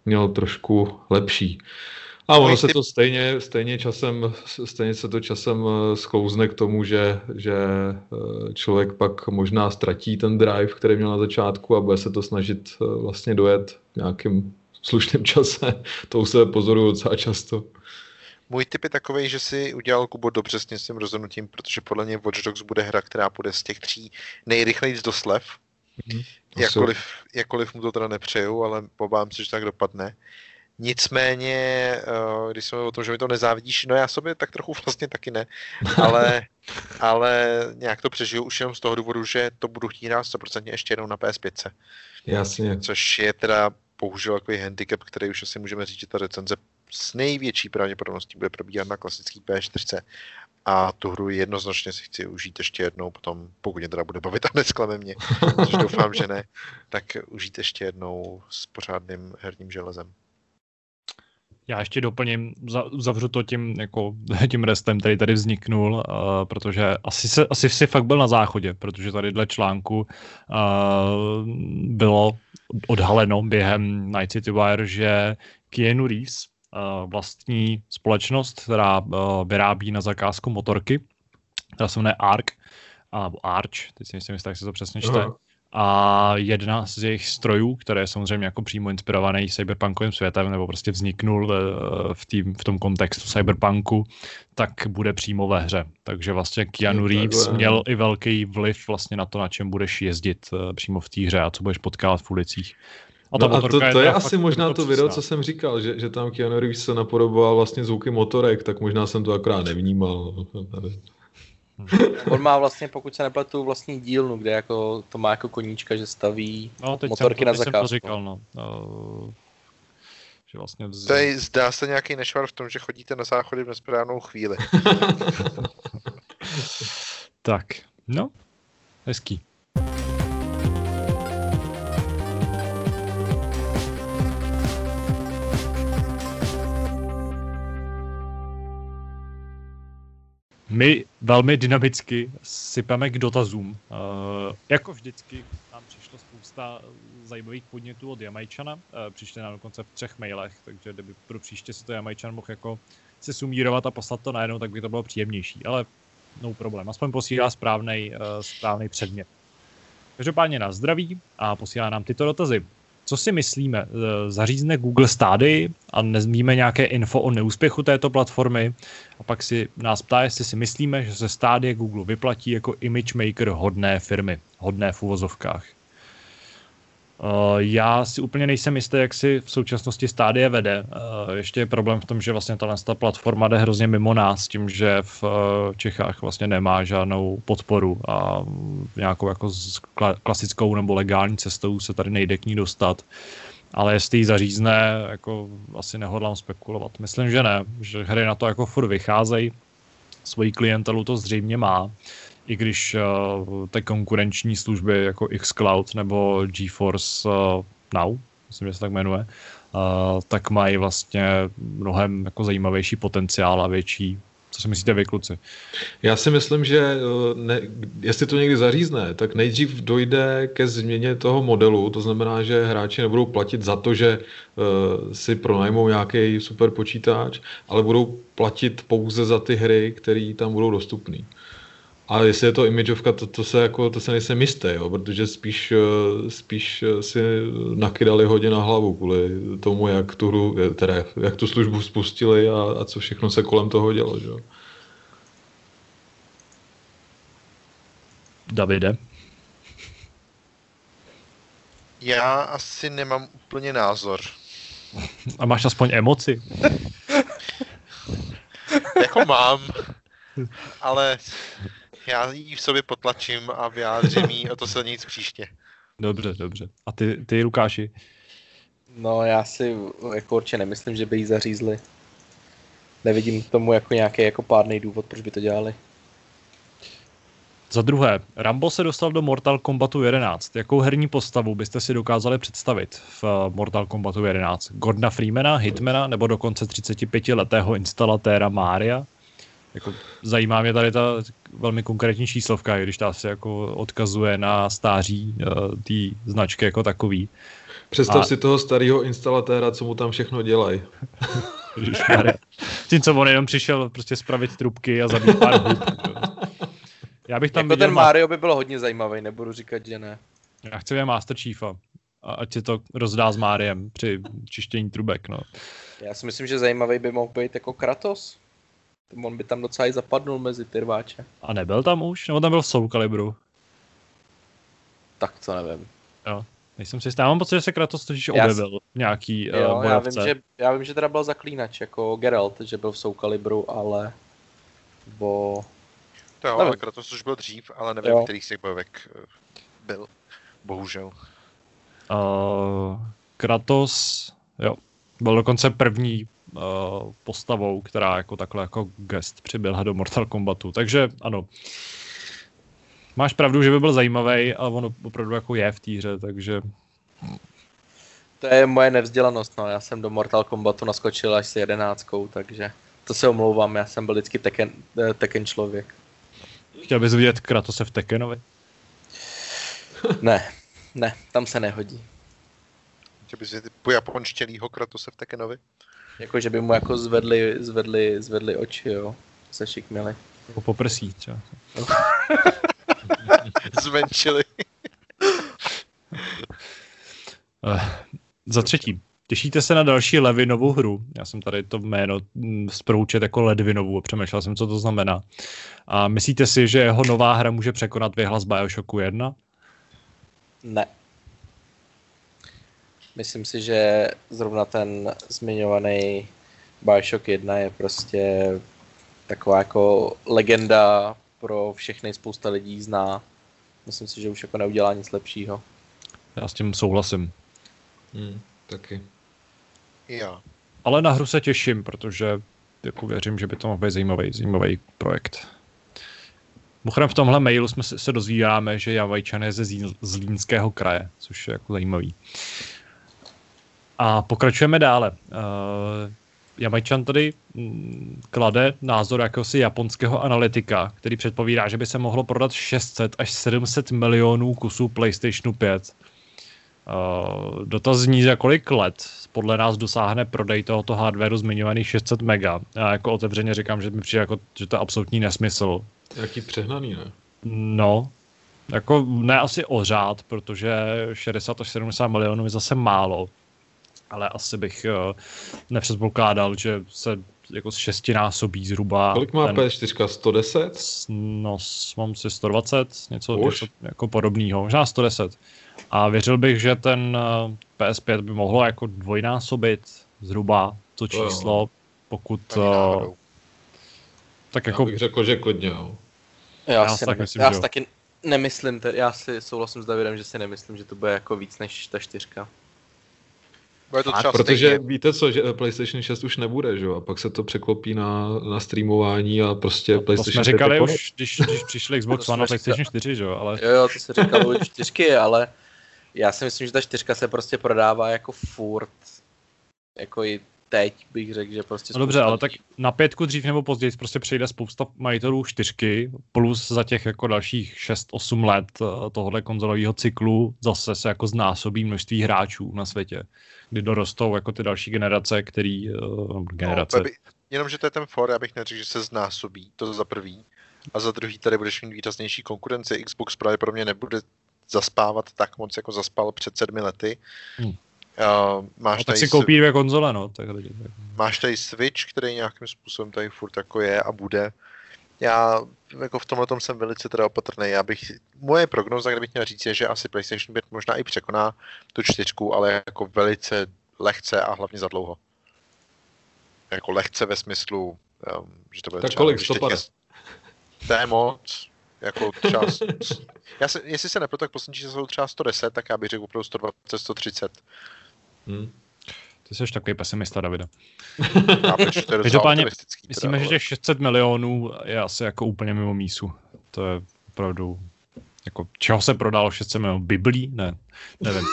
měl trošku lepší. A ono se to stejně, stejně časem, stejně se to časem sklouzne k tomu, že, že člověk pak možná ztratí ten drive, který měl na začátku a bude se to snažit vlastně dojet v nějakým slušném čase. To u sebe pozoruju docela často. Můj tip je takovej, že si udělal Kubo dobře s tím rozhodnutím, protože podle mě Watch Dogs bude hra, která půjde z těch tří nejrychleji do slev. Mm-hmm. Jakkoliv, jakkoliv mu to teda nepřeju, ale obávám se, že tak dopadne. Nicméně, když jsme o tom, že mi to nezávidíš, no já sobě tak trochu vlastně taky ne, ale, ale nějak to přežiju už jenom z toho důvodu, že to budu chtít hrát sto procent ještě jednou na P S pět. Jasně. Což je teda bohužel takový handicap, který už asi můžeme říct, že ta recenze s největší pravděpodobností bude probíhat na klasický P čtyři. A tu hru jednoznačně si chci užít ještě jednou, potom pokud mě teda bude bavit a nesklame mě, což doufám, že ne, tak užít ještě jednou s pořádným herním železem. Já ještě doplním, zavřu to tím, jako, tím restem, který tady vzniknul, uh, protože asi, se, asi si fakt byl na záchodě, protože tady dle článku uh, bylo odhaleno během Night City Wire, že Keanu Reeves uh, vlastní společnost, která uh, vyrábí na zakázku motorky, která se jmenuje Arc, nebo Arch, teď si myslím, jak se to přesně čte. Uh-huh. A jedna z jejich strojů, které je samozřejmě jako přímo inspirovaný cyberpunkovým světem, nebo prostě vzniknul v, tým, v tom kontextu cyberpunku, tak bude přímo ve hře. Takže vlastně Keanu Reeves měl i velký vliv vlastně na to, na čem budeš jezdit přímo v té hře a co budeš potkávat v ulicích. A, no a to, to je, je asi možná to video, co jsem říkal, že, že tam Keanu Reeves se napodoboval vlastně zvuky motorek, tak možná jsem to akorát nevnímal. On má vlastně, pokud se nepletu, vlastní dílnu, kde jako, to má jako koníčka, že staví no, motorky jsem, na zakázku. Jsem to říkal, no. Uh, že vlastně vz... To je, zdá se nějaký nešvar v tom, že chodíte na záchody v nesprávnou chvíli. Tak, no, hezký. My velmi dynamicky sypeme k dotazům. Uh, jako vždycky nám přišlo spousta zajímavých podnětů od Jamajčana. Uh, přišli nám dokonce v třech mailech, takže kdyby pro příště si to Jamajčan mohl jako se sumírovat a poslat to najednou, tak by to bylo příjemnější. Ale no problém, aspoň posílá správnej, uh, správnej předmět. Každopádně nás zdraví a posílá nám tyto dotazy. Co si myslíme? Zařízne Google Stadia a nezmíme nějaké info o neúspěchu této platformy a pak si nás ptá, jestli si myslíme, že se Stadia Google vyplatí jako image maker hodné firmy, hodné v uvozovkách. Já si úplně nejsem jistý, jak si v současnosti Stadia vede. Ještě je problém v tom, že vlastně ta platforma jde hrozně mimo nás, tím, že v Čechách vlastně nemá žádnou podporu a nějakou jako klasickou nebo legální cestou se tady nejde k ní dostat. Ale jestli ji zařízne, jako asi nehodlám spekulovat. Myslím, že ne, že hry na to jako furt vycházejí, svoji klientelu to zřejmě má. I když uh, ty konkurenční služby jako xCloud nebo GeForce uh, Now, myslím, že se tak jmenuje, uh, tak mají vlastně mnohem jako zajímavější potenciál a větší. Co si myslíte vy, kluci? Já si myslím, že ne, jestli to někdy zařízne, tak nejdřív dojde ke změně toho modelu, to znamená, že hráči nebudou platit za to, že uh, si pronajmou nějaký super počítač, ale budou platit pouze za ty hry, které tam budou dostupné. A jestli je to imageovka, to, to, se, jako, to se nejsem jistý, jo, protože spíš, spíš si nakydali hodně na hlavu kvůli tomu, jak tu, hru, teda, jak tu službu spustili a, a co všechno se kolem toho dělo. Že? Davide? Já asi nemám úplně názor. A máš aspoň emoci? Jako mám, ale... Já ji v sobě potlačím a vyjádřím jí o to silnějc příště. Dobře, dobře. A ty, ty Lukáši? No já si jako určitě nemyslím, že by jí zařízli. Nevidím tomu jako nějaký jako pádnej důvod, proč by to dělali. Za druhé, Rambo se dostal do Mortal Kombatu jedenáct. Jakou herní postavu byste si dokázali představit v Mortal Kombatu jedenáct? Gordona Freemana, Hitmana nebo dokonce třicetipětiletého instalatéra Mária? Jako, zajímá mě tady ta velmi konkrétní číslovka, když ta se jako odkazuje na stáří uh, té značky jako takový. Představ A- si toho starého instalatéra, co mu tam všechno dělají. Ježišmarja. Tím, co on jenom přišel prostě spravit trubky a zabít pár hub. Já bych tam Jako viděl ten ma- Mario by byl hodně zajímavý, nebudu říkat, že ne. Já chci vidět Master Chiefa. A ať si to rozdá s Máriem při čištění trubek, no. Já si myslím, že zajímavý by mohl být jako Kratos. On by tam docela i zapadnul mezi ty rváče. A nebyl tam už? Nebo tam byl v Soul Calibru? Tak to nevím. Jo. Nejsem si jistý. Já mám pocit, že se Kratos totiž Já objevil v nějaký Jo, uh, já, bojovce. vím, že, já vím, že teda byl zaklínač, jako Geralt, že byl v Soul Calibru, ale... Bo... To jo, Nevím. ale Kratos už byl dřív, ale nevím, Jo. který z těch bojovek eh, byl. Bohužel. Uh, Kratos, jo, byl dokonce první uh, postavou, která jako takhle jako gest přiběhla do Mortal Kombatu. Takže ano, máš pravdu, že by byl zajímavý, ale on opravdu jako je v té hře, takže To je moje nevzdělanost, no. Já jsem do Mortal Kombatu naskočil až s jedenáctkou, takže to se omlouvám, já jsem byl vždycky Tekken, eh, Tekken člověk. chtěl bys vidět Kratose v Tekkenovi. Ne, ne, tam se nehodí. Chtěl bys vidět po japonštělýho Kratose v Tekkenovi? Jako, že by mu jako zvedli, zvedli, zvedli oči, jo. Se šikměli. Jako poprsí třeba. Zmenšili. Uh, za třetí, těšíte se na další Levinovou hru? Já jsem tady to jméno mm, sproučet jako Ledvinovu a přemýšlel jsem, co to znamená. A myslíte si, že jeho nová hra může překonat věhlas Bioshocku jedna? Ne. Myslím si, že zrovna ten zmiňovaný Bioshock jedna je prostě taková jako legenda pro všechny, spousta lidí zná. Myslím si, že už jako neudělá nic lepšího. Já s tím souhlasím. Hmm, taky. Já. Ale na hru se těším, protože jako věřím, že by to mohl být zajímavý, zajímavý projekt. Mimochodem v tomhle mailu jsme se, se dozvídáme, že Javajčan je ze Zí- Zlínského kraje, což je jako zajímavý. A pokračujeme dále. Uh, Jamajčan tady mm, klade názor jakéhosi japonského analytika, který předpovídá, že by se mohlo prodat šest set až sedm set milionů kusů PlayStationu pět. Uh, dotaz zní, za kolik let podle nás dosáhne prodej tohoto hardwareu zmiňovaných šest set mega. Já jako otevřeně říkám, že mi přijde jako, že to je absolutní nesmysl. Jaký přehnaný, ne? No, jako ne asi o řád, protože šedesát až sedmdesát milionů je zase málo. Ale asi bych uh, nepředpokládal, že se jako z šestinásobí zhruba. Kolik má ten, P S čtyři? sto deset? No, mám si sto dvacet, něco, Už? něco jako podobného, možná sto deset. A věřil bych, že ten uh, P S pět by mohlo jako dvojnásobit zhruba to To jo. číslo, pokud Ani uh, náhodou. tak Já jako bych řekl, že klidně, jo. Já, Já si si tak nemysl, myslím, já že si jo. taky nemyslím, te, já si souhlasím s Davidem, že si nemyslím, že to bude jako víc než ta čtyřka. Bude to Fakt, třeba Protože stejně. víte co, že PlayStation šest už nebude, že jo? A pak se to překlopí na, na streamování a prostě to PlayStation jsme pět říkali je konec. už, když, když přišli Xbox To One a jsme PlayStation čtyři, že jo, ale Jo, jo, to se říkalo u čtyřky, ale já si myslím, že ta čtyřka se prostě prodává jako furt. Jako i teď bych řekl, že prostě... no dobře, spousta ale tak lidí- na pětku dřív nebo později prostě přejde spousta majitelů čtyřky, plus za těch jako dalších šest osm let eh, tohohle konzolového cyklu zase se jako znásobí množství hráčů na světě, kdy dorostou jako ty další generace, který, uh, generace. No, by, jenomže to je ten for, já bych neřekl, že se znásobí, to za prvý. A za druhý tady budeš mít výraznější konkurenci. Xbox pravděpodobně nebude zaspávat tak moc, jako zaspal před sedmi lety. Hmm. Uh, máš, No, tak tady si s- koupí dvě konzole, no. Tak, tak. máš tady Switch, který nějakým způsobem tady furt jako je a bude. Já jako v tomhle tom jsem velice teda opatrný. Já bych, moje prognoza, kdybych měl říct, je, že asi PlayStation pět možná i překoná tu čtyřku, ale jako velice lehce a hlavně za dlouho. Jako lehce ve smyslu, um, že to bude Tak třeba... kolik? když sto teďka- padesát? To je moc. Jako třeba... Já se, jestli se nepletu, tak poslední čísla jsou třeba sto deset, tak já bych řekl opravdu sto dvacet, sto třicet. Hm. Ty jsi takový pesimista, Davida. Chápeš, to je docela Každopádně optimistický. Myslíme, teda, že těch šest set milionů je asi jako úplně mimo mísu. To je opravdu... Jako, čeho se prodalo šest set milionů? Biblí? Ne, nevím.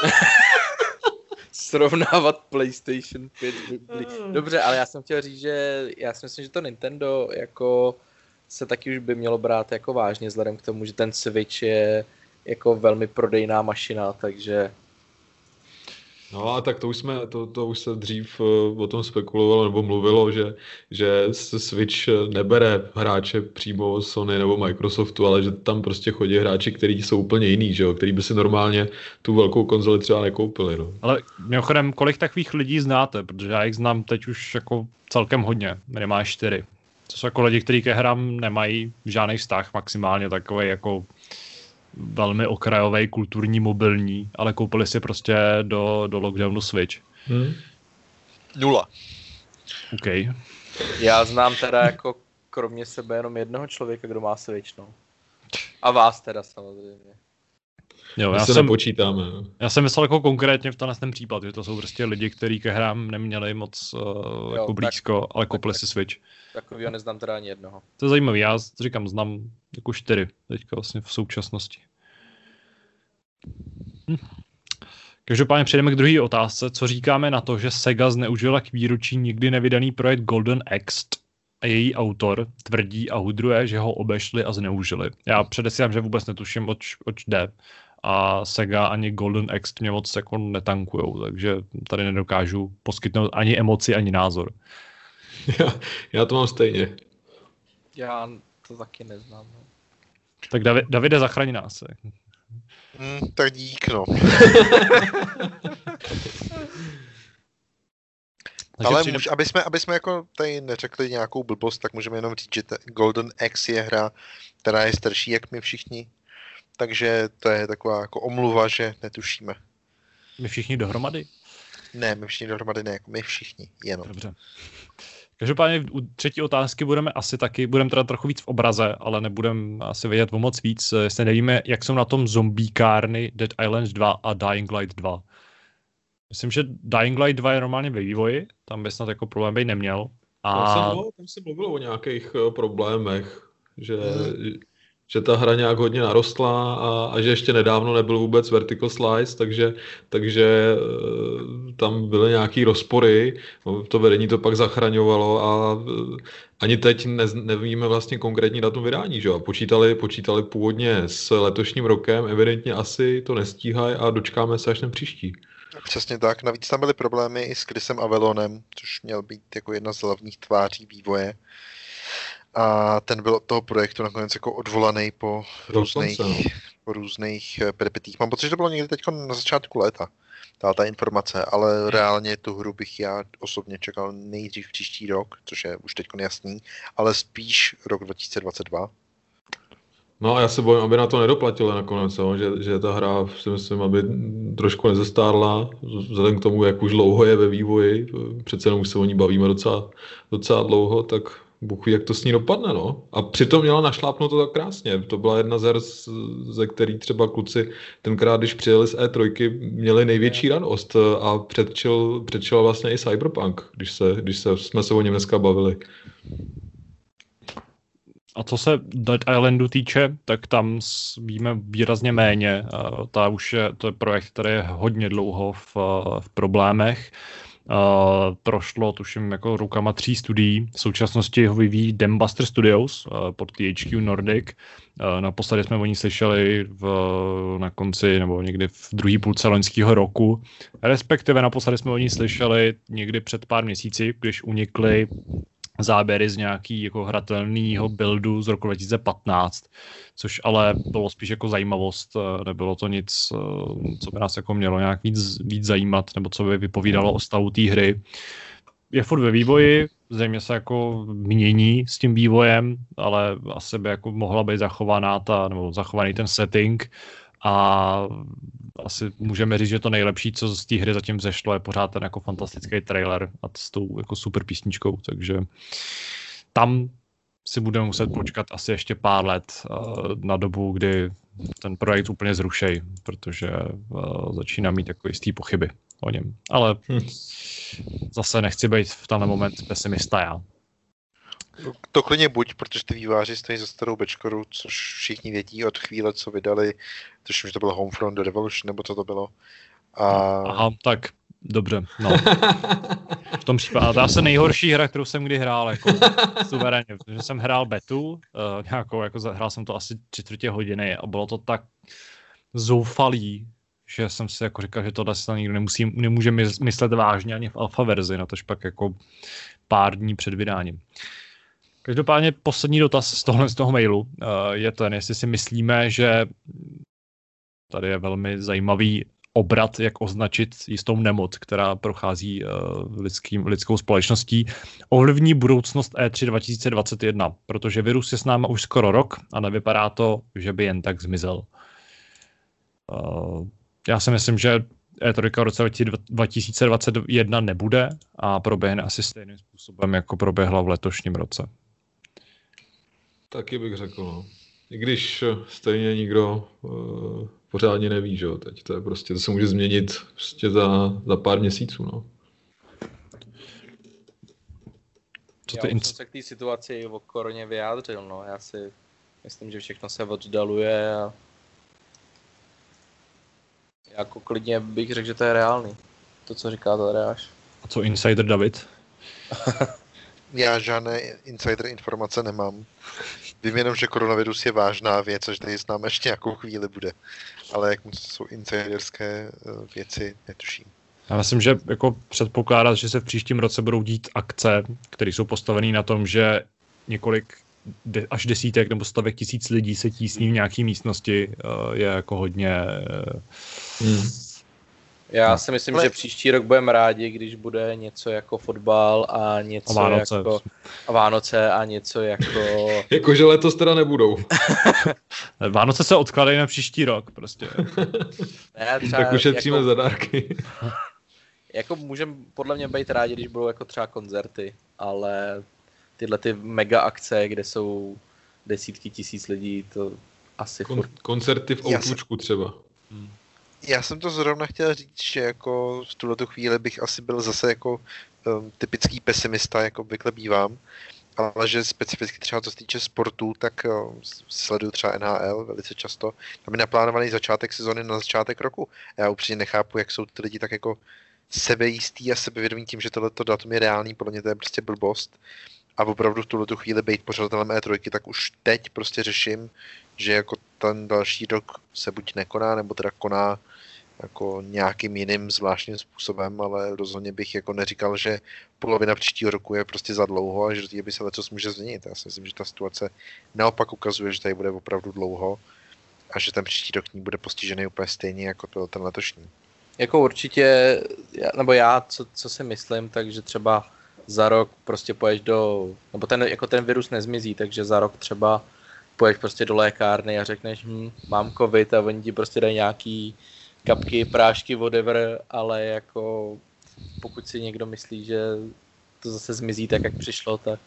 Srovnávat PlayStation pět s Biblí. Dobře, ale já jsem chtěl říct, že já si myslím, že to Nintendo jako se taky už by mělo brát jako vážně, vzhledem k tomu, že ten Switch je jako velmi prodejná mašina, takže No a tak to už jsme, to, to už se dřív o tom spekulovalo nebo mluvilo, že, že Switch nebere hráče přímo Sony nebo Microsoftu, ale že tam prostě chodí hráči, kteří jsou úplně jiný, že jo, který by si normálně tu velkou konzoli třeba nekoupili, no. Ale mimochodem, kolik takových lidí znáte? Protože já jich znám teď už jako celkem hodně, minimálně čtyři. To jsou jako lidi, kteří ke hrám nemají žádný vztah, maximálně takový jako velmi okrajový, kulturní, mobilní, ale koupili si prostě do, do lockdownu Switch. Hmm. Nula. OK. Já znám teda jako kromě sebe jenom jednoho člověka, kdo má Switch, no. A vás teda samozřejmě. Jo, My já se jsem, nepočítáme. No. já jsem myslel jako konkrétně v tenhle ten případ, že to jsou prostě lidi, kteří ke hrám neměli moc uh, Jo, jako tak- blízko, ale koupili tak- si Switch. Takovýho neznám teda ani jednoho. To je zajímavý, já říkám, znám jako čtyři teďka vlastně v současnosti. Hm. Každopádně přejdeme k druhé otázce. Co říkáme na to, že Sega zneužila k výročí nikdy nevydaný projekt Golden Axe a její autor tvrdí a hudruje, že ho obešli a zneužili. Já předesílám, že vůbec netuším, oč, oč jde. A Sega ani Golden Axe mě moc jako netankujou, takže tady nedokážu poskytnout ani emoci, ani názor. Já, já to mám stejně. Já to taky neznám. No. Tak David, Davide, zachraň nás. Hmm, tak dík, no. Takže Ale přijde... můž, aby, jsme, aby jsme jako tady neřekli nějakou blbost, tak můžeme jenom říct, že Golden Axe je hra, která je starší, jak my všichni. Takže to je taková jako omluva, že netušíme. My všichni dohromady? Ne, my všichni dohromady ne, jako my všichni, jenom. Dobře. Každopádně u třetí otázky budeme asi taky, budeme teda trochu víc v obraze, ale nebudeme asi vědět o moc víc, jestli nevíme, jak jsou na tom zombíkárny Dead Island dva a Dying Light dva. Myslím, že Dying Light dva je normálně ve vývoji, tam by snad jako problém být neměl. A... Tam, jsem, no, tam se mluvilo o nějakých uh, problémech, že, Hmm. že ta hra nějak hodně narostla a, a že ještě nedávno nebyl vůbec vertical slice, takže, takže uh, tam byly nějaký rozpory, to vedení to pak zachraňovalo a uh, ani teď ne, nevíme vlastně konkrétní datum vydání, že jo? Počítali, počítali původně s letošním rokem, evidentně asi to nestíhají a dočkáme se až ten příští. Přesně tak, navíc tam byly problémy i s Chrisem Avelonem, což měl být jako jedna z hlavních tváří vývoje. A ten byl od toho projektu nakonec jako odvolaný po různých, Dokonce, no. po různých eh, peripetích. Mám pocit, že to bylo někdy teď na začátku léta, ta, ta informace, ale reálně tu hru bych já osobně čekal nejdřív příští rok, což je už teď jasný, ale spíš rok dva tisíce dvacet dva. No a já se bojím, aby na to nedoplatili nakonec, jo? Že, že ta hra si myslím, aby trošku nezestárla, vzhledem k tomu, jak už dlouho je ve vývoji, přece jenom už se o ní bavíme docela, docela dlouho, tak Bůh ví, jak to s ní dopadne, no. A přitom měla našlápnuto tak krásně, to byla jedna ze her, ze který třeba kluci tenkrát, když přijeli z E tři, měli největší radost a předčil, předčil vlastně i Cyberpunk, když, se, když se, jsme se o něm dneska bavili. A co se Dead Islandu týče, tak tam víme výrazně méně. Ta už je, to je projekt, který je hodně dlouho v, v problémech. Uh, prošlo, tuším, jako rukama tří studií. V současnosti ho vyvíjí Dambuster Studios uh, pod T H Q Nordic. Uh, naposledy jsme o ní slyšeli v, na konci nebo někdy v druhé půlce loňského roku. Respektive naposledy jsme o ní slyšeli někdy před pár měsíci, když unikly záběry z nějaký jako hratelného buildu z roku dva tisíce patnáct, což ale bylo spíš jako zajímavost, nebylo to nic, co by nás jako mělo nějak víc, víc zajímat, nebo co by vypovídalo o stavu té hry. Je furt ve vývoji, zřejmě se jako mění s tím vývojem, ale asi by jako mohla být zachovaná ta, nebo zachovaný ten setting a asi můžeme říct, že to nejlepší, co z té hry zatím zešlo, je pořád ten jako fantastický trailer a s tou jako super písničkou, takže tam si budeme muset počkat asi ještě pár let uh, na dobu, kdy ten projekt úplně zrušej, protože uh, začíná mít jako jistý pochyby o něm. Ale hm. zase nechci být v tenhle moment pesimista já. To klidně buď, protože ty výváři stojí za starou bečkoru, což všichni vědí od chvíle, co vydali, tuším, že to bylo Homefront The Revolution, nebo co to bylo. A... Aha, tak dobře, no. V tom případě, to je asi nejhorší hra, kterou jsem kdy hrál, jako suverénně, protože jsem hrál betu, uh, nějakou, jako hrál jsem to asi tři čtvrtě hodiny a bylo to tak zoufalý že jsem si jako říkal, že tohle se nikdo nemusí, nemůže myslet vážně ani v alfa verzi, na tož pak jako pár dní před vydáním. Každopádně poslední dotaz z tohle z toho mailu je ten, jestli si myslíme, že tady je velmi zajímavý obrat, jak označit jistou nemoc, která prochází uh, lidským, lidskou společností, ovlivní budoucnost E tři dva tisíce dvacet jedna, protože virus je s náma už skoro rok a nevypadá to, že by jen tak zmizel. Uh, já si myslím, že E tři v roce dva tisíce dvacet jedna nebude a proběhne asi stejným způsobem, jako proběhla v letošním roce. Taky bych řekl, no. I když stejně nikdo uh, pořádně neví, že jo, teď to je prostě, to se může změnit prostě za, za pár měsíců, no. Co ty Já inc... jsem se k té situaci o koroně vyjádřil, no, já si myslím, že všechno se oddaluje a jako klidně bych řekl, že to je reálný, to, co říká Tadeáš. A co insider David? Já žádné insider informace nemám. Vím jenom, že koronavirus je vážná věc, až tady s námi ještě nějakou chvíli bude. Ale jak moc jsou insiderské věci, netuším. Já myslím, že jako předpokládat, že se v příštím roce budou dít akce, které jsou postavené na tom, že několik de, až desítek nebo stovek tisíc lidí se tísní v nějaké místnosti, je jako hodně... Hmm. Já no. si myslím, Ale... že příští rok budeme rádi, když bude něco jako fotbal a něco a Vánoce. jako a Vánoce a něco jako... Jakože letos teda nebudou. Vánoce se odkladají na příští rok prostě. Ne, třeba, tak ušetříme jako... za dárky. Jako můžeme podle mě být rádi, když budou jako třeba koncerty, ale tyhle ty mega akce, kde jsou desítky tisíc lidí, to asi Kon- furt... Koncerty v Outlučku třeba. Hmm. Já jsem to zrovna chtěl říct, že jako v tuhletu chvíli bych asi byl zase jako um, typický pesimista, jako obvykle bývám, ale že specificky třeba co se týče sportu, tak um, sleduju třeba N H L velice často. Tam je naplánovaný začátek sezony na začátek roku. Já upřímně nechápu, jak jsou ty lidi tak jako sebejistý a sebevědomí tím, že tohleto datum je reálný, podle mě to je prostě blbost. A opravdu v tuhletu chvíli být pořadatelem E tři, tak už teď prostě řeším, že jako ten další rok se buď nekoná, nebo teda koná jako nějakým jiným zvláštním způsobem, ale rozhodně bych jako neříkal, že polovina příštího roku je prostě za dlouho a že do té by se lecos může změnit. Já si myslím, že ta situace naopak ukazuje, že tady bude opravdu dlouho a že ten příští rok ní bude postižený úplně stejně jako byl ten letošní. Jako určitě, nebo já, co, co si myslím, takže třeba za rok prostě poješ do, nebo ten, jako ten virus nezmizí, takže za rok třeba poješ prostě do lékárny a řekneš, hm, mám covid a oni ti prostě dají nějaký kapky, prášky, whatever, ale jako pokud si někdo myslí, že to zase zmizí tak, jak přišlo, tak...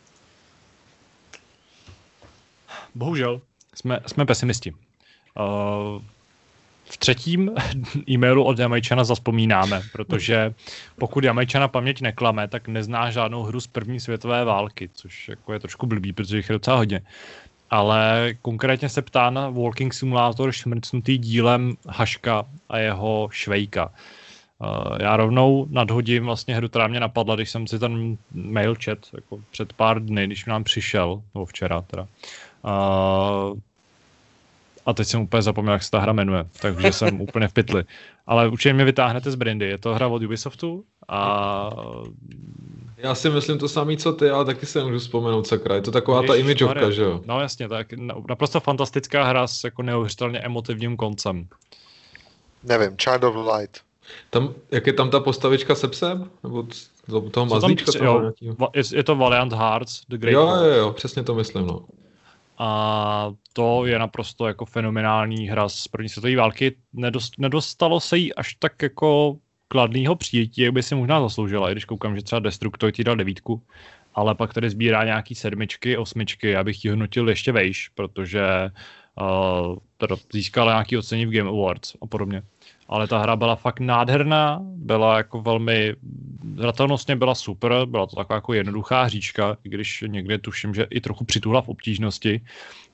Bohužel, jsme, jsme pesimisti. Uh, v třetím e-mailu od Jamajčana zaspomínáme, protože pokud Jamajčana paměť neklame, tak nezná žádnou hru z první světové války, což jako je trošku blbý, protože jich je docela hodně. Ale konkrétně se ptá na Walking Simulator šmrcnutý dílem Haška a jeho Švejka. Uh, já rovnou nadhodím vlastně hru, která mě napadla, když jsem si ten mail čet jako před pár dny, když nám přišel, nebo včera teda. Uh, a teď jsem úplně zapomněl, jak se ta hra jmenuje, takže jsem úplně v pytli. Ale určitě mě vytáhnete z Brindy, je to hra od Ubisoftu a... Já si myslím to samý, co ty, ale taky se můžu vzpomenout, sakra. Je to taková Ježiš, ta imageovka, že jo? No jasně, tak naprosto fantastická hra s jako neuvěřitelně emotivním koncem. Nevím, Child of Light. Tam, jak je tam ta postavička se psem? Nebo toho mazlíčka? Tam, jo, je, je to Valiant Hearts, The Great Jo, jo, jo, přesně to myslím, no. A to je naprosto jako fenomenální hra z první světové války. Nedost, nedostalo se jí až tak jako kladného přijetí, jak by si možná zasloužila, i když koukám, že třeba Destructoid ti dal devítku, ale pak tady sbírá nějaký sedmičky, osmičky, já bych ji hodnotil ještě vejš, protože uh, získala nějaký ocení v Game Awards a podobně. Ale ta hra byla fakt nádherná, byla jako velmi, hratelnostně byla super, byla to taková jako jednoduchá hříčka, i když někde tuším, že i trochu přituhla v obtížnosti,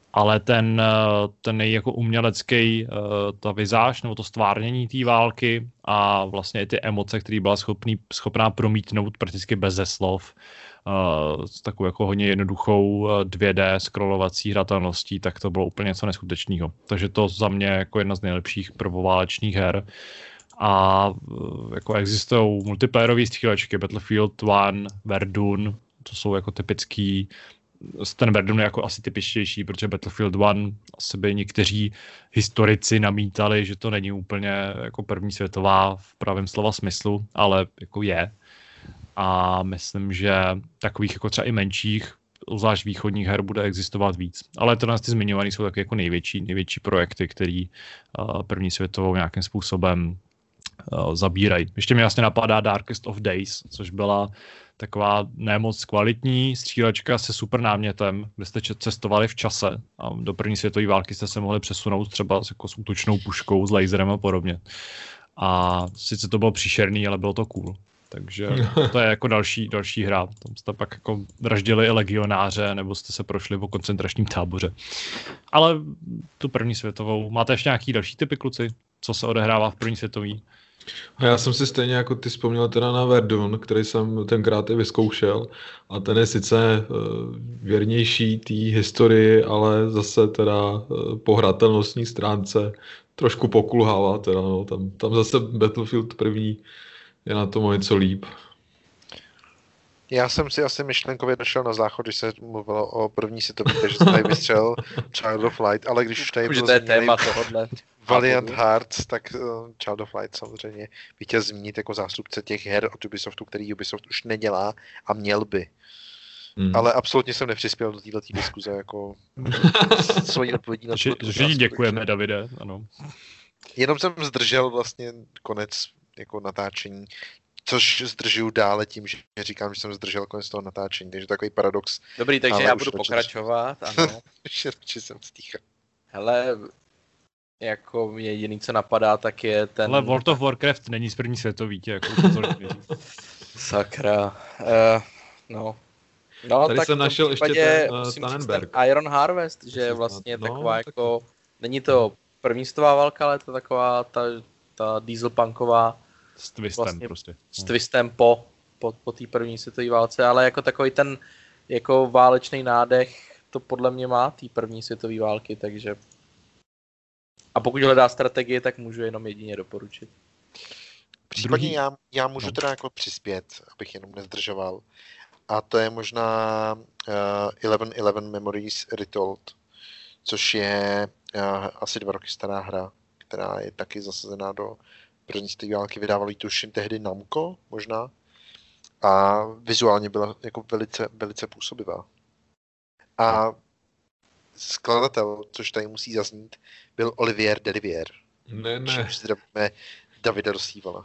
ale ten, ten jako umělecký, ta vizáž nebo to stvárnění té války a vlastně i ty emoce, které byla schopný, schopná promítnout prakticky beze slov, s takovou jako hodně jednoduchou dvě dé scrollovací hratelností, tak to bylo úplně něco neskutečného. Takže to za mě jako jedna z nejlepších prvoválečných her. A jako existují multiplayerové střílečky, Battlefield jedna, Verdun, to jsou jako typický. Ten Verdun je jako asi typičtější, protože Battlefield jedna asi by někteří historici namítali, že to není úplně jako první světová v pravém slova smyslu, ale jako je. A myslím, že takových jako třeba i menších, zvlášť východních her, bude existovat víc. Ale to nás ty zmiňované jsou taky jako největší, největší projekty, které uh, první světovou nějakým způsobem uh, zabírají. Ještě mi jasně napadá Darkest of Days, což byla taková nemoc kvalitní střílečka se super námětem, kde jste cestovali v čase a do první světové války jste se mohli přesunout třeba s, jako s útočnou puškou, s laserem a podobně. A sice to bylo příšerný, ale bylo to cool. Takže to je jako další, další hra. Tam jste pak jako vraždili i legionáře, nebo jste se prošli po koncentračním táboře. Ale tu první světovou. Máte ještě nějaký další typy, kluci? Co se odehrává v první světový? A já jsem si stejně jako ty vzpomněl teda na Verdun, který jsem tenkrát i vyzkoušel. A ten je sice uh, věrnější té historii, ale zase teda uh, po hratelnostní stránce trošku pokulhává. Teda, no. tam, tam zase Battlefield první je na tom o něco líp. Já jsem si asi myšlenkově došel na záchod, když se mluvilo o první světové, takže jsem tady vystřelil Child of Light, ale když už tady bylo téma tohodle. Valiant Hearts, tak uh, Child of Light samozřejmě bych chtěl zmínit jako zástupce těch her od Ubisoftu, který Ubisoft už nedělá a měl by. Hmm. Ale absolutně jsem nepřispěl do této diskuze jako svojí odpovědí na to. Že děkujeme, Davide, ano. Jenom jsem zdržel vlastně konec jako natáčení, což zdržuju dále tím, že říkám, že jsem zdržel konec toho natáčení, takže takový paradox. Dobrý, takže já budu pokračovat, ano. Že jsem stíchal. Hele, jako jediný, co napadá, tak je ten... Ale World of Warcraft není z první světový, tě, jako sakra, uh, no. No, tady tak jsem našel ještě ten uh, Tannenberg. Ten Iron Harvest, že je vlastně no, taková tak... jako, není to první světová válka, ale to taková ta, ta dieselpunková s twistem vlastně, prostě. S twistem po, po, po té první světové válce, ale jako takový ten jako válečný nádech to podle mě má té první světové války, takže a pokud hledá strategie, tak můžu jenom jedině doporučit. Případně já, já můžu no. teda jako přispět, abych jenom nezdržoval. A to je možná uh, eleven eleven Memories Retold, což je uh, asi dva roky stará hra, která je taky zasazená do první světové války, vydávali tuším tehdy Namco možná a vizuálně byla jako velice, velice působivá. A skladatel, což tady musí zaznít, byl Olivier Delivier. Ne, ne. Čímž zdravíme Davida Rosívala.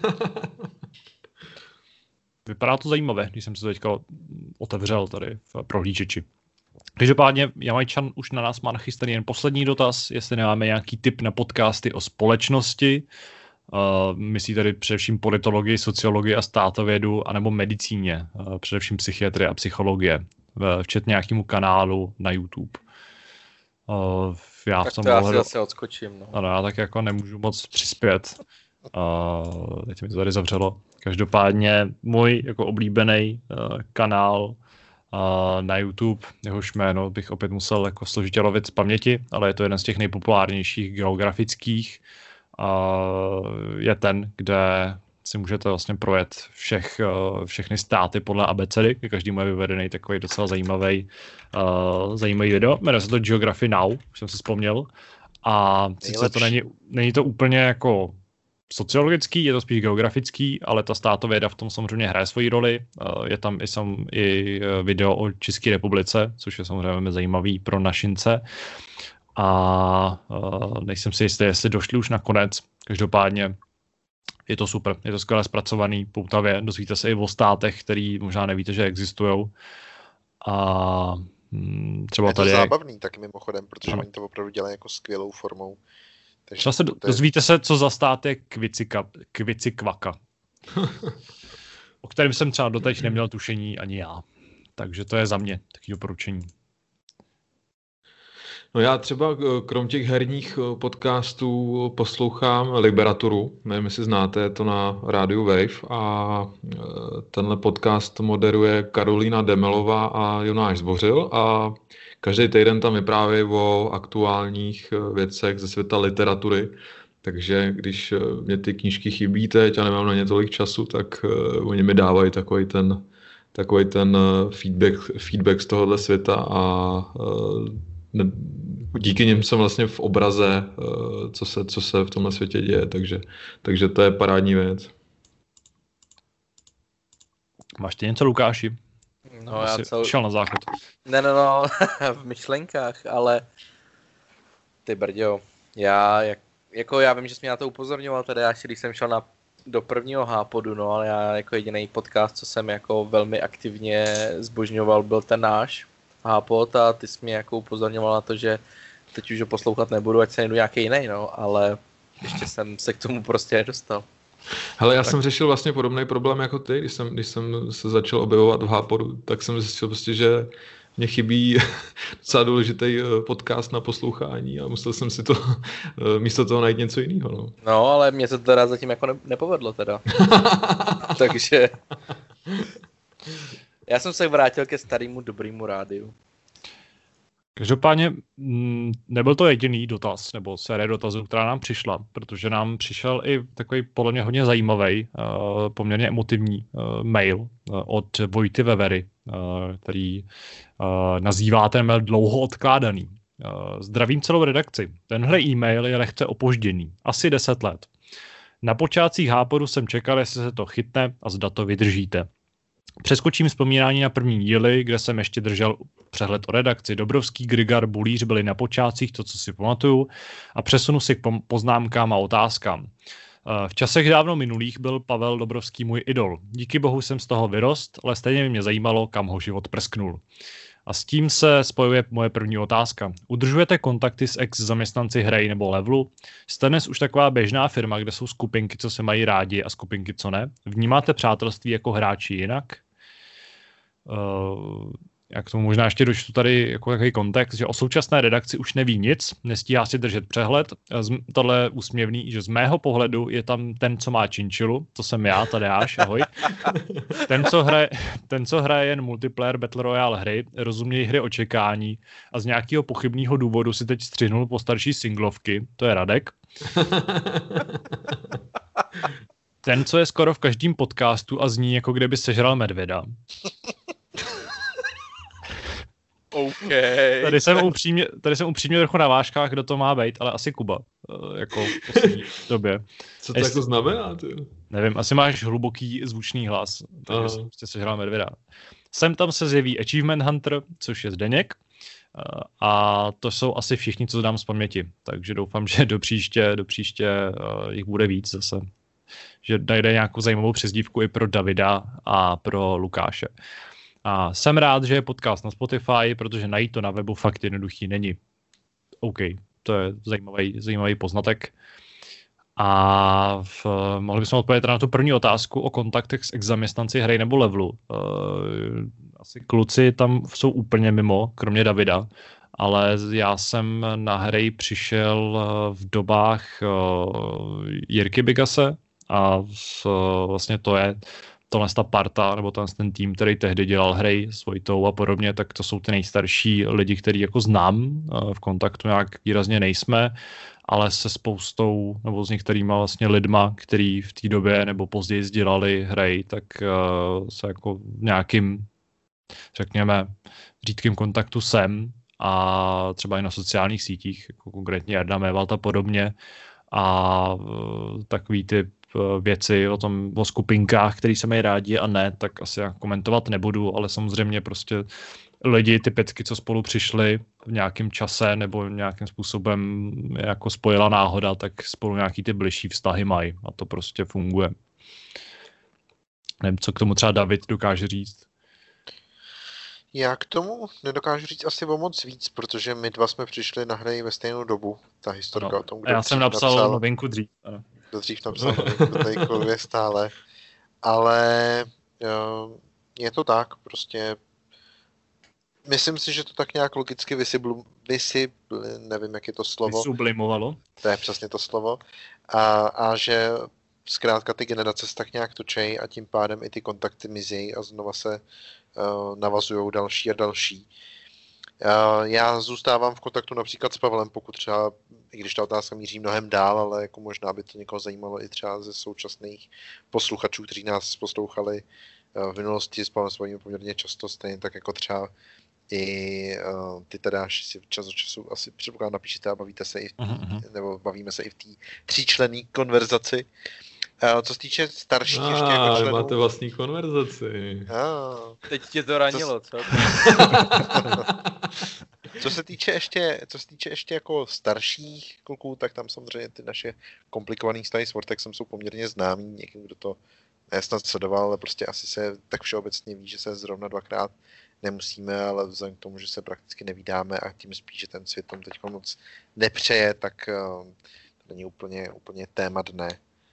Vypadá to zajímavé, když jsem se to teďka otevřel tady v prohlížeči. Každopádně Jamajčan už na nás má nachystaný jen poslední dotaz, jestli nemáme nějaký tip na podcasty o společnosti. Uh, myslí tady především politologii, sociologii a státovědu, anebo medicíně, uh, především psychiatrie a psychologie, včetně nějakému kanálu na YouTube. Uh, já tak v tom to já si ohledu... zase odskočím. No. Ano, já tak jako nemůžu moc přispět. Uh, teď mi to tady zavřelo. Každopádně můj jako oblíbený uh, kanál uh, na YouTube, jehož jméno bych opět musel jako složitě lovit z paměti, ale je to jeden z těch nejpopulárnějších geografických. Uh, je ten, kde si můžete vlastně projet všech, uh, všechny státy podle abecedy. Každý je vyvedený takový docela zajímavý, uh, zajímavý video. Jmenuje se to Geography Now, už jsem si vzpomněl. A sice to není, není to úplně jako sociologický, je to spíš geografický, ale ta státověda v tom samozřejmě hraje svoji roli. Uh, je tam i, sam, i video o České republice, což je samozřejmě zajímavý pro našince. A uh, nejsem si jistý, jestli došli už na konec. Každopádně je to super, je to skvěle zpracovaný, poutavě, dozvíte se i o státech, který možná nevíte, že existujou. A hm, třeba je to tady zábavný taky mimochodem, protože ano. Oni to opravdu dělají jako skvělou formou. Takže třeba se do, je... dozvíte se, co za stát je Kvicika, Kvicikvaka, o kterém jsem třeba doteď neměl tušení ani já. Takže to je za mě takové doporučení. No já třeba krom těch herních podcastů poslouchám Liberaturu, nevím, jestli znáte, je to na rádiu Wave a tenhle podcast moderuje Karolína Demelová a Jonáš Zbořil a každý týden tam vyprávějí o aktuálních věcech ze světa literatury, takže když mě ty knížky chybí teď a nemám na ně tolik času, tak oni mi dávají takový ten, takový ten feedback, feedback z tohohle světa a díky nim jsem vlastně v obraze, co se, co se v tomhle světě děje, takže, takže to je parádní věc. Máš ty něco, Lukáši? No, já cel... šel na záchod. Ne, no, no, v myšlenkách, ale ty brďo, já, jak, jako já vím, že jsi mě na to upozorňoval, teda já, když jsem šel na, do prvního Hápodu, no, ale já jako jediný podcast, co jsem jako velmi aktivně zbožňoval, byl ten náš Hápod a ty jsi mě jako upozorňoval na to, že teď už ho poslouchat nebudu, ať se nejdu nějaký jiný, no, ale ještě jsem se k tomu prostě nedostal. Hele, já tak. jsem řešil vlastně podobný problém jako ty, když jsem, když jsem se začal objevovat v Hápodu, tak jsem zjistil prostě, že mě chybí docela důležitý podcast na poslouchání a musel jsem si to místo toho najít něco jiného. No, no ale mě se to teda zatím jako ne- nepovedlo teda. Takže já jsem se vrátil ke starému dobrému rádiu. Každopádně nebyl to jediný dotaz, nebo série dotazů, která nám přišla, protože nám přišel i takový podle mě hodně zajímavý, poměrně emotivní mail od Vojty Vevery, který nazývá ten mail dlouho odkládaný. Zdravím celou redakci. Tenhle e-mail je lehce opožděný, asi deset let. Na počátcích Hápodu jsem čekal, jestli se to chytne a zda to vydržíte. Přeskočím vzpomínání na první díly, kde jsem ještě držel přehled o redakci. Dobrovský, Grigar, Bulíř byli na počátcích, to, co si pamatuju, a přesunu si k poznámkám a otázkám. V časech dávno minulých byl Pavel Dobrovský můj idol. Díky bohu jsem z toho vyrost, ale stejně mě zajímalo, kam ho život prsknul. A s tím se spojuje moje první otázka. Udržujete kontakty s ex-zaměstnanci Hry nebo Levelu? Jste dnes už taková běžná firma, kde jsou skupinky, co se mají rádi a skupinky, co ne? Vnímáte přátelství jako hráči jinak? Uh, já k tomu možná ještě dočtu tady jako jaký kontext, že o současné redakci už neví nic, nestíhá si držet přehled. Tohle je úsměvný, že z mého pohledu je tam ten, co má činčilu, to jsem já, Tadeáš, ahoj. Ten, co hraje, ten, co hraje jen multiplayer Battle Royale hry, rozumějí hry o čekání a z nějakého pochybného důvodu si teď střihnul po starší singlovky, to je Radek. Ten, co je skoro v každém podcastu a zní, jako kdyby sežral medvěda. Okay. Tady jsem upřímně, tady jsem upřímně trochu na vážkách, kdo to má být, ale asi Kuba, jako v poslední době. Co to Jest, jako znamená? Ty? Nevím, asi máš hluboký zvučný hlas, takže jsem prostě sežral medvěda. Sem tam se zjeví Achievement Hunter, což je Zdeněk, a to jsou asi všichni, co dám z paměti, takže doufám, že do příště, do příště jich bude víc zase. Že najde nějakou zajímavou přezdívku i pro Davida a pro Lukáše. A jsem rád, že je podcast na Spotify, protože najít to na webu fakt jednoduchý není. OK, to je zajímavý, zajímavý poznatek. A v, mohli bychom odpovědět na tu první otázku o kontaktech s ex-zaměstnanci Hry nebo Levelu. Uh, asi kluci tam jsou úplně mimo, kromě Davida, ale já jsem na Hry přišel v dobách uh, Jirky Bigase a v, vlastně to je tohle ta parta, nebo ten tým, který tehdy dělal Hry s Vojtou a podobně, tak to jsou ty nejstarší lidi, který jako znám, v kontaktu nějak výrazně nejsme, ale se spoustou, nebo s některýma vlastně lidma, který v té době nebo později dělali Hry, tak uh, se jako v nějakým, řekněme, řídkým kontaktu jsem a třeba i na sociálních sítích, jako konkrétně Jarda Mévalt a podobně, a uh, takový ty věci o tom, o skupinkách, který se mají rádi a ne, tak asi já komentovat nebudu, ale samozřejmě prostě lidi, ty pětky, co spolu přišli v nějakém čase nebo nějakým způsobem jako spojila náhoda, tak spolu nějaký ty bližší vztahy mají a to prostě funguje. Nevím, co k tomu třeba David dokáže říct. Já k tomu nedokážu říct asi o moc víc, protože my dva jsme přišli na Hry ve stejnou dobu. Ta historka ano. O tom, kdo já jsem napsal, napsal novinku dřív. Ano. Kdo dřív napsal novinku, tady koluje stále. Ale jo, je to tak, prostě myslím si, že to tak nějak logicky vysibl, vysibl, nevím, jak je to slovo. Vysublimovalo. To je přesně to slovo. A, a že zkrátka ty generace se tak nějak točej a tím pádem i ty kontakty mizí a znova se uh, navazují další a další. Uh, já zůstávám v kontaktu například s Pavlem, pokud třeba, i když ta otázka míří mnohem dál, ale jako možná by to někoho zajímalo i třeba ze současných posluchačů, kteří nás poslouchali uh, v minulosti, s Pavlem se bavíme poměrně často, stejně tak jako třeba i uh, ty teda si čas od času asi předpokládám napíšete a bavíte se i v tý, uh-huh. nebo bavíme se i v té tříčlenné konverzaci. Uh, co se týče starších ah, ještě jako členů... máte vlastní konverzaci. Ah. Teď tě to ranilo, co? co se týče ještě, co se týče ještě jako starších kluků, tak tam samozřejmě ty naše komplikované vztahy s Vortexem jsou poměrně známý. Někdo, kdo to nesnad sledoval, ale prostě asi se tak všeobecně ví, že se zrovna dvakrát nemusíme, ale vzhledem k tomu, že se prakticky nevídáme a tím spíš, že ten svět tam teď moc nepřeje, tak uh, to není úplně, úplně téma dne.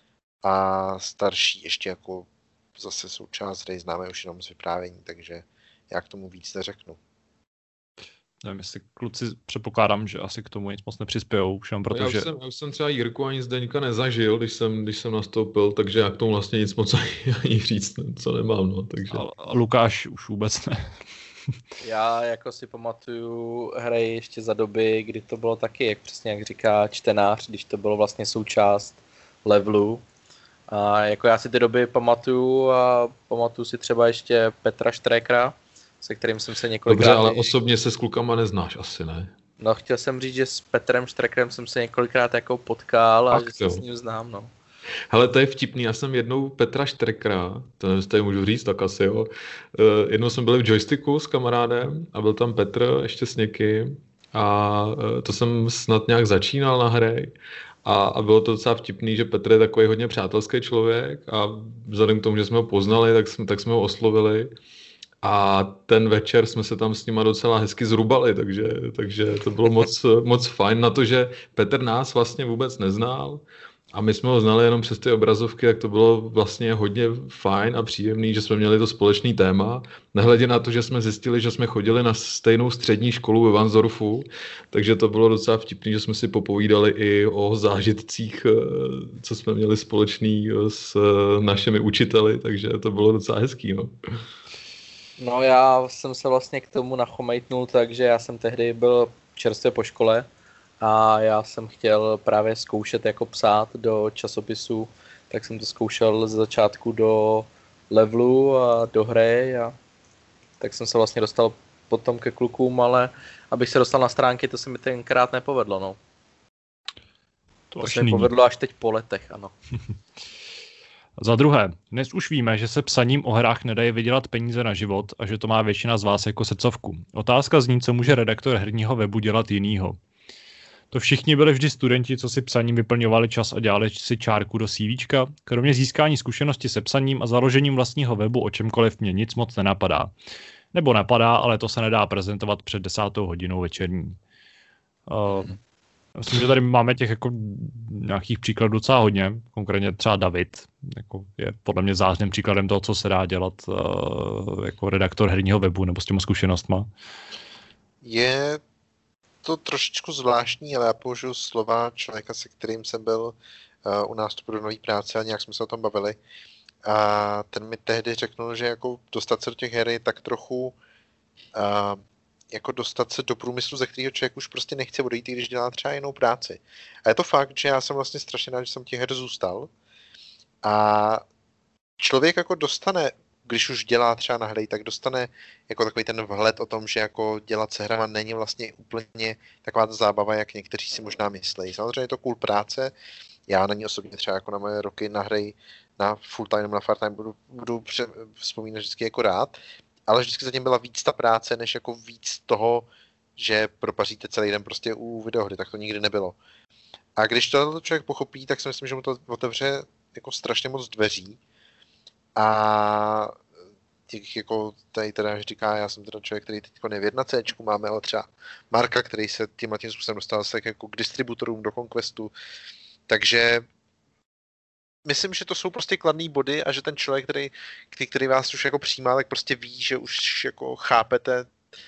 A starší ještě jako zase součást hry známe už jenom z vyprávění, takže já k tomu víc neřeknu. Nevím, jestli kluci předpokládám, že asi k tomu nic moc nepřispějou, už jenom protože... Já už, jsem, já už jsem třeba Jirku ani Zdeňka nezažil, když jsem, když jsem nastoupil, takže já k tomu vlastně nic moc ani říct, co nemám, no, takže... A Lukáš už vůbec ne. Já jako si pamatuju hry ještě za doby, kdy to bylo taky, jak přesně jak říká čtenář, když to bylo vlastně součást levelu. A jako já si ty doby pamatuju a pamatuju si třeba ještě Petra Štrékera, se kterým jsem se několikrát... Dobře, ale osobně se s klukama neznáš asi, ne? No, chtěl jsem říct, že s Petrem Štrékerem jsem se několikrát jako potkal a Fakt, že se jo. s ním znám, no. Hele, to je vtipný, já jsem jednou Petra Štrekera, to tady můžu říct, tak asi jo, uh, jednou jsme byli v joysticku s kamarádem a byl tam Petr ještě s někým a uh, to jsem snad nějak začínal na hry a, a bylo to docela vtipný, že Petr je takový hodně přátelský člověk a vzhledem k tomu, že jsme ho poznali, tak jsme, tak jsme ho oslovili. A ten večer jsme se tam s nima docela hezky zrubali, takže, takže to bylo moc, moc fajn na to, že Petr nás vlastně vůbec neznal a my jsme ho znali jenom přes ty obrazovky, tak to bylo vlastně hodně fajn a příjemný, že jsme měli to společný téma. Nehledě na to, že jsme zjistili, že jsme chodili na stejnou střední školu ve Vansdorfu, takže to bylo docela vtipný, že jsme si popovídali i o zážitcích, co jsme měli společný s našimi učiteli, takže to bylo docela hezký, no. No já jsem se vlastně k tomu nachomejtnul, takže já jsem tehdy byl čerstvě po škole a já jsem chtěl právě zkoušet jako psát do časopisu, tak jsem to zkoušel z začátku do levelu a do hry a tak jsem se vlastně dostal potom ke klukům, ale abych se dostal na stránky, to se mi tenkrát nepovedlo, no. To, to se mi povedlo až teď po letech, ano. Za druhé, dnes už víme, že se psaním o hrách nedají vydělat peníze na život a že to má většina z vás jako srdcovku. Otázka zní, co může redaktor herního webu dělat jinýho. To všichni byli vždy studenti, co si psaním vyplňovali čas a dělali si čárku do CVčka. Kromě získání zkušenosti se psaním a založením vlastního webu o čemkoliv mě nic moc nenapadá. Nebo napadá, ale to se nedá prezentovat před desátou hodinou večerní. Uh, Myslím, že tady máme těch jako nějakých příkladů docela hodně, konkrétně třeba David, jako je podle mě zářným příkladem toho, co se dá dělat uh, jako redaktor herního webu nebo s těma zkušenostma. Je to trošičku zvláštní, ale já použiju slova člověka, se kterým jsem byl uh, u nástupu do nové práce a nějak jsme se o tom bavili. A ten mi tehdy řekl, že jako dostat se do těch her je tak trochu uh, jako dostat se do průmyslu, ze kterého člověk už prostě nechce odejít, když dělá třeba jinou práci. A je to fakt, že já jsem vlastně strašně rád, že jsem těch her zůstal. A člověk jako dostane, když už dělá třeba na hry, tak dostane jako takový ten vhled o tom, že jako dělat se hrama není vlastně úplně taková ta zábava, jak někteří si možná myslejí. Samozřejmě je to cool práce. Já na ní osobně třeba jako na moje roky na hry, na full time, na part time budu, budu pře- vzpomínat vždycky jako rád. Ale vždycky zatím byla víc ta práce, než jako víc toho, že propaříte celý den prostě u videohry, tak to nikdy nebylo. A když to člověk pochopí, tak si myslím, že mu to otevře jako strašně moc dveří. A těch jako tady teda říká, já jsem teda člověk, který teď je v jedna céčku, máme ale třeba Marka, který se tímhle tím způsobem dostal se jako k distributorům do Conquestu. Takže myslím, že to jsou prostě kladný body a že ten člověk, který, který vás už jako přijímá, tak prostě ví, že už jako chápete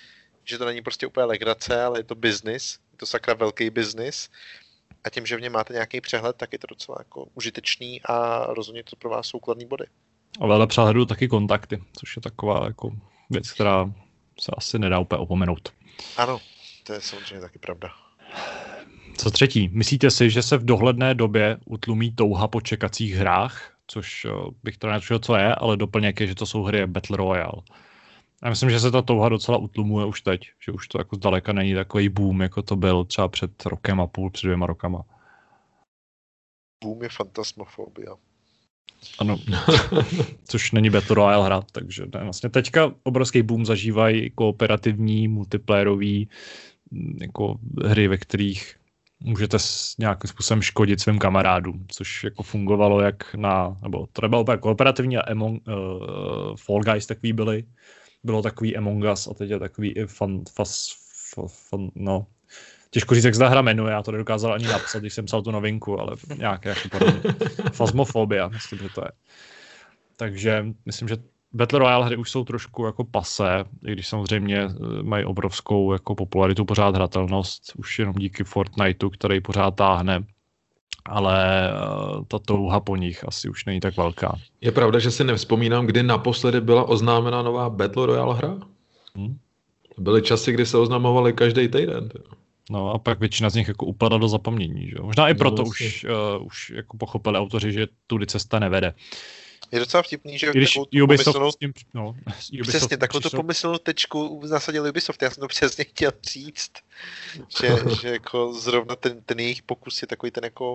že to není prostě úplně legrace, ale je to business, je to sakra velký business a tím, že v něm máte nějaký přehled, tak je to docela jako užitečný a rozhodně to pro vás jsou kladný body. A vedle přehledu taky kontakty, což je taková jako věc, která se asi nedá úplně opomenout. Ano, to je samozřejmě taky pravda. Co třetí, myslíte si, že se v dohledné době utlumí touha po čekacích hrách, což bych teda netušil, co je, ale doplněk je, že to jsou hry Battle Royale. Já myslím, že se ta touha docela utlumuje už teď, že už to jako zdaleka není takový boom, jako to byl třeba před rokem a půl, před dvěma rokama. Boom je fantasmofobia. Ano, což není Battle Royale hra, takže ne, vlastně teďka obrovský boom zažívají kooperativní, multiplayerový jako hry, ve kterých můžete s nějakým způsobem škodit svým kamarádům, což jako fungovalo jak na, nebo to nebylo úplně kooperativní a Among, uh, Fall Guys takový byly, bylo takový Among Us a teď je takový i fan, fas, fan, no, těžko říct, jak se ta hra jmenuje, já to nedokázal ani napsat, když jsem psal tu novinku, ale nějaké jako podobně. Phasmophobia, myslím, že to je. Takže myslím, že Battle Royale hry už jsou trošku jako pasé, i když samozřejmě mají obrovskou jako popularitu, pořád hratelnost, už jenom díky Fortniteu, který pořád táhne, ale uh, ta touha po nich asi už není tak velká. Je pravda, že si nevzpomínám, kdy naposledy byla oznámena nová Battle Royale hra? Hmm? Byly časy, kdy se oznamovaly každý týden. No a pak většina z nich jako upadla do zapomnění, že? Možná i proto no, už, uh, už jako pochopili autoři, že tudy cesta nevede. Je docela vtipný, že když takovou pomyslnou... Tím, no, přesně, takovou tu pomyslnou tečku zasadil Ubisoft. Já jsem to přesně chtěl říct, že, že jako zrovna ten, ten jejich pokus je takový ten jako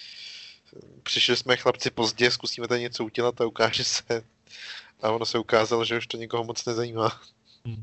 přišli jsme chlapci pozdě, zkusíme tady něco udělat a ukáže se a ono se ukázalo, že už to nikoho moc nezajímá. Hmm.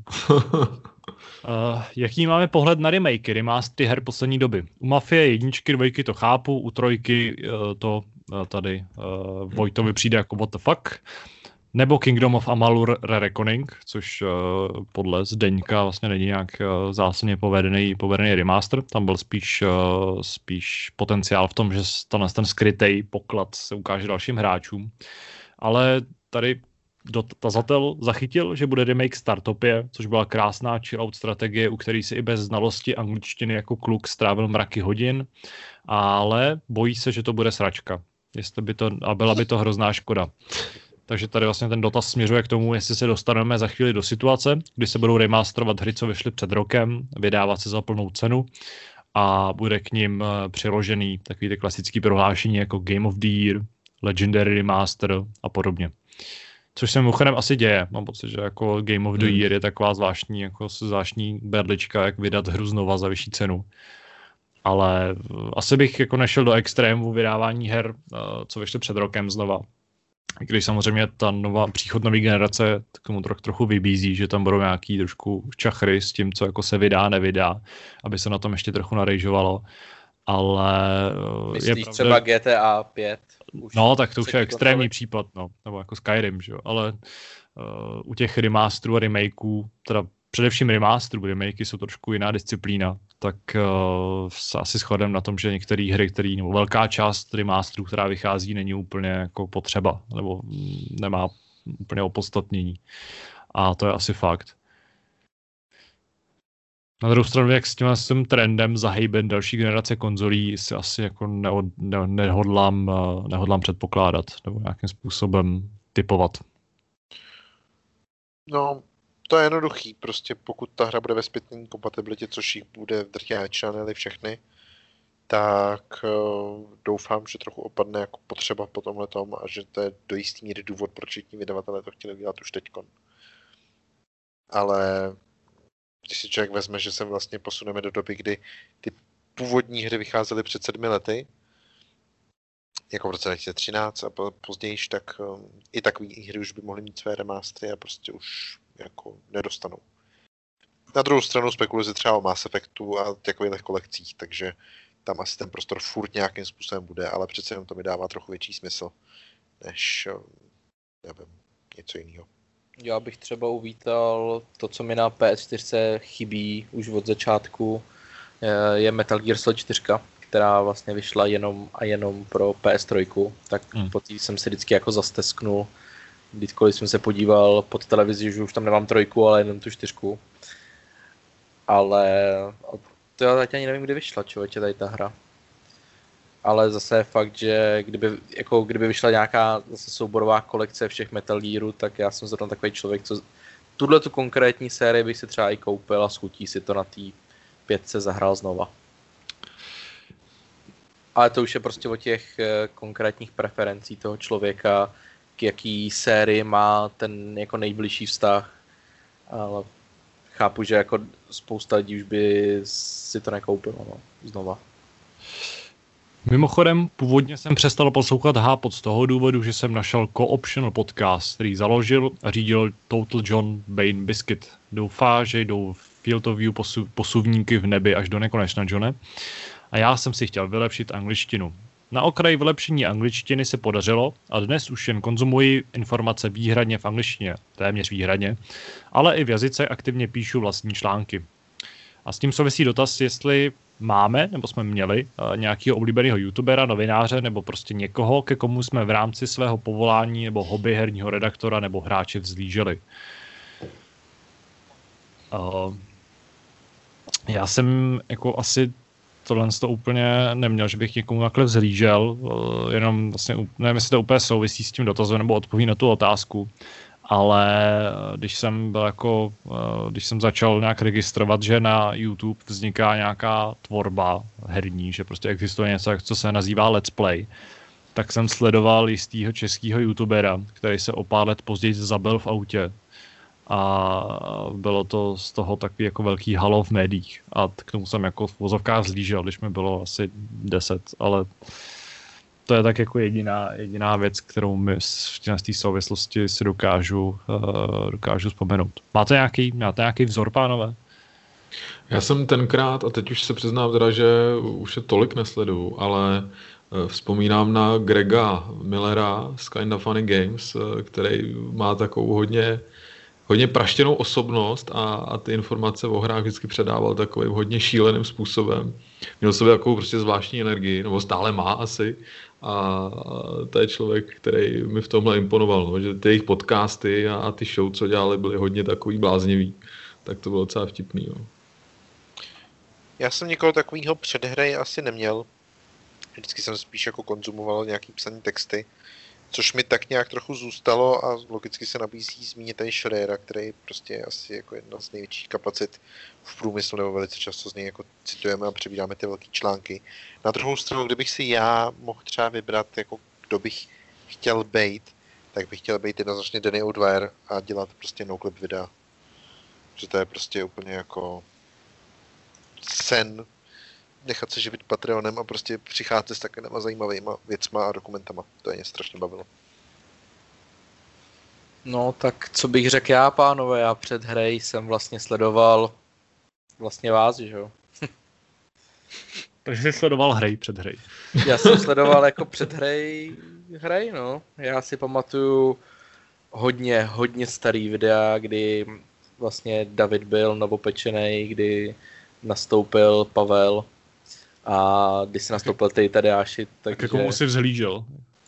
Uh, jaký máme pohled na remakey, remastery her poslední doby? U Mafie jedničky, dvojky to chápu, u trojky uh, to uh, tady uh, Vojtovi přijde jako what the fuck, nebo Kingdom of Amalur Re-Reckoning, což uh, podle Zdeňka vlastně není nějak uh, zásadně povedený, povedený remaster, tam byl spíš, uh, spíš potenciál v tom, že tenhle ten skrytej poklad se ukáže dalším hráčům, ale tady dotazatel zachytil, že bude remake Startopie, což byla krásná chillout strategie, u který si i bez znalosti angličtiny jako kluk strávil mraky hodin, ale bojí se, že to bude sračka. Jestli by to, a byla by to hrozná škoda. Takže tady vlastně ten dotaz směřuje k tomu, jestli se dostaneme za chvíli do situace, kdy se budou remasterovat hry, co vyšly před rokem, vydávat se za plnou cenu a bude k nim přiložený takový ty klasický prohlášení jako Game of the Year, Legendary Remaster a podobně. Což se mimochodem asi děje. Mám pocit, že jako Game of the Year je taková zvláštní, jako zvláštní berlička, jak vydat hru znova za vyšší cenu. Ale asi bych jako nešel do extrému vydávání her, co vyšly před rokem znova. Když samozřejmě ta nová příchod nový generace k tomu troch, trochu vybízí, že tam budou nějaký trošku čachry s tím, co jako se vydá, nevydá, aby se na tom ještě trochu narejžovalo. Ale myslíš je pravda, třeba G T A pět? Už no, tak to už je extrémní konzoli. Případ, no, nebo jako Skyrim, že jo, ale uh, u těch remasterů a remakeů, teda především remasterů, remakey jsou trošku jiná disciplína, tak uh, se asi shodem na tom, že některé hry, který, nebo velká část remasterů, která vychází, není úplně jako potřeba, nebo nemá úplně opodstatnění. A to je asi fakt. Na druhou stranu, jak s tím, s tím trendem zahejben další generace konzolí si asi jako neod, ne, nehodlám, nehodlám předpokládat nebo nějakým způsobem typovat. No, to je jednoduchý. Prostě pokud ta hra bude ve zpětné kompatibilitě, což jich bude v drtivé většině, ne všechny, tak uh, doufám, že trochu opadne jako potřeba po tomhletom a že to je do jistý míry důvod, proč všichni vydavatelé to chtěli dělat už teďkon. Ale když si člověk vezme, že se vlastně posuneme do doby, kdy ty původní hry vycházely před sedmi lety, jako v roce dva tisíce třináct a později, tak um, i takové hry už by mohly mít své remastery a prostě už jako nedostanou. Na druhou stranu spekuluji třeba o Mass Effectu a takových kolekcích, takže tam asi ten prostor furt nějakým způsobem bude, ale přece jenom to mi dává trochu větší smysl, než nevím, něco jiného. Já bych třeba uvítal to, co mi na P S čtyři chybí už od začátku, je Metal Gear Solid čtyři, která vlastně vyšla jenom a jenom pro P S tři, tak hmm. po té jsem se vždycky jako zastesknul. Kdykoliv jsem se podíval pod televizi, že už tam nemám trojku, ale jenom tu čtyřku. ale to já teď ani nevím, kdy vyšla, člověče, tady ta hra. Ale zase je fakt, že kdyby, jako kdyby vyšla nějaká zase souborová kolekce všech Metal Gearů, tak já jsem zrovna takový člověk, co tuhle tu konkrétní sérii bych si třeba i koupil a schutí si to na té pětce zahrál znova. Ale to už je prostě o těch konkrétních preferencí toho člověka, k jaký sérii má ten jako nejbližší vztah. Ale chápu, že jako spousta lidí už by si to nekoupilo, no, znova. Mimochodem, původně jsem přestal poslouchat Hápod z toho důvodu, že jsem našel Co-Optional podcast, který založil a řídil Total John Bain Biscuit. Doufá, že jdou Field of View posu- posuvníky v nebi až do nekonečna, Johne. A já jsem si chtěl vylepšit angličtinu. Na okraji vylepšení angličtiny se podařilo a dnes už jen konzumuji informace výhradně v angličtině, téměř výhradně, ale i v jazyce aktivně píšu vlastní články. A s tím souvisí dotaz, jestli máme, nebo jsme měli nějakého oblíbeného youtubera, novináře, nebo prostě někoho, ke komu jsme v rámci svého povolání nebo hobby herního redaktora nebo hráče vzlíželi. Uh, já jsem jako asi tohle to úplně neměl, že bych někomu takhle vzhlížel, uh, jenom vlastně, nevím, jestli to úplně souvisí s tím dotazem nebo odpoví na tu otázku. Ale když jsem byl jako, když jsem začal nějak registrovat, že na YouTube vzniká nějaká tvorba herní, že prostě existuje něco, co se nazývá Let's Play, tak jsem sledoval jistýho českého youtubera, který se o pár let později zabil v autě. A bylo to z toho takový jako velký halo v médiích. A k tomu jsem jako v vozovkách zlížel, když mi bylo asi deset, ale to je tak jako jediná, jediná věc, kterou my v té souvislosti si dokážu, uh, dokážu vzpomenout. Máte nějaký, máte nějaký vzor, pánové? Já jsem tenkrát, a teď už se přiznám teda, že už je tolik nesleduju, ale vzpomínám na Grega Millera z Kinda Funny Games, který má takovou hodně, hodně praštěnou osobnost a, a ty informace o hrách vždycky předával takovým hodně šíleným způsobem. Měl sobě takovou prostě zvláštní energii, nebo stále má asi. A to je člověk, který mi v tomhle imponoval, no, že ty jejich podcasty a, a ty show, co dělali, byly hodně takový bláznivý. Tak to bylo docela vtipný. No. Já jsem někoho takového předhry asi neměl. Vždycky jsem spíš jako konzumoval nějaký psaný texty, což mi tak nějak trochu zůstalo a logicky se nabízí zmínit tady Schreiera, který prostě je asi jako jedna z největších kapacit v průmyslu, nebo velice často z něj jako citujeme a přebíráme ty velké články. Na druhou stranu, kdybych si já mohl třeba vybrat, jako kdo bych chtěl bejt, tak bych chtěl být jednoznačně Danny O'Dwyer a dělat prostě no-clip videa. Že to je prostě úplně jako sen nechat se živit Patreonem a prostě přicházet s takovýma zajímavýma věcma a dokumentama. To je mě strašně bavilo. No tak co bych řekl já, pánové, já před hry jsem vlastně sledoval vlastně vás, že jo? Takže jsi sledoval hry před hry. Já jsem sledoval jako před hry, hry, no. Já si pamatuju hodně, hodně starý videa, kdy vlastně David byl novopečenej, kdy nastoupil Pavel a když si nastoupil ty Tadeáši, takže... Tak jako mu si vzhlížel.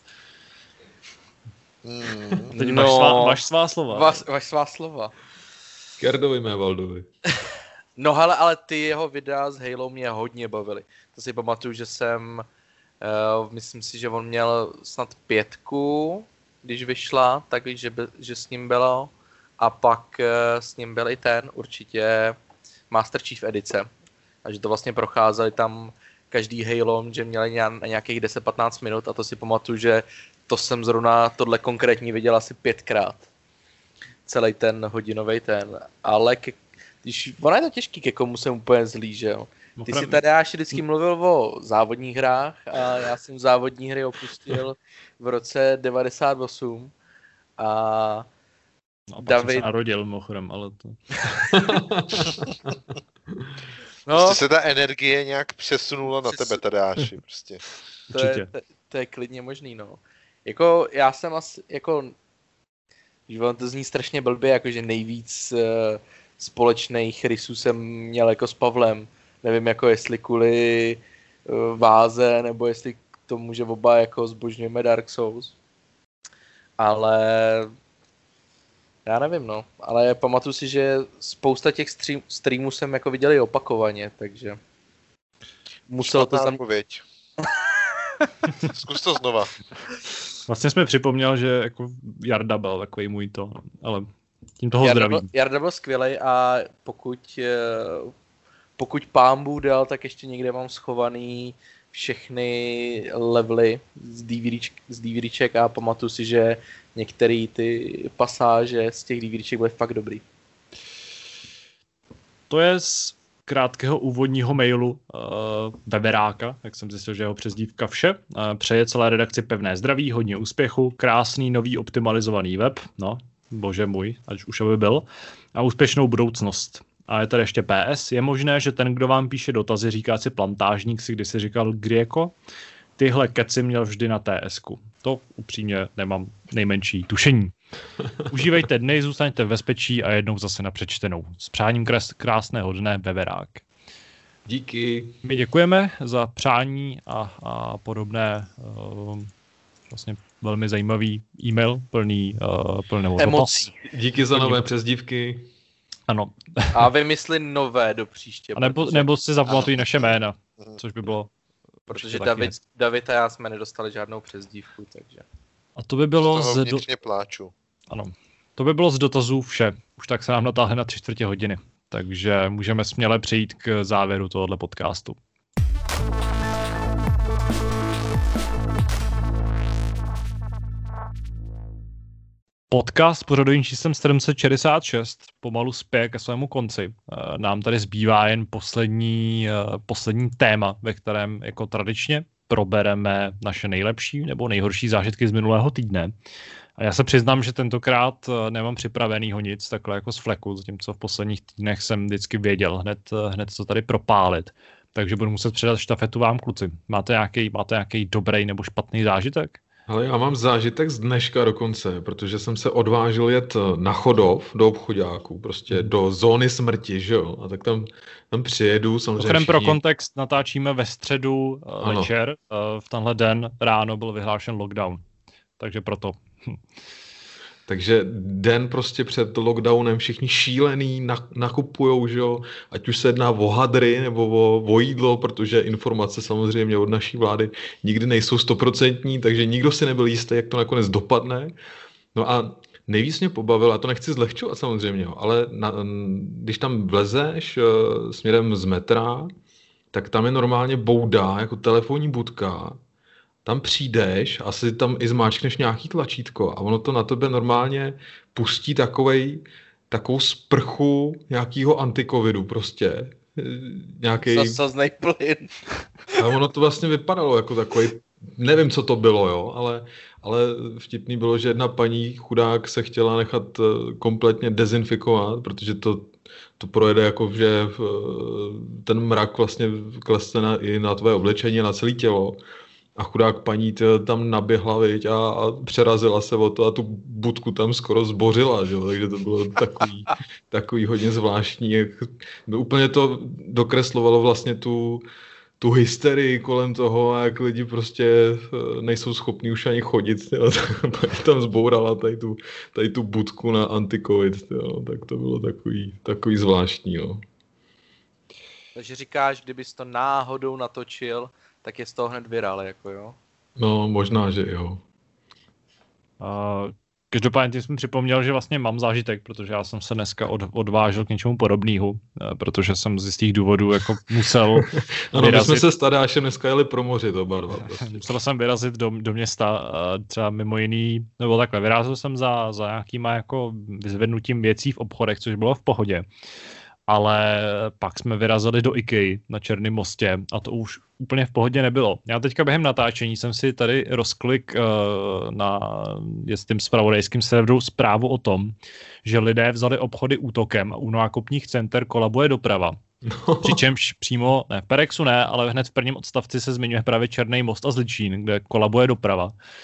Hmm. Teď no, máš, svá, máš svá slova. Máš, máš svá slova. Kerdovi mé Valdovi. No hele, ale ty jeho videa s Halo mě hodně bavily. To si pamatuju, že jsem, uh, myslím si, že on měl snad pětku, když vyšla, takže by, že s ním bylo. A pak uh, s ním byl i ten určitě Master Chief edice. A že to vlastně procházeli tam každý Halo, že měli nějakých deset patnáct minut a to si pamatuju, že to jsem zrovna tohle konkrétní viděl asi pětkrát. Celý ten hodinový ten. Ale ke, když, ono je to těžký, ke komu jsem úplně zlížel. Ty si tady až vždycky mluvil o závodních hrách a já jsem závodní hry opustil v roce devadesát osm a no a pak David... jsem se narodil, mimochodem, ale to... No, prostě se ta energie nějak přesunula na tebe, Tadeáši, prostě. To je, to, to je klidně možný, no. Jako, já jsem asi, jako, že to zní strašně blbě, jakože nejvíc uh, společných rysů jsem měl jako s Pavlem. Nevím, jako jestli kvůli uh, váze, nebo jestli k tomu, že oba jako zbožňujeme Dark Souls. Ale Já nevím, no, ale pamatuju si, že spousta těch stream, streamů jsem jako viděl i opakovaně, takže muselo to tam... Odpověď. Zkus to znova. Vlastně jsme připomněl, že jako Jarda byl takový můj to, ale tím toho Jarda zdravím. Byl, Jarda byl skvělej a pokud, pokud pán Bůh dal, tak ještě někde mám schovaný všechny levely z DVDček, z DVDček a pamatuju si, že některé ty pasáže z těch DVDček byly fakt dobrý. To je z krátkého úvodního mailu uh, Weberáka, jak jsem zjistil, že jeho přezdívka vše. Uh, přeje celé redakci pevné zdraví, hodně úspěchu, krásný nový optimalizovaný web, no, bože můj, ať už aby byl, a úspěšnou budoucnost. A je tady ještě P S. Je možné, že ten, kdo vám píše dotazy, říká si plantážník, si kdysi říkal Grieko. Tyhle keci měl vždy na T S ku. To upřímně nemám nejmenší tušení. Užívejte dny, zůstaňte v bezpečí a jednou zase na přečtenou. S přáním krás, krásného dne, Beverák. Díky. My děkujeme za přání a, a podobné uh, vlastně velmi zajímavý e-mail plný, uh, plného emocí. Díky za nové přezdívky. Ano. A vymysli nové do příště. A nebo, protože... nebo si zapamatují naše jména, což by bylo... Protože David, David a já jsme nedostali žádnou přezdívku, takže... A to by bylo... Z toho z vnitřně pláču. Ano. To by bylo z dotazů vše. Už tak se nám natáhne na tři čtvrtě hodiny. Takže můžeme směle přejít k závěru tohoto podcastu. Podcast s pořadovým číslem sedm set šedesát šest pomalu spěje ke svému konci. Nám tady zbývá jen poslední, poslední téma, ve kterém jako tradičně probereme naše nejlepší nebo nejhorší zážitky z minulého týdne. A já se přiznám, že tentokrát nemám připravenýho nic, takhle jako z fleku, zatímco v posledních týdnech jsem vždycky věděl hned, hned co tady propálit. Takže budu muset předat štafetu vám, kluci. Máte nějaký, máte nějaký dobrý nebo špatný zážitek? Ale já mám zážitek z dneška dokonce, protože jsem se odvážil jet na Chodov do obchodáků, prostě do zóny smrti, že jo, a tak tam, tam přijedu samozřejmě všichni... všichni... Pro kontext natáčíme ve středu ano. večer, v tenhle den ráno byl vyhlášen lockdown, takže proto. Takže den prostě před lockdownem všichni šílený nakupujou, že jo, ať už se jedná o hadry nebo o, o jídlo, protože informace samozřejmě od naší vlády nikdy nejsou stoprocentní, takže nikdo si nebyl jistý, jak to nakonec dopadne. No a nejvíc mě pobavilo, a to nechci zlehčovat samozřejmě, ale na, když tam vlezeš uh, směrem z metra, tak tam je normálně bouda, jako telefonní budka. Tam přijdeš, asi tam i zmáčkneš nějaký tlačítko a ono to na tebe normálně pustí takovej, takovou sprchu nějakého antikovidu prostě. Nějaký... Zasaznej plyn. A ono to vlastně vypadalo jako takový, nevím, co to bylo, jo, ale, ale vtipný bylo, že jedna paní chudák se chtěla nechat kompletně dezinfikovat, protože to, to projede jako, že ten mrak vlastně klesne na, i na tvé oblečení a na celé tělo. A chudák paní tam naběhla, viď, a, a přerazila se o to a tu budku tam skoro zbořila, že? Takže to bylo takový, takový hodně zvláštní. Jak, no, úplně to dokreslovalo vlastně tu, tu hysterii kolem toho a jak lidi prostě nejsou schopní už ani chodit. Jo? Paní tam zbourala tady tu, tady tu budku na anti-covid. Jo? Tak to bylo takový, takový zvláštní. Jo? Takže říkáš, kdybys to náhodou natočil, tak je z toho hned virál, jako jo? No, možná, že jo. Uh, každopádně tím jsem připomněl, že vlastně mám zážitek, protože já jsem se dneska od, odvážil k něčemu podobnému, uh, protože jsem z jistých důvodů jako musel ano, vyrazit. My jsme se s Tadášem dneska jeli pro moři, to barva. Musel jsem vyrazit do, do města, uh, třeba mimo jiný, nebo takhle, vyrazil jsem za, za nějakýma jako vyzvednutím věcí v obchodech, což bylo v pohodě. Ale pak jsme vyrazili do IKEA na Černém mostě a to už úplně v pohodě nebylo. Já teďka během natáčení jsem si tady rozklik uh, na tím zpravodajským serveru zprávu o tom, že lidé vzali obchody útokem a u nákupních center kolabuje doprava. No. Přičemž přímo, ne v Perexu ne, ale hned v prvním odstavci se zmiňuje právě Černý most a Zličín, kde kolabuje doprava.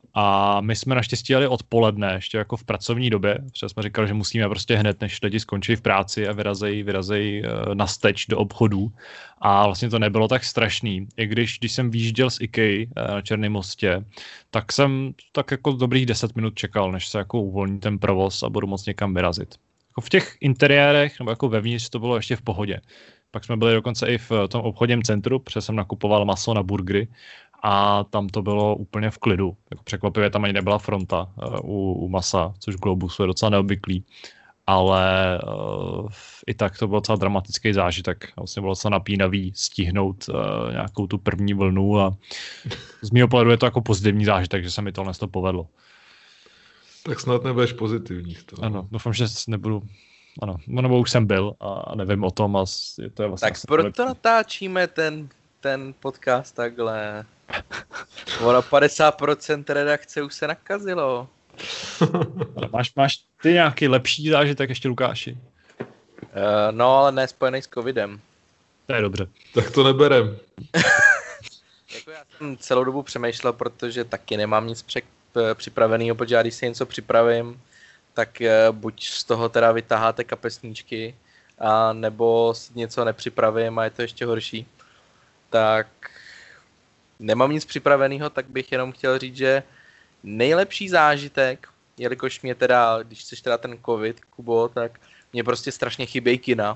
A my jsme naštěstí jeli odpoledne, ještě jako v pracovní době, protože jsme říkali, že musíme prostě hned, než lidi skončí v práci a vyrazejí, vyrazejí na steč do obchodů. A vlastně to nebylo tak strašný. I když, když jsem výjížděl z IKEA na Černém mostě, tak jsem tak jako dobrých deset minut čekal, než se jako uvolní ten provoz a budu moct někam vyrazit. Jako v těch interiérech, nebo jako vevnitř, to bylo ještě v pohodě. Pak jsme byli dokonce i v tom obchodním centru, protože jsem nakupoval maso na burgery a tam to bylo úplně v klidu. Jako překvapivě tam ani nebyla fronta uh, u, u masa, což v Globusu je docela neobvyklý. Ale uh, i tak to byl docela dramatický zážitek. Vlastně bylo docela napínavý stihnout uh, nějakou tu první vlnu a z mého pohledu je to jako pozitivní zážitek, že se mi tohle to povedlo. Tak snad nebudeš pozitivní z toho. Ano, doufám, že nebudu... Ano, no nebo už jsem byl a nevím o tom a to je vlastně... Tak proto natáčíme ten, ten podcast takhle. Ono padesát procent redakce už se nakazilo. Ale máš, máš ty nějaký lepší zážitek ještě, Lukáši? Uh, no, ale ne spojený s covidem. To je dobře. Tak to neberem. Jako já jsem celou dobu přemýšlel, protože taky nemám nic přek, připraveného, protože já když si něco připravím, tak buď z toho teda vytáháte kapesníčky, a nebo si něco nepřipravím a je to ještě horší. Tak nemám nic připraveného, tak bych jenom chtěl říct, že nejlepší zážitek, jelikož mě teda, když chceš teda ten covid, Kubo, tak mě prostě strašně chybějí kina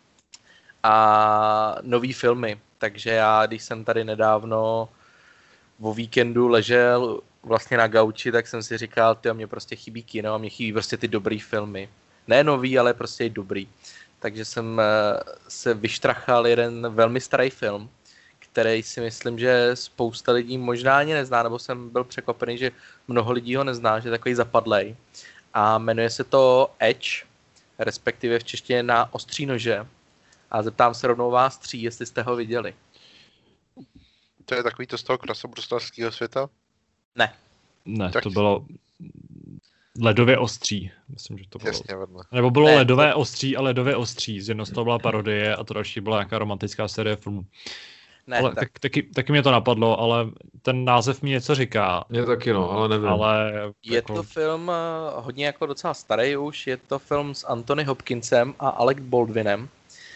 a nový filmy. Takže já, když jsem tady nedávno o víkendu ležel vlastně na gauči, tak jsem si říkal, tyjo, mě prostě chybí kino a mě chybí prostě ty dobrý filmy. Ne nový, ale prostě i dobrý. Takže jsem se vyštrachal jeden velmi starý film, který si myslím, že spousta lidí možná ani nezná, nebo jsem byl překvapený, že mnoho lidí ho nezná, že je takový zapadlej. A jmenuje se to Edge, respektive v češtině Na ostří nože. A zeptám se rovnou vás tří, jestli jste ho viděli. To je takový to z toho krasobruslařského světa? Ne. Ne, tak to bylo Ledově ostří. Myslím, že to bylo. Jasně, vedle. Nebo bylo Ne, Ledové to... ostří a Ledově ostří. Z jednoho z toho byla parodie a to další byla nějaká romantická série filmů. Ne, ale tak... tak, taky, taky mě to napadlo, ale ten název mi něco říká. Mě taky no, ale nevím. Ale je jako... to film hodně jako docela starý už, je to film s Anthony Hopkinsem a Alec Baldwinem.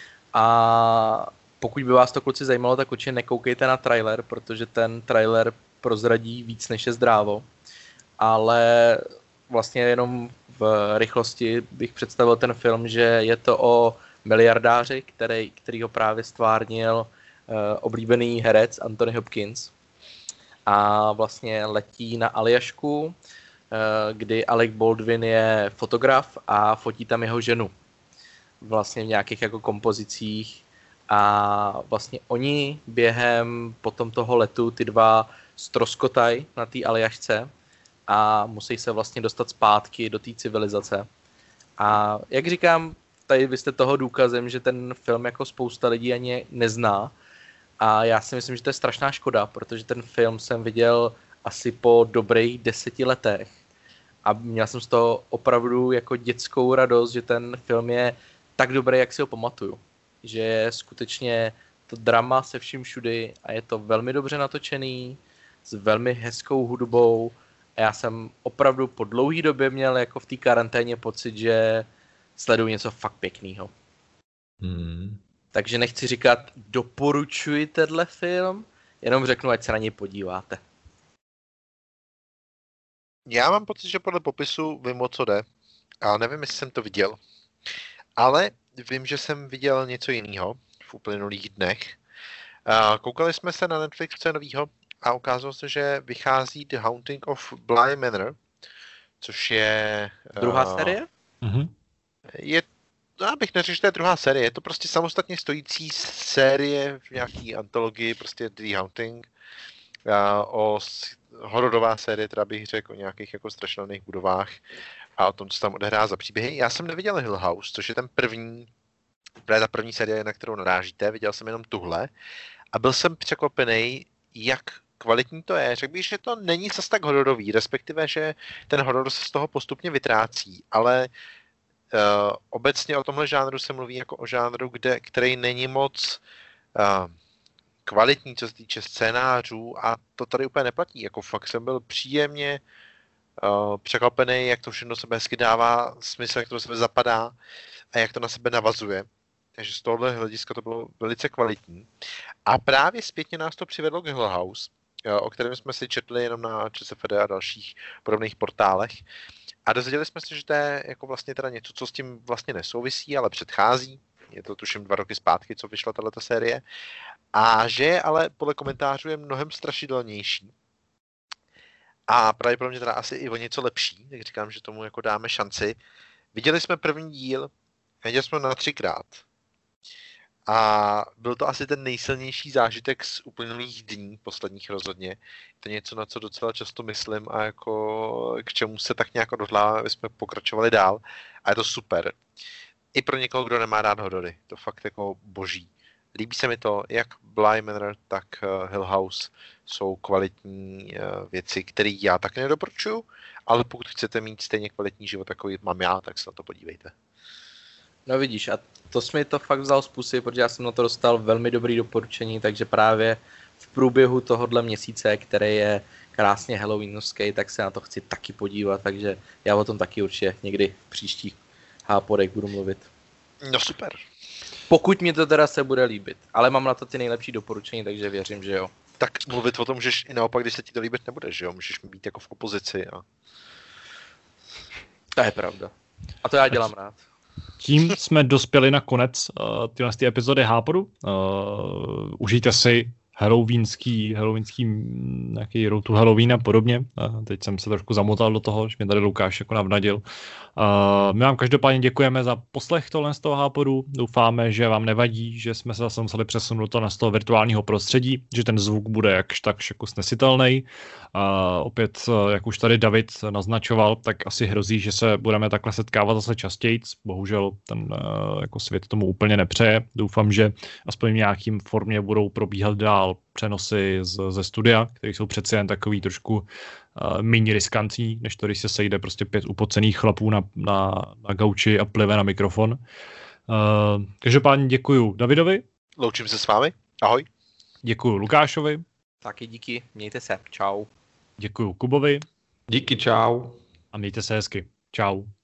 A pokud by vás to kluci zajímalo, tak určitě nekoukejte na trailer, protože ten trailer prozradí víc než je zdrávo. Ale vlastně jenom v rychlosti bych představil ten film, že je to o miliardáři, který, který ho právě stvárnil uh, oblíbený herec Anthony Hopkins. A vlastně letí na Aljašku, uh, kdy Alec Baldwin je fotograf a fotí tam jeho ženu. Vlastně v nějakých jako kompozicích. A vlastně oni během potom toho letu ty dva ztroskotají na té Aljašce a musí se vlastně dostat zpátky do té civilizace. A jak říkám, tady vy jste toho důkazem, že ten film jako spousta lidí ani nezná. A já si myslím, že to je strašná škoda, protože ten film jsem viděl asi po dobrých deseti letech. A měl jsem z toho opravdu jako dětskou radost, že ten film je tak dobrý, jak si ho pamatuju. Že je skutečně to drama se vším všudy a je to velmi dobře natočený, s velmi hezkou hudbou. A já jsem opravdu po dlouhé době měl jako v té karanténě pocit, že sleduju něco fakt pěkného. Hmm. Takže nechci říkat, doporučuji tenhle film, jenom řeknu, ať se na něj podíváte. Já mám pocit, že podle popisu vím, o co jde. A nevím, jestli jsem to viděl. Ale vím, že jsem viděl něco jiného v uplynulých dnech. Koukali jsme se na Netflix, co je novýho, a ukázalo se, že vychází The Haunting of Bly Manor, což je... Druhá uh, série? Mm-hmm. Je, já bych neřekl, že to je druhá série, je to prostě samostatně stojící série v nějaký antologii, prostě The Haunting, uh, o hororová série, teda bych řekl, o nějakých jako strašidelných budovách a o tom, co tam odehrá za příběhy. Já jsem neviděl Hill House, což je ten první, právě ta první série, na kterou narážíte, viděl jsem jenom tuhle a byl jsem překvapený, jak kvalitní to je. Řekl bych, že to není zas tak hororový, respektive, že ten horor se z toho postupně vytrácí, ale uh, obecně o tomhle žánru se mluví jako o žánru, kde, který není moc uh, kvalitní, co se týče scénářů a to tady úplně neplatí. Jako fakt jsem byl příjemně uh, překvapený, jak to všechno sebe hezky dává smysl, jak to do sebe zapadá a jak to na sebe navazuje. Takže z tohohle hlediska to bylo velice kvalitní. A právě zpětně nás to přivedlo k Hill House, o kterém jsme si četli jenom na ČSFD a dalších podobných portálech. A dozvěděli jsme se, že to je jako vlastně teda něco, co s tím vlastně nesouvisí, ale předchází. Je to tuším dva roky zpátky, co vyšla tato série. A že je ale podle komentářů je mnohem strašidelnější. A pravděpodobně teda asi i o něco lepší, tak říkám, že tomu jako dáme šanci. Viděli jsme první díl, viděli jsme na třikrát. A byl to asi ten nejsilnější zážitek z uplynulých dní, posledních rozhodně. Je to něco, na co docela často myslím a jako k čemu se tak nějak odhodláváme, aby jsme pokračovali dál. A je to super. I pro někoho, kdo nemá rád horory. To fakt jako boží. Líbí se mi to, jak Bly Manor, tak Hill House jsou kvalitní věci, které já taky nedoporučuju, ale pokud chcete mít stejně kvalitní život, takový mám já, tak se na to podívejte. No vidíš, a to jsi mi to fakt vzal z pusy, protože já jsem na to dostal velmi dobrý doporučení, takže právě v průběhu tohohle měsíce, který je krásně halloweenovský, tak se na to chci taky podívat, takže já o tom taky určitě někdy v příštích hápodech budu mluvit. No super. Pokud mi to teda se bude líbit, ale mám na to ty nejlepší doporučení, takže věřím, že jo. Tak mluvit o tom můžeš i naopak, když se ti to líbit nebude, že jo? Můžeš být jako v opozici. A... To je pravda. A to já dělám rád. Tím jsme dospěli na konec uh, tyhle epizody Hápodu. Uh, užijte si halloweenský, halloweenský nějaký Road to Halloween a podobně. Uh, teď jsem se trošku zamotal do toho, že mě tady Lukáš jako navnadil. Uh, my vám každopádně děkujeme za poslech tohle z toho Hápodu. Doufáme, že vám nevadí, že jsme se zase museli přesunout to na z toho virtuálního prostředí, že ten zvuk bude jakž takž jako snesitelný. Uh, opět, jak už tady David naznačoval, tak asi hrozí, že se budeme takhle setkávat zase častěji. Bohužel ten uh, jako svět tomu úplně nepřeje. Doufám, že aspoň v nějakým formě budou probíhat dál přenosy z, ze studia, které jsou přeci jen takový trošku uh, méně riskantní, než to, když se sejde prostě pět upocených chlapů na, na, na gauči a plive na mikrofon. Uh, každopádně děkuju Davidovi. Loučím se s vámi. Ahoj. Děkuju Lukášovi. Taky díky, mějte se. Čau. Děkuju Kubovi. Díky, čau. A mějte se hezky. Čau.